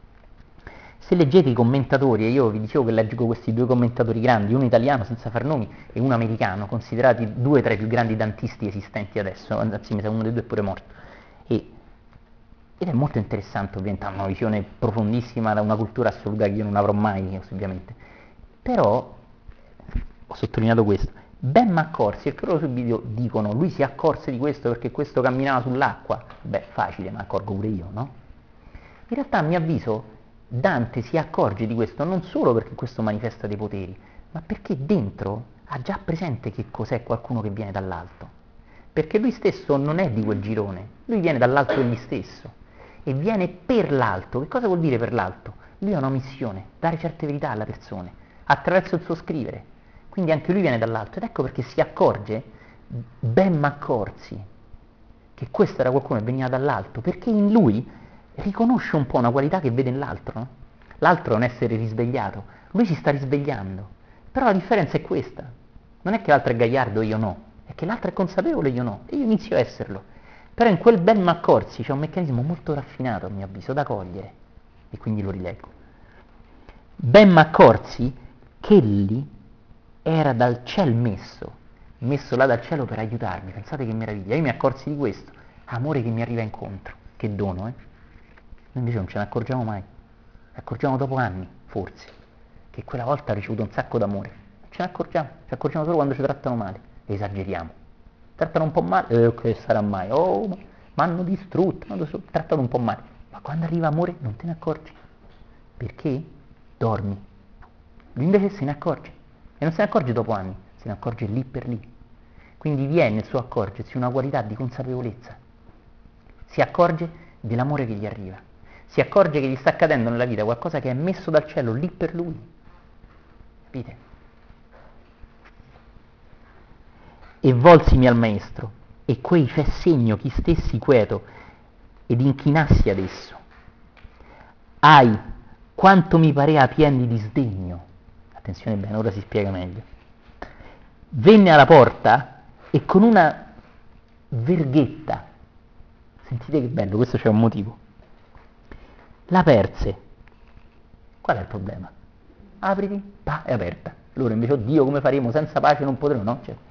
Se leggete i commentatori, e io vi dicevo che leggo questi due commentatori grandi, uno italiano senza far nomi e uno americano, considerati due tra i più grandi dantisti esistenti adesso, anzi mi sa uno dei due è pure morto, e, ed è molto interessante, ovviamente, ha una visione profondissima da una cultura assoluta che io non avrò mai, ovviamente, però ho sottolineato questo, ben m'accorsi, perché loro sul video dicono lui si accorse di questo perché questo camminava sull'acqua, beh facile, ma accorgo pure io, no? In realtà a mio avviso Dante si accorge di questo non solo perché questo manifesta dei poteri, ma perché dentro ha già presente che cos'è qualcuno che viene dall'alto. Perché lui stesso non è di quel girone, lui viene dall'alto egli stesso e viene per l'alto. Che cosa vuol dire per l'alto? Lui ha una missione, dare certe verità alle persone, attraverso il suo scrivere. Quindi anche lui viene dall'alto ed ecco perché si accorge, ben m'accorsi, che questo era qualcuno che veniva dall'alto, perché in lui riconosce un po' una qualità che vede nell'altro, no? L'altro è un essere risvegliato, lui si sta risvegliando, però la differenza è questa, non è che l'altro è gagliardo e io no, è che l'altro è consapevole e io no, e io inizio a esserlo, però in quel bel m'accorsi c'è un meccanismo molto raffinato a mio avviso da cogliere, e quindi lo rileggo. Ben m'accorsi che egli era dal ciel messo, messo là dal cielo per aiutarmi, pensate che meraviglia, io mi accorsi di questo, amore che mi arriva incontro, che dono, eh? Noi invece non ce ne accorgiamo mai, ne accorgiamo dopo anni, forse, che quella volta ha ricevuto un sacco d'amore. Non ce ne accorgiamo, ci accorgiamo solo quando ci trattano male, e esageriamo. Trattano un po' male, eh, che sarà mai, oh, ma hanno distrutto, ma trattano un po' male. Ma quando arriva amore non te ne accorgi. Perché? Dormi. Lui invece se ne accorge, e non se ne accorge dopo anni, se ne accorge lì per lì. Quindi viene il suo accorgersi una qualità di consapevolezza. Si accorge dell'amore che gli arriva. Si accorge che gli sta accadendo nella vita qualcosa che è messo dal cielo lì per lui. Capite? E volsimi al maestro, e quei fe segno chi stessi quieto, ed inchinassi ad esso. Ai, quanto mi parea pien di sdegno. Attenzione bene, ora si spiega meglio. Venne alla porta e con una verghetta, sentite che bello, questo c'è un motivo, la perse. Qual è il problema? Apriti, pa, è aperta. Loro invece, oddio, come faremo? Senza pace non potremo, no? Cioè,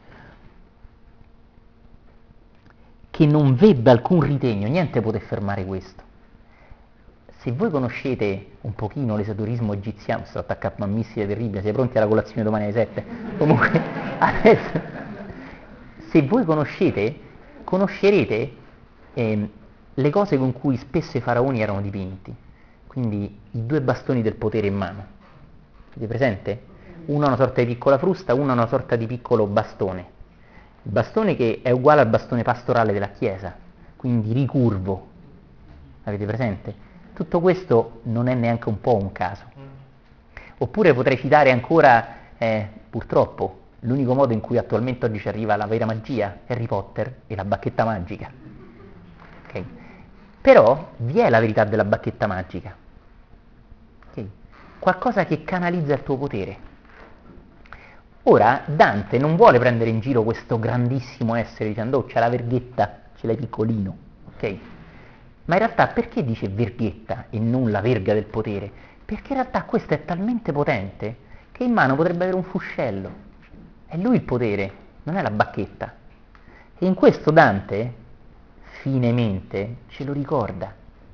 che non vebbe alcun ritegno, niente poté fermare questo. Se voi conoscete un pochino l'esoterismo egiziano, sto attaccato a un missile terribile, siete pronti alla colazione domani alle sette? Comunque, adesso, se voi conoscete, conoscerete eh, le cose con cui spesso i faraoni erano dipinti. Quindi i due bastoni del potere in mano. Avete presente? Uno è una sorta di piccola frusta, uno è una sorta di piccolo bastone. Il bastone che è uguale al bastone pastorale della Chiesa, quindi ricurvo. Avete presente? Tutto questo non è neanche un po' un caso. Oppure potrei citare ancora, eh, purtroppo, l'unico modo in cui attualmente oggi ci arriva la vera magia, Harry Potter e la bacchetta magica. Okay? Però vi è la verità della bacchetta magica, okay? Qualcosa che canalizza il tuo potere. Ora Dante non vuole prendere in giro questo grandissimo essere dicendo oh, c'è la verghetta, ce l'hai piccolino, ok? Ma in realtà perché dice verghetta e non la verga del potere? Perché in realtà questo è talmente potente che in mano potrebbe avere un fuscello. È lui il potere, non è la bacchetta. E in questo Dante, finemente, ce lo ricorda.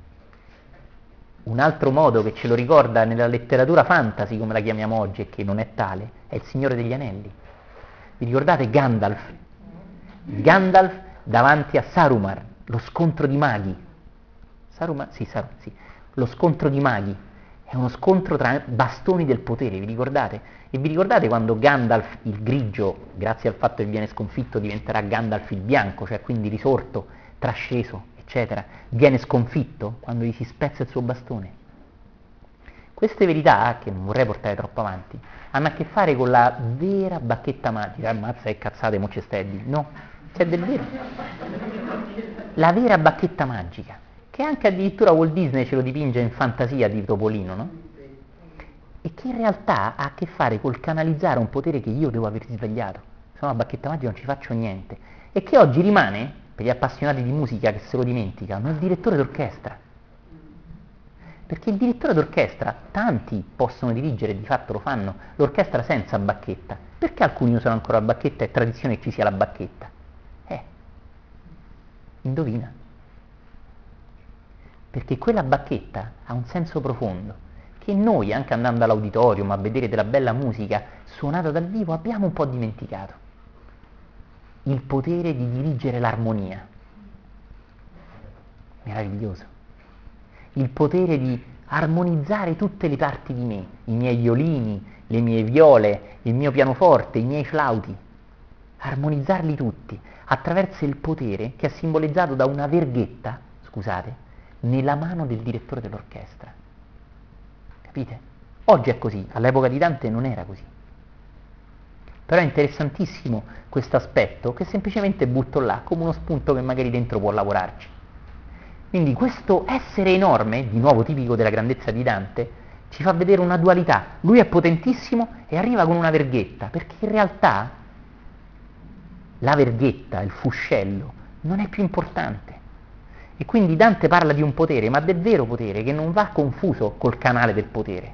Un altro modo che ce lo ricorda nella letteratura fantasy, come la chiamiamo oggi, e che non è tale, è il Signore degli Anelli. Vi ricordate Gandalf? Gandalf davanti a Saruman, lo scontro di maghi. Saruman? Sì, Saruman, sì. Lo scontro di maghi. È uno scontro tra bastoni del potere, vi ricordate? E vi ricordate quando Gandalf il grigio, grazie al fatto che viene sconfitto, diventerà Gandalf il bianco, cioè quindi risorto, trasceso, eccetera, viene sconfitto quando gli si spezza il suo bastone. Queste verità, che non vorrei portare troppo avanti, hanno a che fare con la vera bacchetta magica. Ammazza che cazzate, mo c'è stai. No, c'è del vero. La vera bacchetta magica, che anche addirittura Walt Disney ce lo dipinge in fantasia di Topolino, no? E che in realtà ha a che fare col canalizzare un potere che io devo aver risvegliato. Se no la bacchetta magica non ci faccio niente. E che oggi rimane, per gli appassionati di musica che se lo dimenticano, il direttore d'orchestra. Perché il direttore d'orchestra, tanti possono dirigere, di fatto lo fanno, l'orchestra senza bacchetta. Perché alcuni usano ancora la bacchetta? È tradizione che ci sia la bacchetta. Eh, indovina. Perché quella bacchetta ha un senso profondo, che noi, anche andando all'auditorium a vedere della bella musica suonata dal vivo, abbiamo un po' dimenticato. Il potere di dirigere l'armonia. Meraviglioso. Il potere di armonizzare tutte le parti di me, i miei violini, le mie viole, il mio pianoforte, i miei flauti. Armonizzarli tutti attraverso il potere che è simbolizzato da una verghetta, scusate, nella mano del direttore dell'orchestra. Capite? Oggi è così, all'epoca di Dante non era così. Però è interessantissimo questo aspetto che semplicemente butto là come uno spunto che magari dentro può lavorarci. Quindi questo essere enorme, di nuovo tipico della grandezza di Dante, ci fa vedere una dualità. Lui è potentissimo e arriva con una verghetta, perché in realtà la verghetta, il fuscello, non è più importante. E quindi Dante parla di un potere, ma del vero potere, che non va confuso col canale del potere.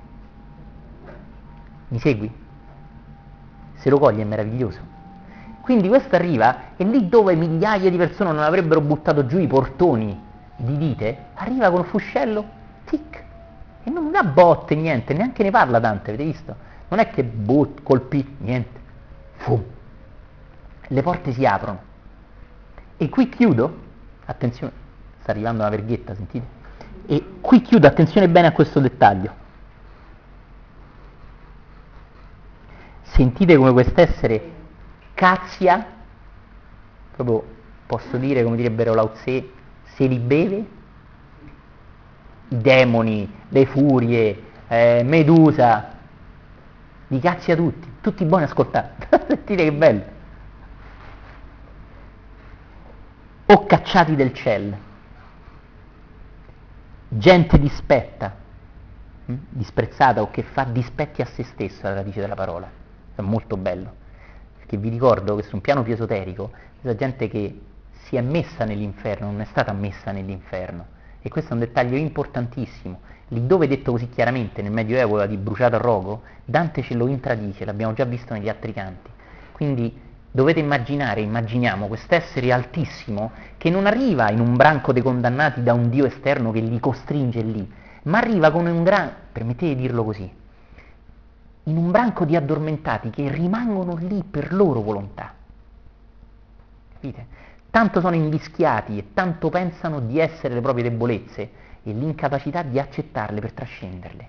Mi segui? Se lo coglie è meraviglioso. Quindi questo arriva, e lì dove migliaia di persone non avrebbero buttato giù i portoni di dite, arriva col fuscello, tic, e non dà botte, niente, neanche ne parla Dante, avete visto? Non è che but, colpì, niente, fum, le porte si aprono. E qui chiudo, attenzione, sta arrivando una verghetta, sentite? E qui chiudo, attenzione bene a questo dettaglio. Sentite come quest'essere cazia, proprio posso dire, come direbbero Lao Tse, se li beve, i demoni, le furie, eh, Medusa, li cazzia tutti, tutti buoni a ascoltare. Sentite che bello. O cacciati del cielo, gente dispetta, hm? disprezzata o che fa dispetti a se stesso, alla radice della parola. È molto bello, perché vi ricordo che su un piano più esoterico, questa gente che si è messa nell'inferno non è stata messa nell'inferno, e questo è un dettaglio importantissimo. Lì dove detto così chiaramente nel Medioevo di bruciato a rogo, Dante ce lo intradice, l'abbiamo già visto negli altri canti. Quindi dovete immaginare, immaginiamo quest'essere altissimo che non arriva in un branco dei condannati da un Dio esterno che li costringe lì, ma arriva con un gran, permettete di dirlo così, in un branco di addormentati che rimangono lì per loro volontà. Capite? Tanto sono invischiati e tanto pensano di essere le proprie debolezze e l'incapacità di accettarle per trascenderle.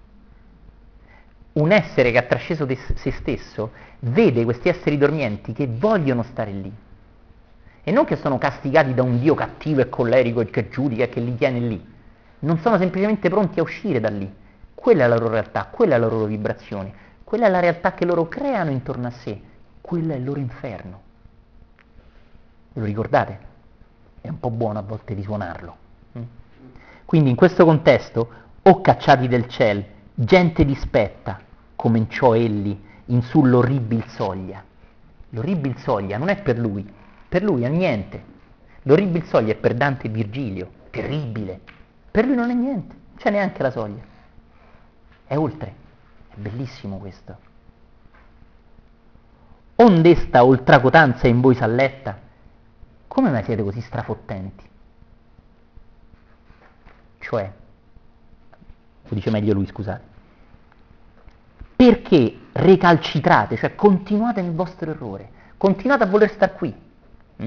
Un essere che ha trasceso de- se stesso vede questi esseri dormienti che vogliono stare lì e non che sono castigati da un Dio cattivo e collerico che giudica e che li tiene lì. Non sono semplicemente pronti a uscire da lì. Quella è la loro realtà, quella è la loro vibrazione, quella è la realtà che loro creano intorno a sé, quello è il loro inferno. Ve lo ricordate? È un po' buono a volte risuonarlo. Mm. Quindi in questo contesto, o cacciati del ciel, gente dispetta, cominciò egli in su l'orribil soglia. L'orribil soglia non è per lui, per lui è niente. L'orribil soglia è per Dante e Virgilio, terribile. Per lui non è niente, non c'è neanche la soglia. È oltre, è bellissimo questo. Onde sta oltracotanza in voi s'alletta, come mai siete così strafottenti? Cioè, lo dice meglio lui, scusate. Perché recalcitrate, cioè continuate nel vostro errore, continuate a voler star qui, hm?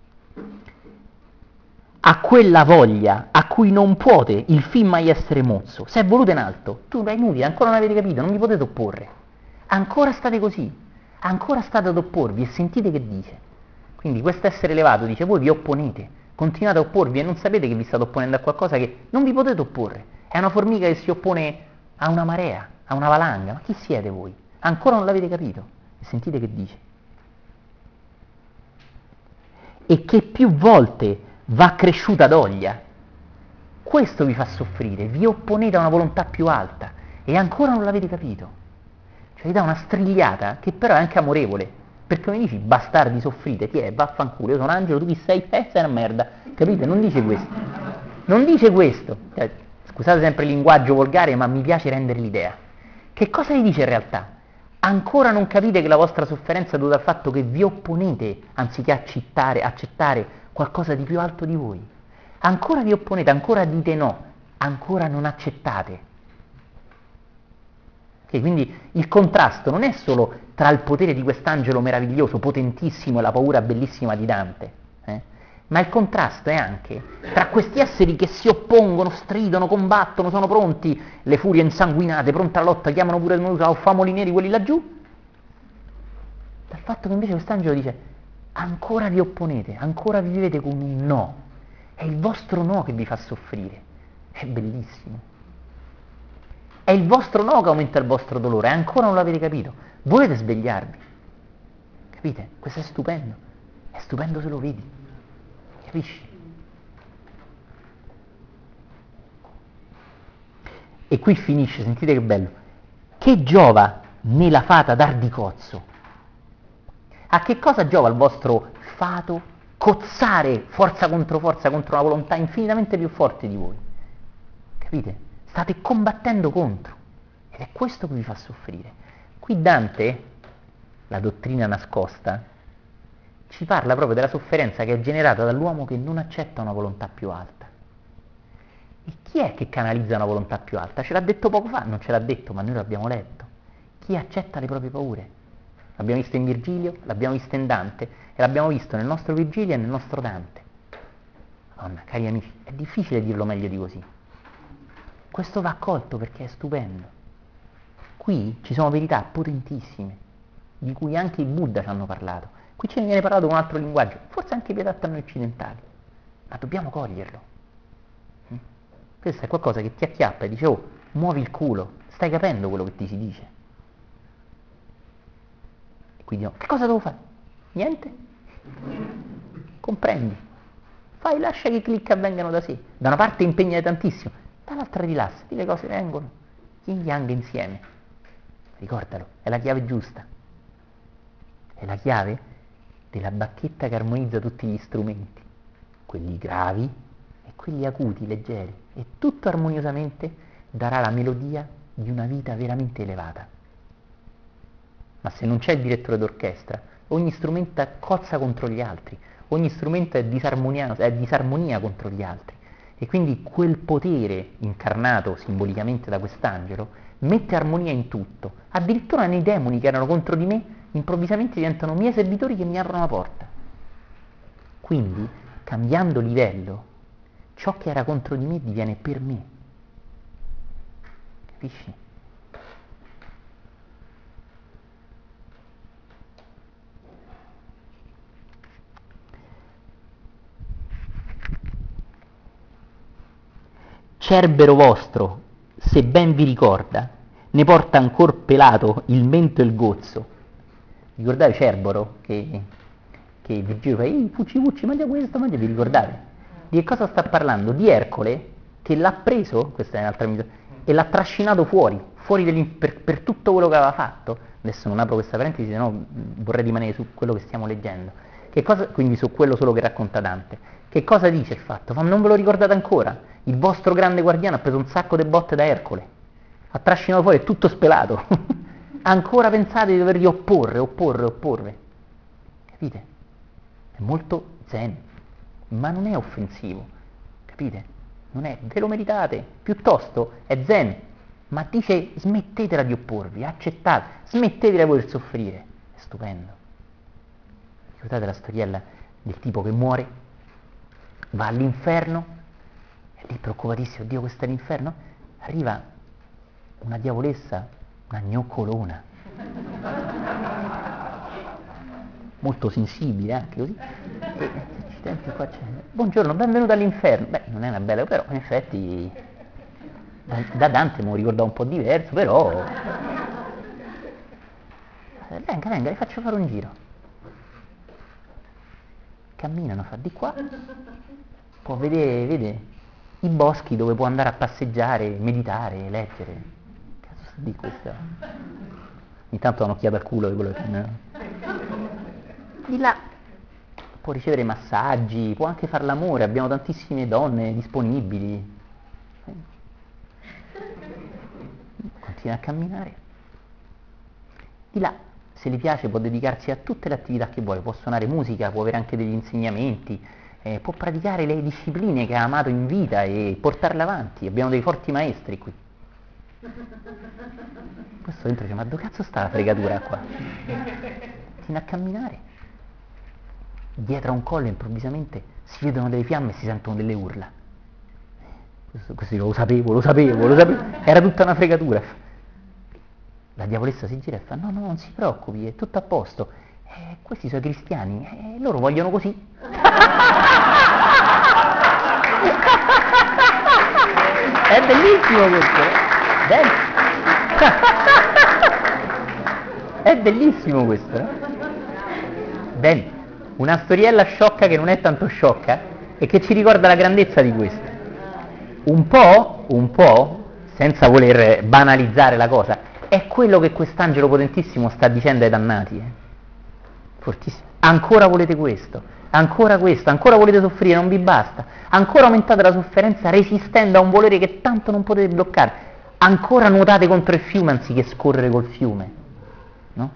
a quella voglia a cui non puote il fin mai essere mozzo. Se è voluto in alto, tu è inutile, ancora non avete capito, non vi potete opporre, ancora state così, ancora state ad opporvi e sentite che dice. Quindi questo essere elevato dice: voi vi opponete, continuate a opporvi e non sapete che vi state opponendo a qualcosa che non vi potete opporre. È una formica che si oppone a una marea, a una valanga. Ma chi siete voi? Ancora non l'avete capito. E sentite che dice. E che più volte va cresciuta d'oglia. Questo vi fa soffrire. Vi opponete a una volontà più alta e ancora non l'avete capito. Cioè vi dà una strigliata che però è anche amorevole. Perché mi dici: bastardi, soffrite, chi è? Vaffanculo, io sono angelo, tu chi sei? Eh, sei una merda. Capite? Non dice questo. Non dice questo. Cioè, scusate sempre il linguaggio volgare, ma mi piace rendere l'idea. Che cosa vi dice in realtà? Ancora non capite che la vostra sofferenza è dovuta al fatto che vi opponete, anziché accettare, accettare qualcosa di più alto di voi. Ancora vi opponete, ancora dite no, ancora non accettate. Okay, quindi il contrasto non è solo tra il potere di quest'angelo meraviglioso, potentissimo, e la paura bellissima di Dante, eh? ma il contrasto è anche tra questi esseri che si oppongono, stridono, combattono, sono pronti, le furie insanguinate, pronte alla lotta, chiamano pure o famoli neri quelli laggiù, dal fatto che invece quest'angelo dice: ancora vi opponete, ancora vi vivete con un no, è il vostro no che vi fa soffrire, è bellissimo. È il vostro no che aumenta il vostro dolore, ancora non l'avete capito. Volete svegliarvi. Capite? Questo è stupendo. È stupendo se lo vedi. Capisci? E qui finisce, sentite che bello. Che giova nella fata dar di cozzo? A che cosa giova il vostro fato cozzare forza contro forza contro una volontà infinitamente più forte di voi? Capite? State combattendo contro, ed è questo che vi fa soffrire. Qui Dante, la dottrina nascosta, ci parla proprio della sofferenza che è generata dall'uomo che non accetta una volontà più alta. E chi è che canalizza una volontà più alta? Ce l'ha detto poco fa, non ce l'ha detto, ma noi l'abbiamo letto. Chi accetta le proprie paure. L'abbiamo visto in Virgilio, l'abbiamo visto in Dante, e l'abbiamo visto nel nostro Virgilio e nel nostro Dante. Madonna, cari amici, è difficile dirlo meglio di così. Questo va accolto perché è stupendo. Qui ci sono verità potentissime, di cui anche i Buddha ci hanno parlato. Qui ce ne viene parlato con un altro linguaggio, forse anche più adatto a noi occidentali, ma dobbiamo coglierlo. Questo è qualcosa che ti acchiappa e dice: oh, muovi il culo, stai capendo quello che ti si dice? E quindi no, che cosa devo fare? Niente? Comprendi? Fai, lascia che i click avvengano da sé. Da una parte impegna tantissimo, dall'altra rilassati, le cose vengono, yin yang insieme. Ricordalo, è la chiave giusta. È la chiave della bacchetta che armonizza tutti gli strumenti, quelli gravi e quelli acuti, leggeri, e tutto armoniosamente darà la melodia di una vita veramente elevata. Ma se non c'è il direttore d'orchestra, ogni strumento cozza contro gli altri, ogni strumento è disarmonia, è disarmonia contro gli altri. E quindi quel potere incarnato simbolicamente da quest'angelo mette armonia in tutto. Addirittura nei demoni che erano contro di me improvvisamente diventano miei servitori che mi aprono la porta. Quindi, cambiando livello, ciò che era contro di me diviene per me. Capisci? Cerbero vostro, se ben vi ricorda, ne porta ancor pelato il mento e il gozzo. Ricordate Cerbero? Che, che Virgilio fa: ehi, fucci fucci, mangia questo, mangia, vi ricordate? Di che cosa sta parlando? Di Ercole che l'ha preso, questa è un'altra misura, e l'ha trascinato fuori, fuori per, per tutto quello che aveva fatto. Adesso non apro questa parentesi, se no vorrei rimanere su quello che stiamo leggendo. Che cosa, quindi su quello solo che racconta Dante. Che cosa dice il fatto? Ma non ve lo ricordate ancora? Il vostro grande guardiano ha preso un sacco di botte da Ercole, ha trascinato fuori, è tutto spelato. Ancora pensate di dovergli opporre, opporre, opporre. Capite? È molto zen, ma non è offensivo, capite? Non è, ve lo meritate, piuttosto è zen, ma dice smettetela di opporvi, accettate, smettetela di voler soffrire. È stupendo. Ricordate la storiella del tipo che muore, va all'inferno, è lì preoccupatissimo, Dio, questo è l'inferno? Arriva una diavolessa, una gnoccolona, molto sensibile anche così, e ci tempi qua c'è, buongiorno, benvenuto all'inferno. Beh, non è una bella, però in effetti da, da Dante me lo ricordavo un po' diverso, però venga, venga, le faccio fare un giro. Camminano, fa di qua, può vedere, vede i boschi dove può andare a passeggiare, meditare, leggere. Che cazzo sta di questa? Ogni tanto da un'occhiata al culo di quello che no? Di là può ricevere massaggi, può anche fare l'amore, abbiamo tantissime donne disponibili. Continua a camminare. Di là, se le piace, può dedicarsi a tutte le attività che vuole, può suonare musica, può avere anche degli insegnamenti, eh, può praticare le discipline che ha amato in vita e portarle avanti. Abbiamo dei forti maestri qui. Questo dentro dice, ma dove cazzo sta la fregatura qua? Continua a camminare. Dietro a un collo improvvisamente si vedono delle fiamme e si sentono delle urla. Questo, questo lo sapevo, lo sapevo, lo sapevo. Era tutta una fregatura. La diavolessa si gira e fa, no, no, non si preoccupi, è tutto a posto. Eh, questi sono i cristiani, eh, loro vogliono così. È bellissimo questo, eh? È bellissimo questo, eh? Bene, una storiella sciocca che non è tanto sciocca e che ci ricorda la grandezza di questo. Un po', un po', senza voler banalizzare la cosa, è quello che quest'angelo potentissimo sta dicendo ai dannati. Eh? Fortissimo. Ancora volete questo, ancora questo, ancora volete soffrire, non vi basta. Ancora aumentate la sofferenza resistendo a un volere che tanto non potete bloccare. Ancora nuotate contro il fiume anziché scorrere col fiume. No?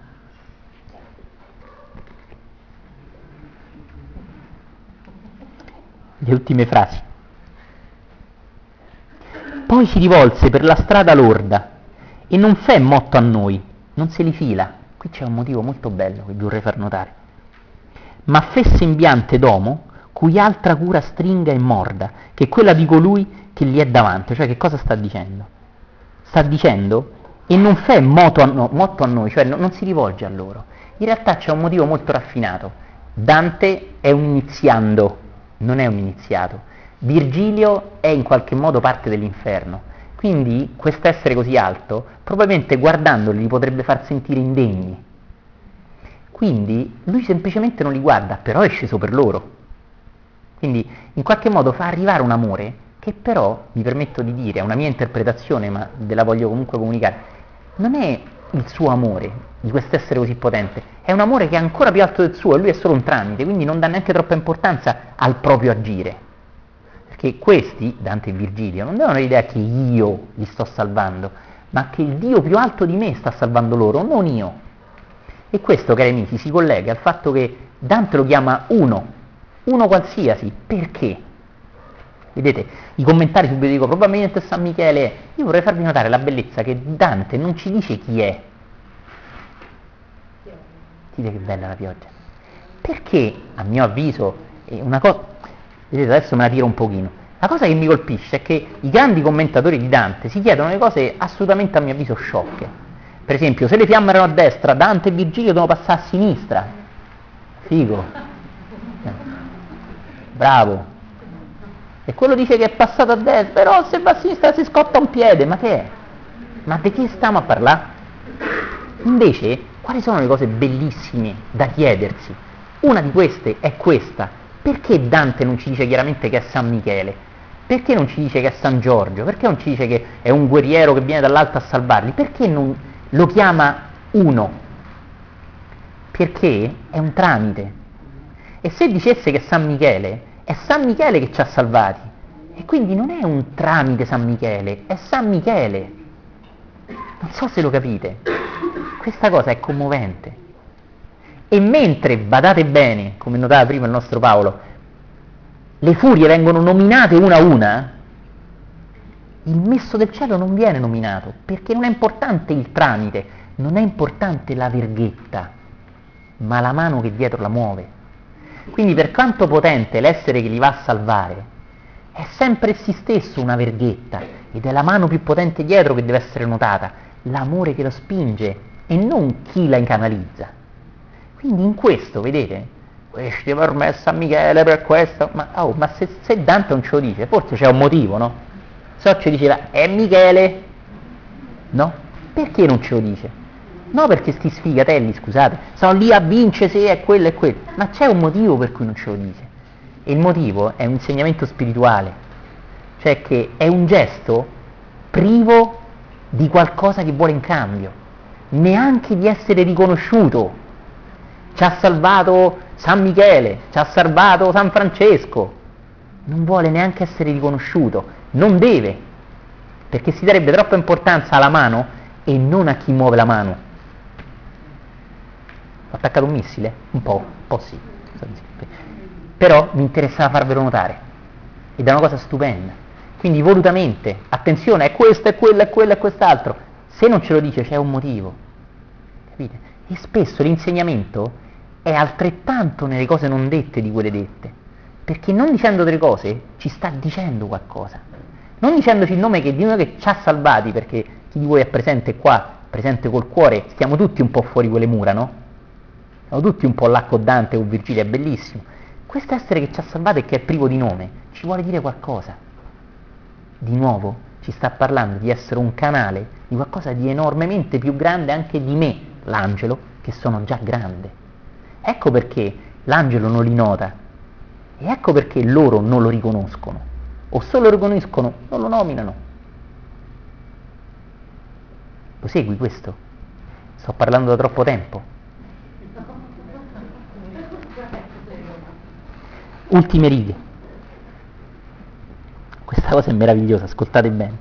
Le ultime frasi. Poi si rivolse per la strada lorda e non fè motto a noi, non se li fila. Qui c'è un motivo molto bello che vi vorrei far notare. Ma fe sembiante d'uomo, cui altra cura stringa e morda, che quella di colui che gli è davanti. Cioè, che cosa sta dicendo? Sta dicendo, e non fè motto a, no, motto a noi, cioè no, non si rivolge a loro. In realtà c'è un motivo molto raffinato. Dante è un iniziando, non è un iniziato. Virgilio è in qualche modo parte dell'inferno. Quindi questo essere così alto, probabilmente guardandoli li potrebbe far sentire indegni. Quindi lui semplicemente non li guarda, però è sceso per loro. Quindi in qualche modo fa arrivare un amore che però, mi permetto di dire, è una mia interpretazione, ma ve la voglio comunque comunicare, non è il suo amore, di quest'essere così potente, è un amore che è ancora più alto del suo e lui è solo un tramite, quindi non dà neanche troppa importanza al proprio agire. Che questi, Dante e Virgilio, non avevano l'idea che io li sto salvando, ma che il Dio più alto di me sta salvando loro, non io. E questo, cari amici, si collega al fatto che Dante lo chiama uno, uno qualsiasi. Perché? Vedete, i commentari subito dicono, probabilmente San Michele è. Io vorrei farvi notare la bellezza che Dante non ci dice chi è. Dite che bella la pioggia. Perché, a mio avviso, è una cosa... Vedete, adesso me la tiro un pochino. La cosa che mi colpisce è che i grandi commentatori di Dante si chiedono le cose assolutamente, a mio avviso, sciocche. Per esempio, se le fiamme erano a destra, Dante e Virgilio devono passare a sinistra. Figo. Bravo. E quello dice che è passato a destra, però se va a sinistra si scotta un piede. Ma che è? Ma di che stiamo a parlare? Invece, quali sono le cose bellissime da chiedersi? Una di queste è questa. Perché Dante non ci dice chiaramente che è San Michele? Perché non ci dice che è San Giorgio? Perché non ci dice che è un guerriero che viene dall'alto a salvarli? Perché non lo chiama uno? Perché è un tramite. E se dicesse che è San Michele, è San Michele che ci ha salvati. E quindi non è un tramite San Michele, è San Michele. Non so se lo capite. Questa cosa è commovente. E mentre, badate bene, come notava prima il nostro Paolo, le furie vengono nominate una a una, il messo del cielo non viene nominato, perché non è importante il tramite, non è importante la verghetta, ma la mano che dietro la muove. Quindi per quanto potente l'essere che li va a salvare, è sempre essi stesso una verghetta, ed è la mano più potente dietro che deve essere notata, l'amore che lo spinge, e non chi la canalizza. Quindi in questo, vedete, questi per me è San Michele, per questo, ma, oh, ma se, se Dante non ce lo dice, forse c'è un motivo, no? Se no ci diceva, è Michele, no? Perché non ce lo dice? No perché sti sfigatelli, scusate, sono lì a vincere se è quello e quello, ma c'è un motivo per cui non ce lo dice. E il motivo è un insegnamento spirituale, cioè che è un gesto privo di qualcosa che vuole in cambio, neanche di essere riconosciuto. Ci ha salvato San Michele, ci ha salvato San Francesco, non vuole neanche essere riconosciuto, non deve, perché si darebbe troppa importanza alla mano e non a chi muove la mano. Ho attaccato un missile? Un po', un po' sì, però mi interessava farvelo notare, ed è una cosa stupenda. Quindi volutamente, attenzione, è questo, è quello, è quello, è quest'altro, se non ce lo dice c'è un motivo, capite? E spesso l'insegnamento è altrettanto nelle cose non dette di quelle dette, perché non dicendo delle cose ci sta dicendo qualcosa, non dicendoci il nome che di noi che ci ha salvati, perché chi di voi è presente qua, presente col cuore, stiamo tutti un po' fuori quelle mura, no? Siamo tutti un po' là con Dante o Virgilio, è bellissimo. Questo essere che ci ha salvato e che è privo di nome ci vuole dire qualcosa. Di nuovo ci sta parlando di essere un canale di qualcosa di enormemente più grande anche di me, l'angelo, che sono già grande. Ecco perché l'angelo non li nota, e ecco perché loro non lo riconoscono, o solo lo riconoscono, non lo nominano. Lo segui questo? Sto parlando da troppo tempo. Ultime righe. Questa cosa è meravigliosa, ascoltate bene.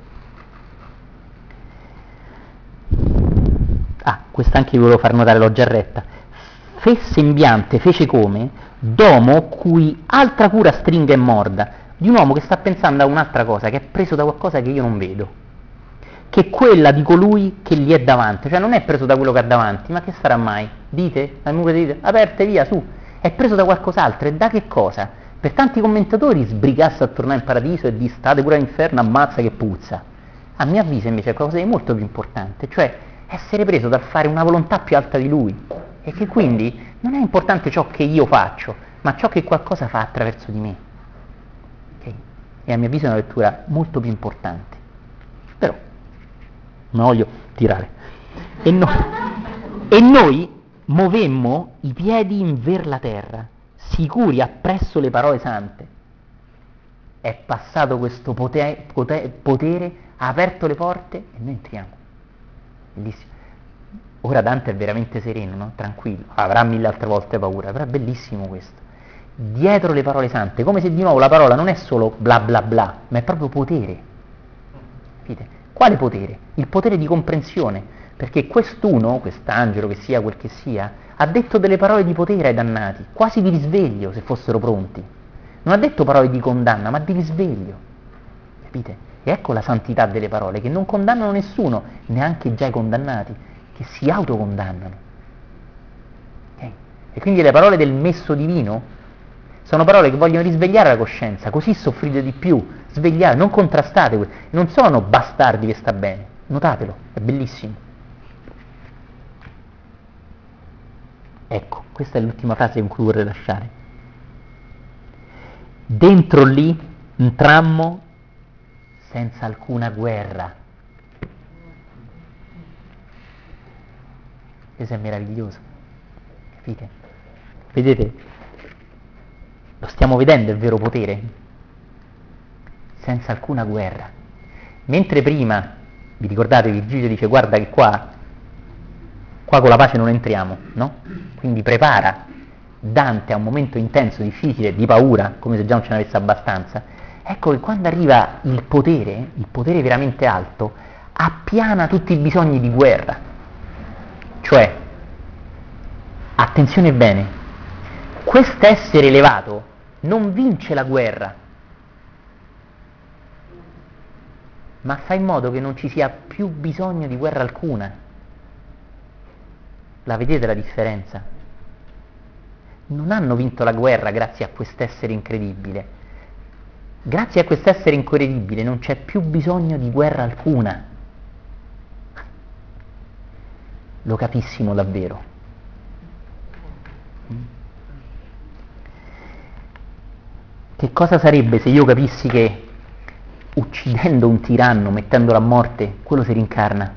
Ah, questa anche vi volevo far notare, l'ho già retta. Fe sembiante fece come domo cui altra cura stringa e morda, di un uomo che sta pensando a un'altra cosa, che è preso da qualcosa che io non vedo, che è quella di colui che gli è davanti, cioè non è preso da quello che ha davanti, ma che sarà mai? Dite? La mura dite? Aperte via, su! È preso da qualcos'altro, e da che cosa? Per tanti commentatori sbrigasse a tornare in paradiso e di state pure all'inferno, ammazza che puzza. A mio avviso invece è qualcosa di molto più importante, cioè essere preso dal fare una volontà più alta di lui, e che quindi non è importante ciò che io faccio, ma ciò che qualcosa fa attraverso di me. Okay? E a mio avviso è una lettura molto più importante. Però non voglio tirare. E, no, e noi movemmo i piedi in ver la terra, sicuri appresso le parole sante. È passato questo potere, potere, potere, ha aperto le porte e noi entriamo. Bellissimo. Ora Dante è veramente sereno, no? Tranquillo, avrà mille altre volte paura, però è bellissimo questo. Dietro le parole sante, come se di nuovo la parola non è solo bla bla bla, ma è proprio potere. Capite? Quale potere? Il potere di comprensione, perché quest'uno, quest'angelo che sia quel che sia, ha detto delle parole di potere ai dannati, quasi di risveglio se fossero pronti. Non ha detto parole di condanna, ma di risveglio. Capite? E ecco la santità delle parole, che non condannano nessuno, neanche già i condannati, che si autocondannano. Okay? E quindi le parole del messo divino sono parole che vogliono risvegliare la coscienza, così soffrite di più, svegliare, non contrastate, non sono bastardi che sta bene, notatelo, è bellissimo. Ecco, questa è l'ultima frase con cui vorrei lasciare. Dentro lì entrammo senza alcuna guerra. Questo è meraviglioso, capite? Vedete? Lo stiamo vedendo il vero potere? Senza alcuna guerra. Mentre prima, vi ricordate, Virgilio dice guarda che qua, qua con la pace non entriamo, no? Quindi prepara Dante a un momento intenso, difficile, di paura, come se già non ce n'avesse abbastanza. Ecco che quando arriva il potere, il potere veramente alto, appiana tutti i bisogni di guerra. Cioè, attenzione bene, quest'essere elevato non vince la guerra, ma fa in modo che non ci sia più bisogno di guerra alcuna. La vedete la differenza? Non hanno vinto la guerra grazie a quest'essere incredibile. Grazie a quest'essere incredibile non c'è più bisogno di guerra alcuna. Lo capissimo davvero. Che cosa sarebbe se io capissi che uccidendo un tiranno, mettendolo a morte, quello si rincarna?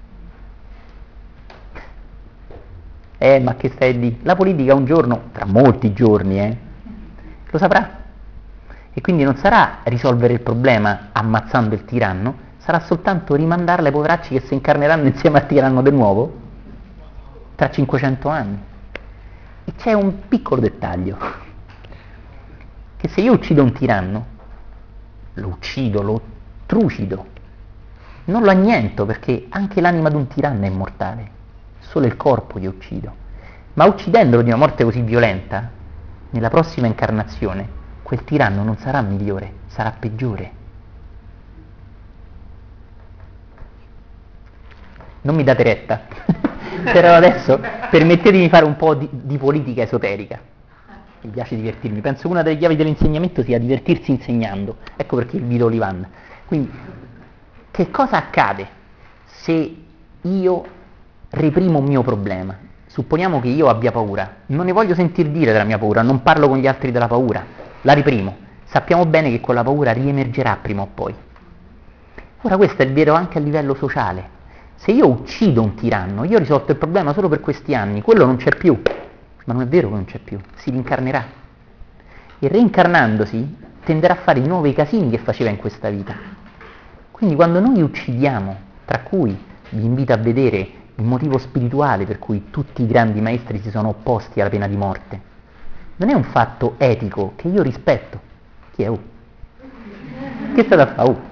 Eh, ma che stai di? La politica un giorno, tra molti giorni, eh, lo saprà. E quindi non sarà risolvere il problema ammazzando il tiranno, sarà soltanto rimandarle ai poveracci che si incarneranno insieme al tiranno di nuovo tra cinquecento anni. E c'è un piccolo dettaglio, che se io uccido un tiranno, lo uccido, lo trucido, non lo anniento, perché anche l'anima di un tiranno è immortale, solo il corpo io uccido. Ma uccidendolo di una morte così violenta, nella prossima incarnazione, quel tiranno non sarà migliore, sarà peggiore. Non mi date retta, però adesso permettetemi di fare un po' di, di politica esoterica. Mi piace divertirmi, penso che una delle chiavi dell'insegnamento sia divertirsi insegnando, ecco perché il Vito Olivan. Quindi, che cosa accade se io reprimo un mio problema? Supponiamo che io abbia paura, non ne voglio sentir dire della mia paura, non parlo con gli altri della paura, la reprimo. Sappiamo bene che quella paura riemergerà prima o poi. Ora questo è vero anche a livello sociale. Se io uccido un tiranno, io ho risolto il problema solo per questi anni, quello non c'è più. Ma non è vero che non c'è più, si rincarnerà. E reincarnandosi tenderà a fare di nuovo i casini che faceva in questa vita. Quindi quando noi uccidiamo, tra cui vi invito a vedere il motivo spirituale per cui tutti i grandi maestri si sono opposti alla pena di morte, non è un fatto etico che io rispetto. Chi è? Oh? Che state a fare? Oh?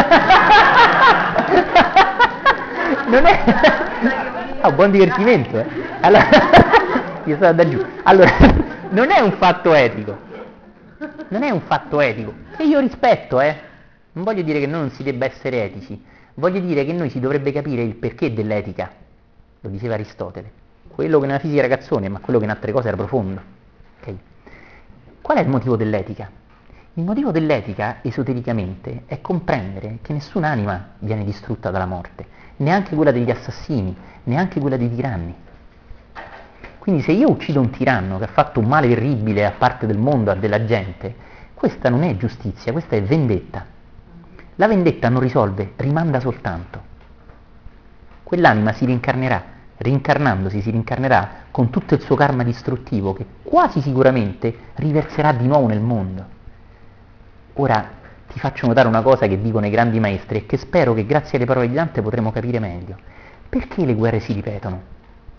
Non è... Oh, buon divertimento, eh? Allora... Io sono da giù. Allora, non è un fatto etico. Non è un fatto etico. Che io rispetto, eh? Non voglio dire che noi non si debba essere etici. Voglio dire che noi si dovrebbe capire il perché dell'etica. Lo diceva Aristotele. Quello che nella fisica era cazzone, ma quello che in altre cose era profondo. Okay. Qual è il motivo dell'etica? Il motivo dell'etica, esotericamente, è comprendere che nessun'anima viene distrutta dalla morte, neanche quella degli assassini, neanche quella dei tiranni. Quindi se io uccido un tiranno che ha fatto un male terribile a parte del mondo, a della gente, questa non è giustizia, questa è vendetta. La vendetta non risolve, rimanda soltanto. Quell'anima si rincarnerà, rincarnandosi si rincarnerà con tutto il suo karma distruttivo che quasi sicuramente riverserà di nuovo nel mondo. Ora ti faccio notare una cosa che dicono i grandi maestri e che spero che grazie alle parole di Dante potremo capire meglio. Perché le guerre si ripetono?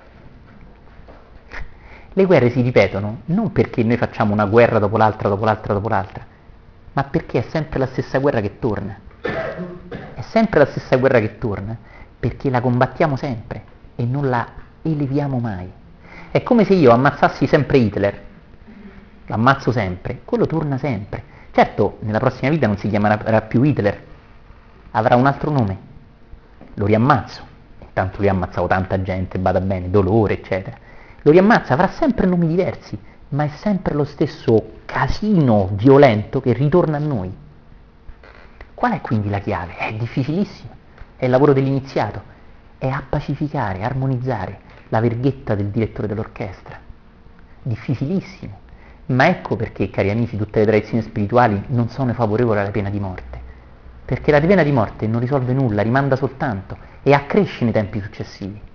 Le guerre si ripetono non perché noi facciamo una guerra dopo l'altra, dopo l'altra, dopo l'altra, ma perché è sempre la stessa guerra che torna. È sempre la stessa guerra che torna perché la combattiamo sempre e non la eleviamo mai. È come se io ammazzassi sempre Hitler, l'ammazzo sempre, quello torna sempre. Certo, nella prossima vita non si chiamerà più Hitler, avrà un altro nome, lo riammazzo, intanto lui ha ammazzato tanta gente, bada bene, dolore, eccetera. Lo riammazza, avrà sempre nomi diversi, ma è sempre lo stesso casino violento che ritorna a noi. Qual è quindi la chiave? È difficilissima, è il lavoro dell'iniziato, è appacificare, armonizzare la verghetta del direttore dell'orchestra. Difficilissimo, ma ecco perché, cari amici, tutte le tradizioni spirituali non sono favorevoli alla pena di morte, perché la pena di morte non risolve nulla, rimanda soltanto e accresce nei tempi successivi.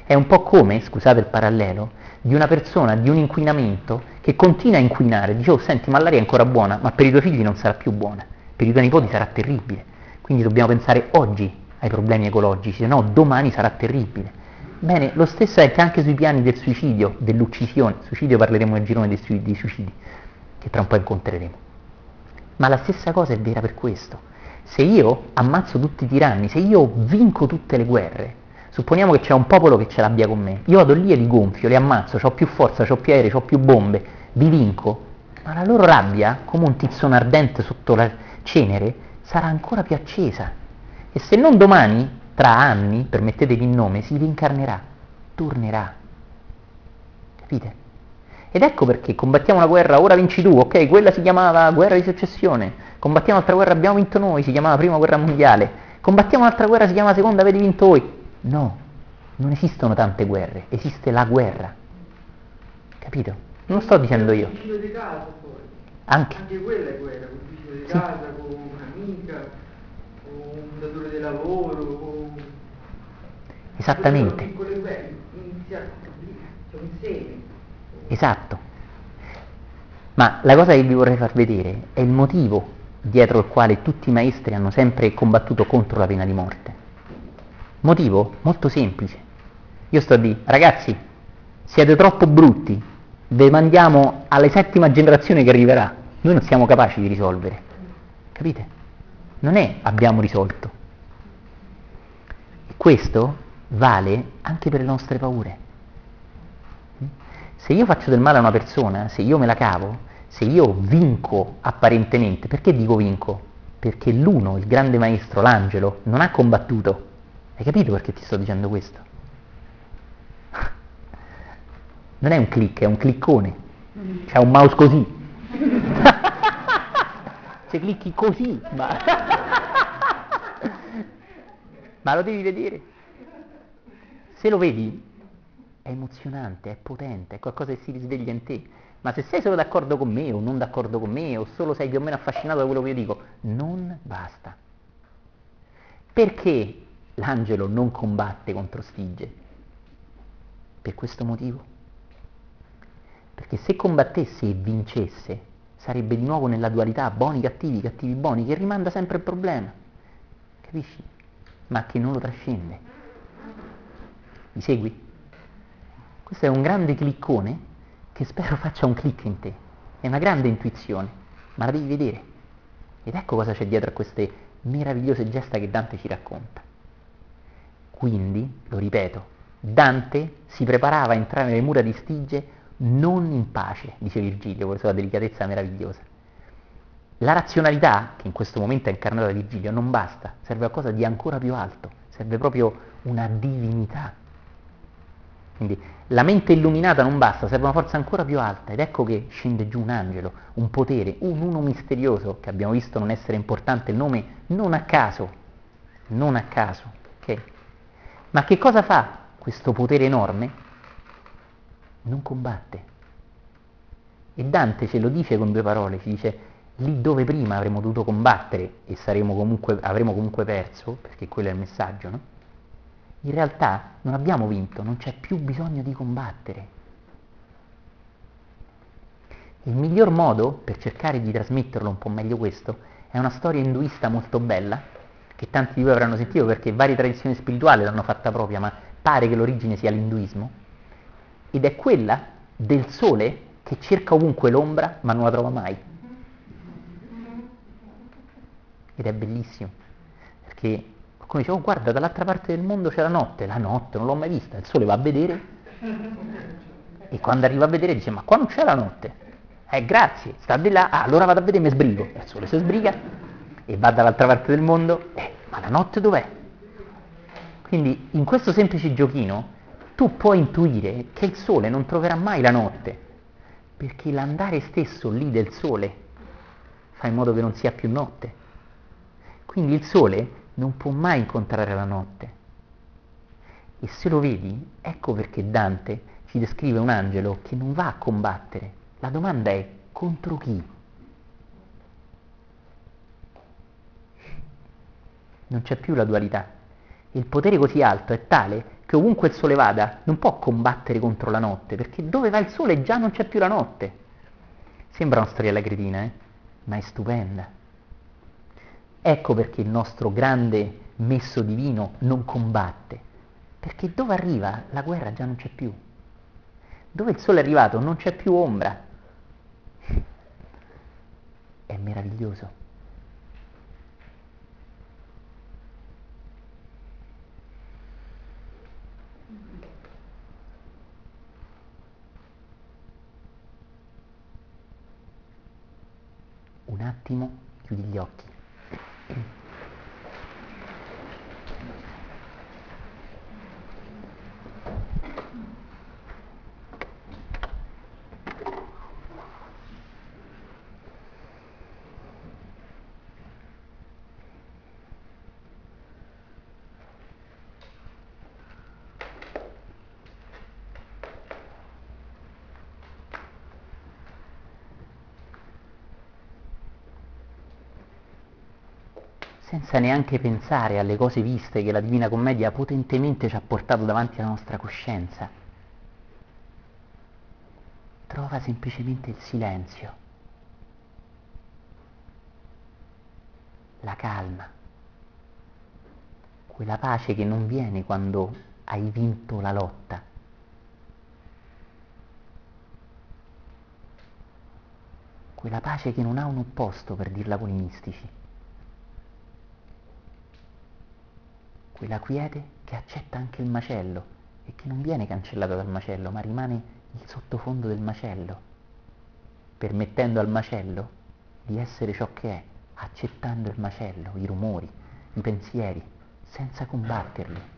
È un po' come, scusate il parallelo, di una persona, di un inquinamento che continua a inquinare, dice oh senti ma l'aria è ancora buona, ma per i tuoi figli non sarà più buona, per i tuoi nipoti sarà terribile, quindi dobbiamo pensare oggi ai problemi ecologici, se no domani sarà terribile. Bene, lo stesso è anche sui piani del suicidio, dell'uccisione, suicidio parleremo nel girone dei, sui- dei suicidi, che tra un po' incontreremo. Ma la stessa cosa è vera per questo. Se io ammazzo tutti i tiranni, se io vinco tutte le guerre, supponiamo che c'è un popolo che ce l'abbia con me, io vado lì e li gonfio, li ammazzo, ho più forza, ho più aerei, ho più bombe, vi vinco, ma la loro rabbia, come un tizzone ardente sotto la cenere, sarà ancora più accesa. E se non domani, tra anni, permettetevi il nome, si rincarnerà, tornerà. Capite? Ed ecco perché combattiamo una guerra, ora vinci tu, ok, quella si chiamava guerra di secessione, combattiamo un'altra guerra, abbiamo vinto noi, si chiamava prima guerra mondiale, combattiamo un'altra guerra, si chiama seconda, avete vinto voi. No, non esistono tante guerre, esiste la guerra. Capito? Non lo sto dicendo io. Vicino di casa poi. Anche. Anche quella è guerra, con il vicino di Sì. casa, con un'amica, con un datore di lavoro, con... Esattamente. Sono piccole guerre, iniziate, sono insieme. Esatto. Ma la cosa che vi vorrei far vedere è il motivo dietro il quale tutti i maestri hanno sempre combattuto contro la pena di morte. Motivo molto semplice. Io sto a dire, ragazzi, siete troppo brutti, ve mandiamo alla settima generazione che arriverà. Noi non siamo capaci di risolvere. Capite? Non è abbiamo risolto. E questo vale anche per le nostre paure. Se io faccio del male a una persona, se io me la cavo, se io vinco apparentemente, perché dico vinco? Perché l'uno, il grande maestro, l'angelo, non ha combattuto. Hai capito perché ti sto dicendo questo? Non è un click, è un cliccone. C'è un mouse così. Se clicchi così, ma... ma lo devi vedere. Se lo vedi, è emozionante, è potente, è qualcosa che si risveglia in te. Ma se sei solo d'accordo con me o non d'accordo con me o solo sei più o meno affascinato da quello che io dico, non basta. Perché l'angelo non combatte contro Stige? Per questo motivo. Perché se combattesse e vincesse, sarebbe di nuovo nella dualità buoni cattivi, cattivi buoni, che rimanda sempre il problema. Capisci? Ma che non lo trascende. Mi segui? Questo è un grande cliccone che spero faccia un click in te. È una grande intuizione, ma la devi vedere. Ed ecco cosa c'è dietro a queste meravigliose gesta che Dante ci racconta. Quindi, lo ripeto, Dante si preparava a entrare nelle mura di Stige non in pace, dice Virgilio, con la sua delicatezza meravigliosa. La razionalità, che in questo momento è incarnata da Virgilio, non basta, serve a qualcosa di ancora più alto, serve proprio una divinità. Quindi la mente illuminata non basta, serve una forza ancora più alta, ed ecco che scende giù un angelo, un potere, un uno misterioso, che abbiamo visto non essere importante il nome non a caso, non a caso, ok? Ma che cosa fa questo potere enorme? Non combatte. E Dante ce lo dice con due parole, ci dice lì dove prima avremmo dovuto combattere e saremo comunque, avremo comunque perso, perché quello è il messaggio, no? In realtà non abbiamo vinto, non c'è più bisogno di combattere. Il miglior modo per cercare di trasmetterlo un po' meglio questo è una storia induista molto bella, che tanti di voi avranno sentito perché varie tradizioni spirituali l'hanno fatta propria, ma pare che l'origine sia l'induismo, ed è quella del sole che cerca ovunque l'ombra ma non la trova mai. Ed è bellissimo, perché qualcuno dice, oh guarda, dall'altra parte del mondo c'è la notte, la notte non l'ho mai vista, il sole va a vedere, e quando arriva a vedere dice, ma qua non c'è la notte, eh grazie, sta di là, ah, allora vado a vedere e mi sbrigo, il sole si sbriga, e va dall'altra parte del mondo, eh, ma la notte dov'è? Quindi in questo semplice giochino tu puoi intuire che il sole non troverà mai la notte, perché l'andare stesso lì del sole fa in modo che non sia più notte. Quindi il sole non può mai incontrare la notte. E se lo vedi, ecco perché Dante ci descrive un angelo che non va a combattere. La domanda è contro chi? Non c'è più la dualità. Il potere così alto è tale che ovunque il sole vada non può combattere contro la notte, perché dove va il sole già non c'è più la notte. Sembra una storiella cretina, eh? Ma è stupenda. Ecco perché il nostro grande messo divino non combatte, perché dove arriva la guerra già non c'è più. Dove il sole è arrivato non c'è più ombra. È meraviglioso. Un attimo, chiudi gli occhi. Senza neanche pensare alle cose viste che la Divina Commedia potentemente ci ha portato davanti alla nostra coscienza. Trova semplicemente il silenzio, la calma, quella pace che non viene quando hai vinto la lotta. Quella pace che non ha un opposto, per dirla con i mistici. Quella quiete che accetta anche il macello e che non viene cancellata dal macello, ma rimane il sottofondo del macello, permettendo al macello di essere ciò che è, accettando il macello, i rumori, i pensieri, senza combatterli.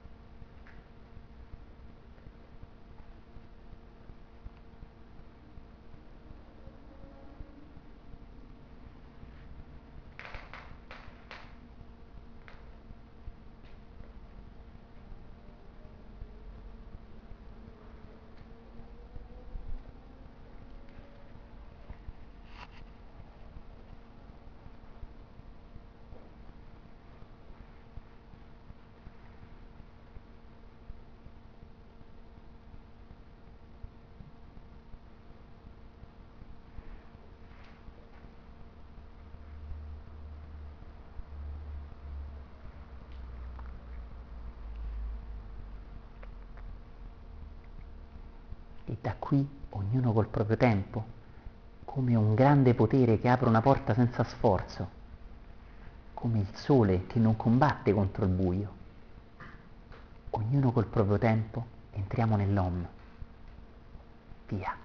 E da qui, ognuno col proprio tempo, come un grande potere che apre una porta senza sforzo, come il sole che non combatte contro il buio. Ognuno col proprio tempo entriamo nell'Om. Via.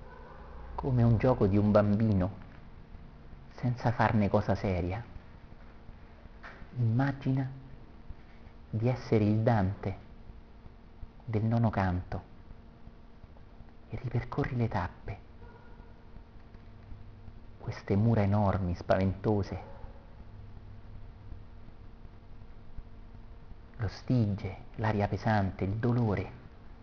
Come un gioco di un bambino, senza farne cosa seria. Immagina di essere il Dante del nono canto e ripercorri le tappe, queste mura enormi, spaventose, lo stige, l'aria pesante, il dolore,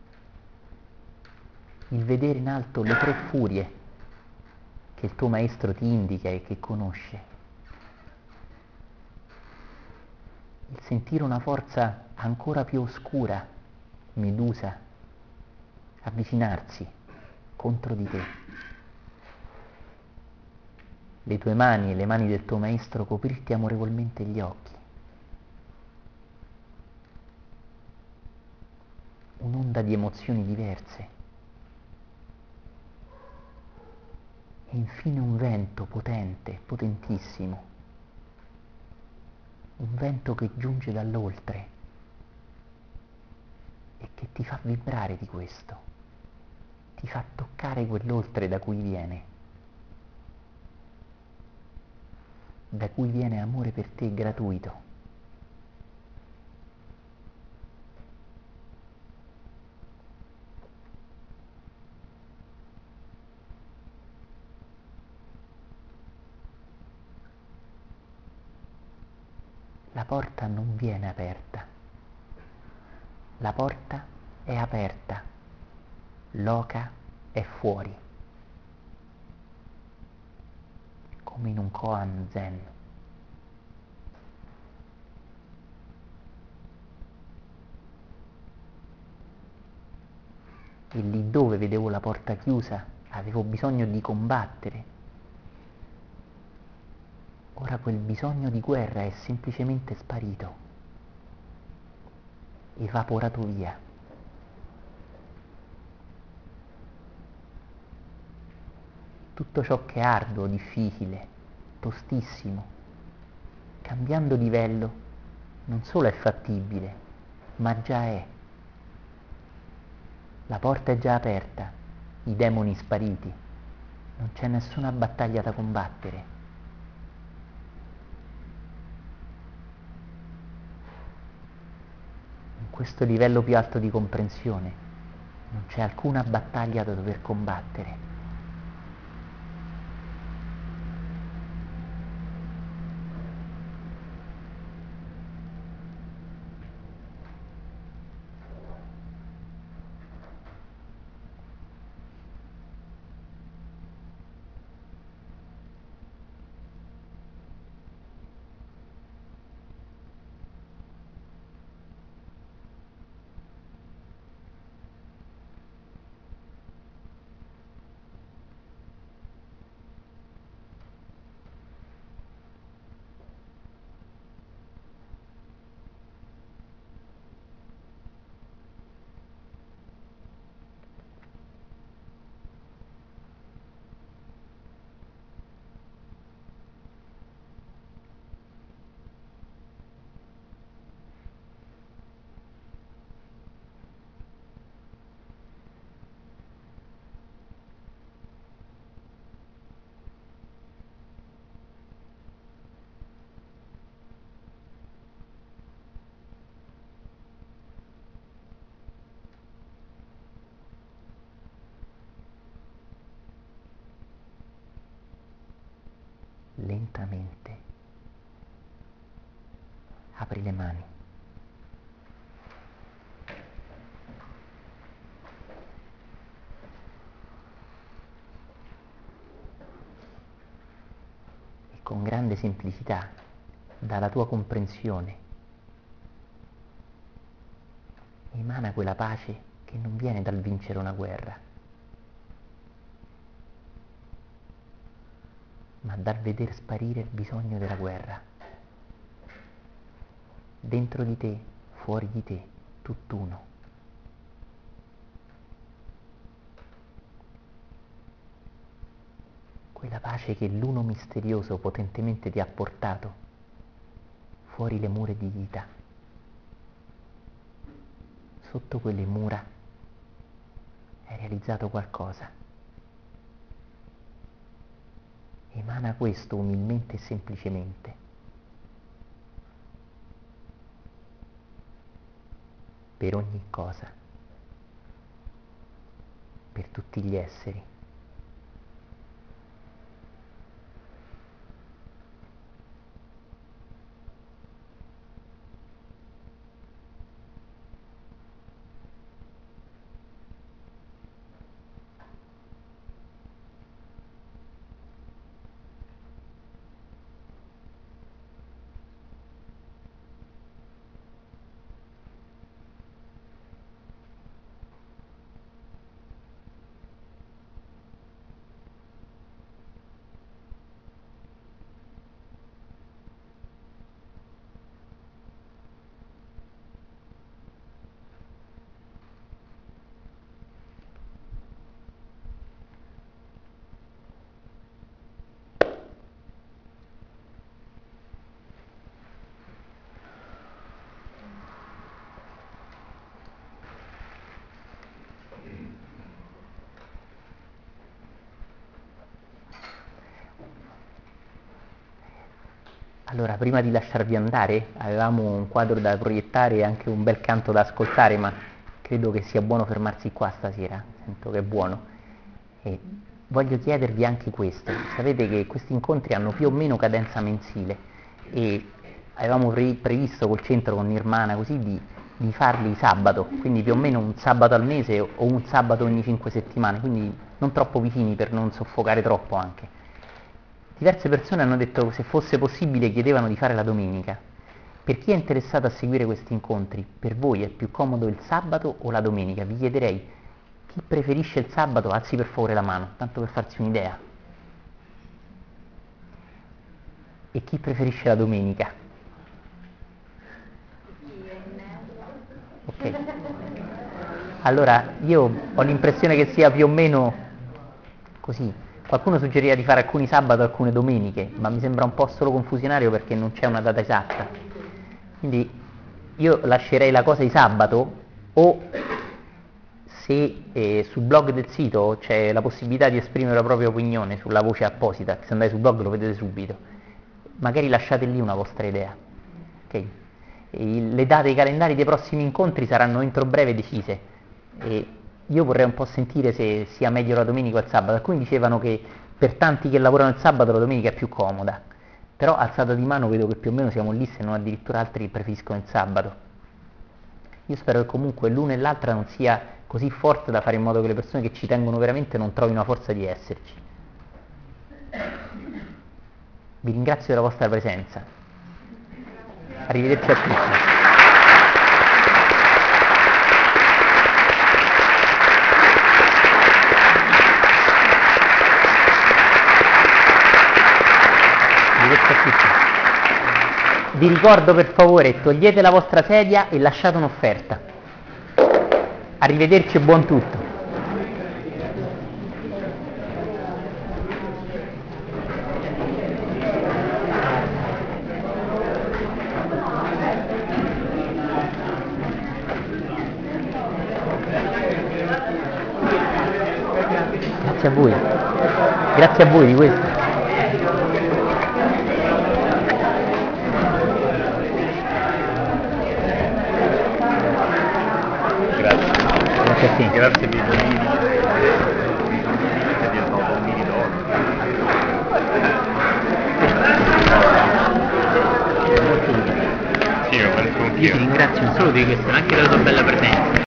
il vedere in alto le tre furie che il tuo maestro ti indica e che conosce, il sentire una forza ancora più oscura, Medusa, avvicinarsi contro di te, le tue mani e le mani del tuo maestro coprirti amorevolmente gli occhi, un'onda di emozioni diverse e infine un vento potente, potentissimo, un vento che giunge dall'oltre e che ti fa vibrare di questo, ti fa toccare quell'oltre da cui viene, da cui viene amore per te gratuito. La porta non viene aperta, la porta è aperta, l'oca è fuori, come in un koan zen. E lì dove vedevo la porta chiusa avevo bisogno di combattere. Ora quel bisogno di guerra è semplicemente sparito, evaporato via. Tutto ciò che è arduo, difficile, tostissimo, cambiando livello, non solo è fattibile, ma già è. La porta è già aperta, i demoni spariti, non c'è nessuna battaglia da combattere. In questo livello più alto di comprensione non c'è alcuna battaglia da dover combattere. Lentamente apri le mani. E con grande semplicità, dalla tua comprensione, emana quella pace che non viene dal vincere una guerra, ma dal veder sparire il bisogno della guerra. Dentro di te, fuori di te, tutt'uno. Quella pace che l'uno misterioso potentemente ti ha portato fuori le mura di vita. Sotto quelle mura hai realizzato qualcosa. Emana questo umilmente e semplicemente. per ogni cosa, per tutti gli esseri. Allora, prima di lasciarvi andare, avevamo un quadro da proiettare e anche un bel canto da ascoltare, ma credo che sia buono fermarsi qua stasera, sento che è buono. E voglio chiedervi anche questo. Sapete che questi incontri hanno più o meno cadenza mensile e avevamo pre- previsto col centro, con Nirmana, così di, di farli sabato, quindi più o meno un sabato al mese o un sabato ogni cinque settimane, quindi non troppo vicini per non soffocare troppo anche. Diverse persone hanno detto che se fosse possibile chiedevano di fare la domenica. Per chi è interessato a seguire questi incontri, per voi è più comodo il sabato o la domenica? Vi chiederei, chi preferisce il sabato, alzi per favore la mano, tanto per farsi un'idea. E chi preferisce la domenica? Ok. Allora, io ho l'impressione che sia più o meno così. Qualcuno suggeriva di fare alcuni sabato e alcune domeniche, ma mi sembra un po' solo confusionario perché non c'è una data esatta. Quindi io lascerei la cosa di sabato, o se eh, sul blog del sito c'è la possibilità di esprimere la propria opinione sulla voce apposita, se andate sul blog lo vedete subito, magari lasciate lì una vostra idea. Okay? E le date e i calendari dei prossimi incontri saranno entro breve decise. E io vorrei un po' sentire se sia meglio la domenica o il sabato. Alcuni dicevano che per tanti che lavorano il sabato la domenica è più comoda, però alzata di mano vedo che più o meno siamo lì, se non addirittura altri che preferiscono il sabato. Io spero che comunque l'una e l'altra non sia così forte da fare in modo che le persone che ci tengono veramente non trovino la forza di esserci. Vi ringrazio della vostra presenza. Arrivederci a tutti. Vi ricordo per favore, togliete la vostra sedia e lasciate un'offerta. Arrivederci e buon tutto. Grazie a voi. Grazie a voi di questo. Sì. Grazie Pisolini, è diventato un mini dog. Sì, io penso anch'io. Io ti ringrazio non solo di questo, ma anche della tua bella presenza.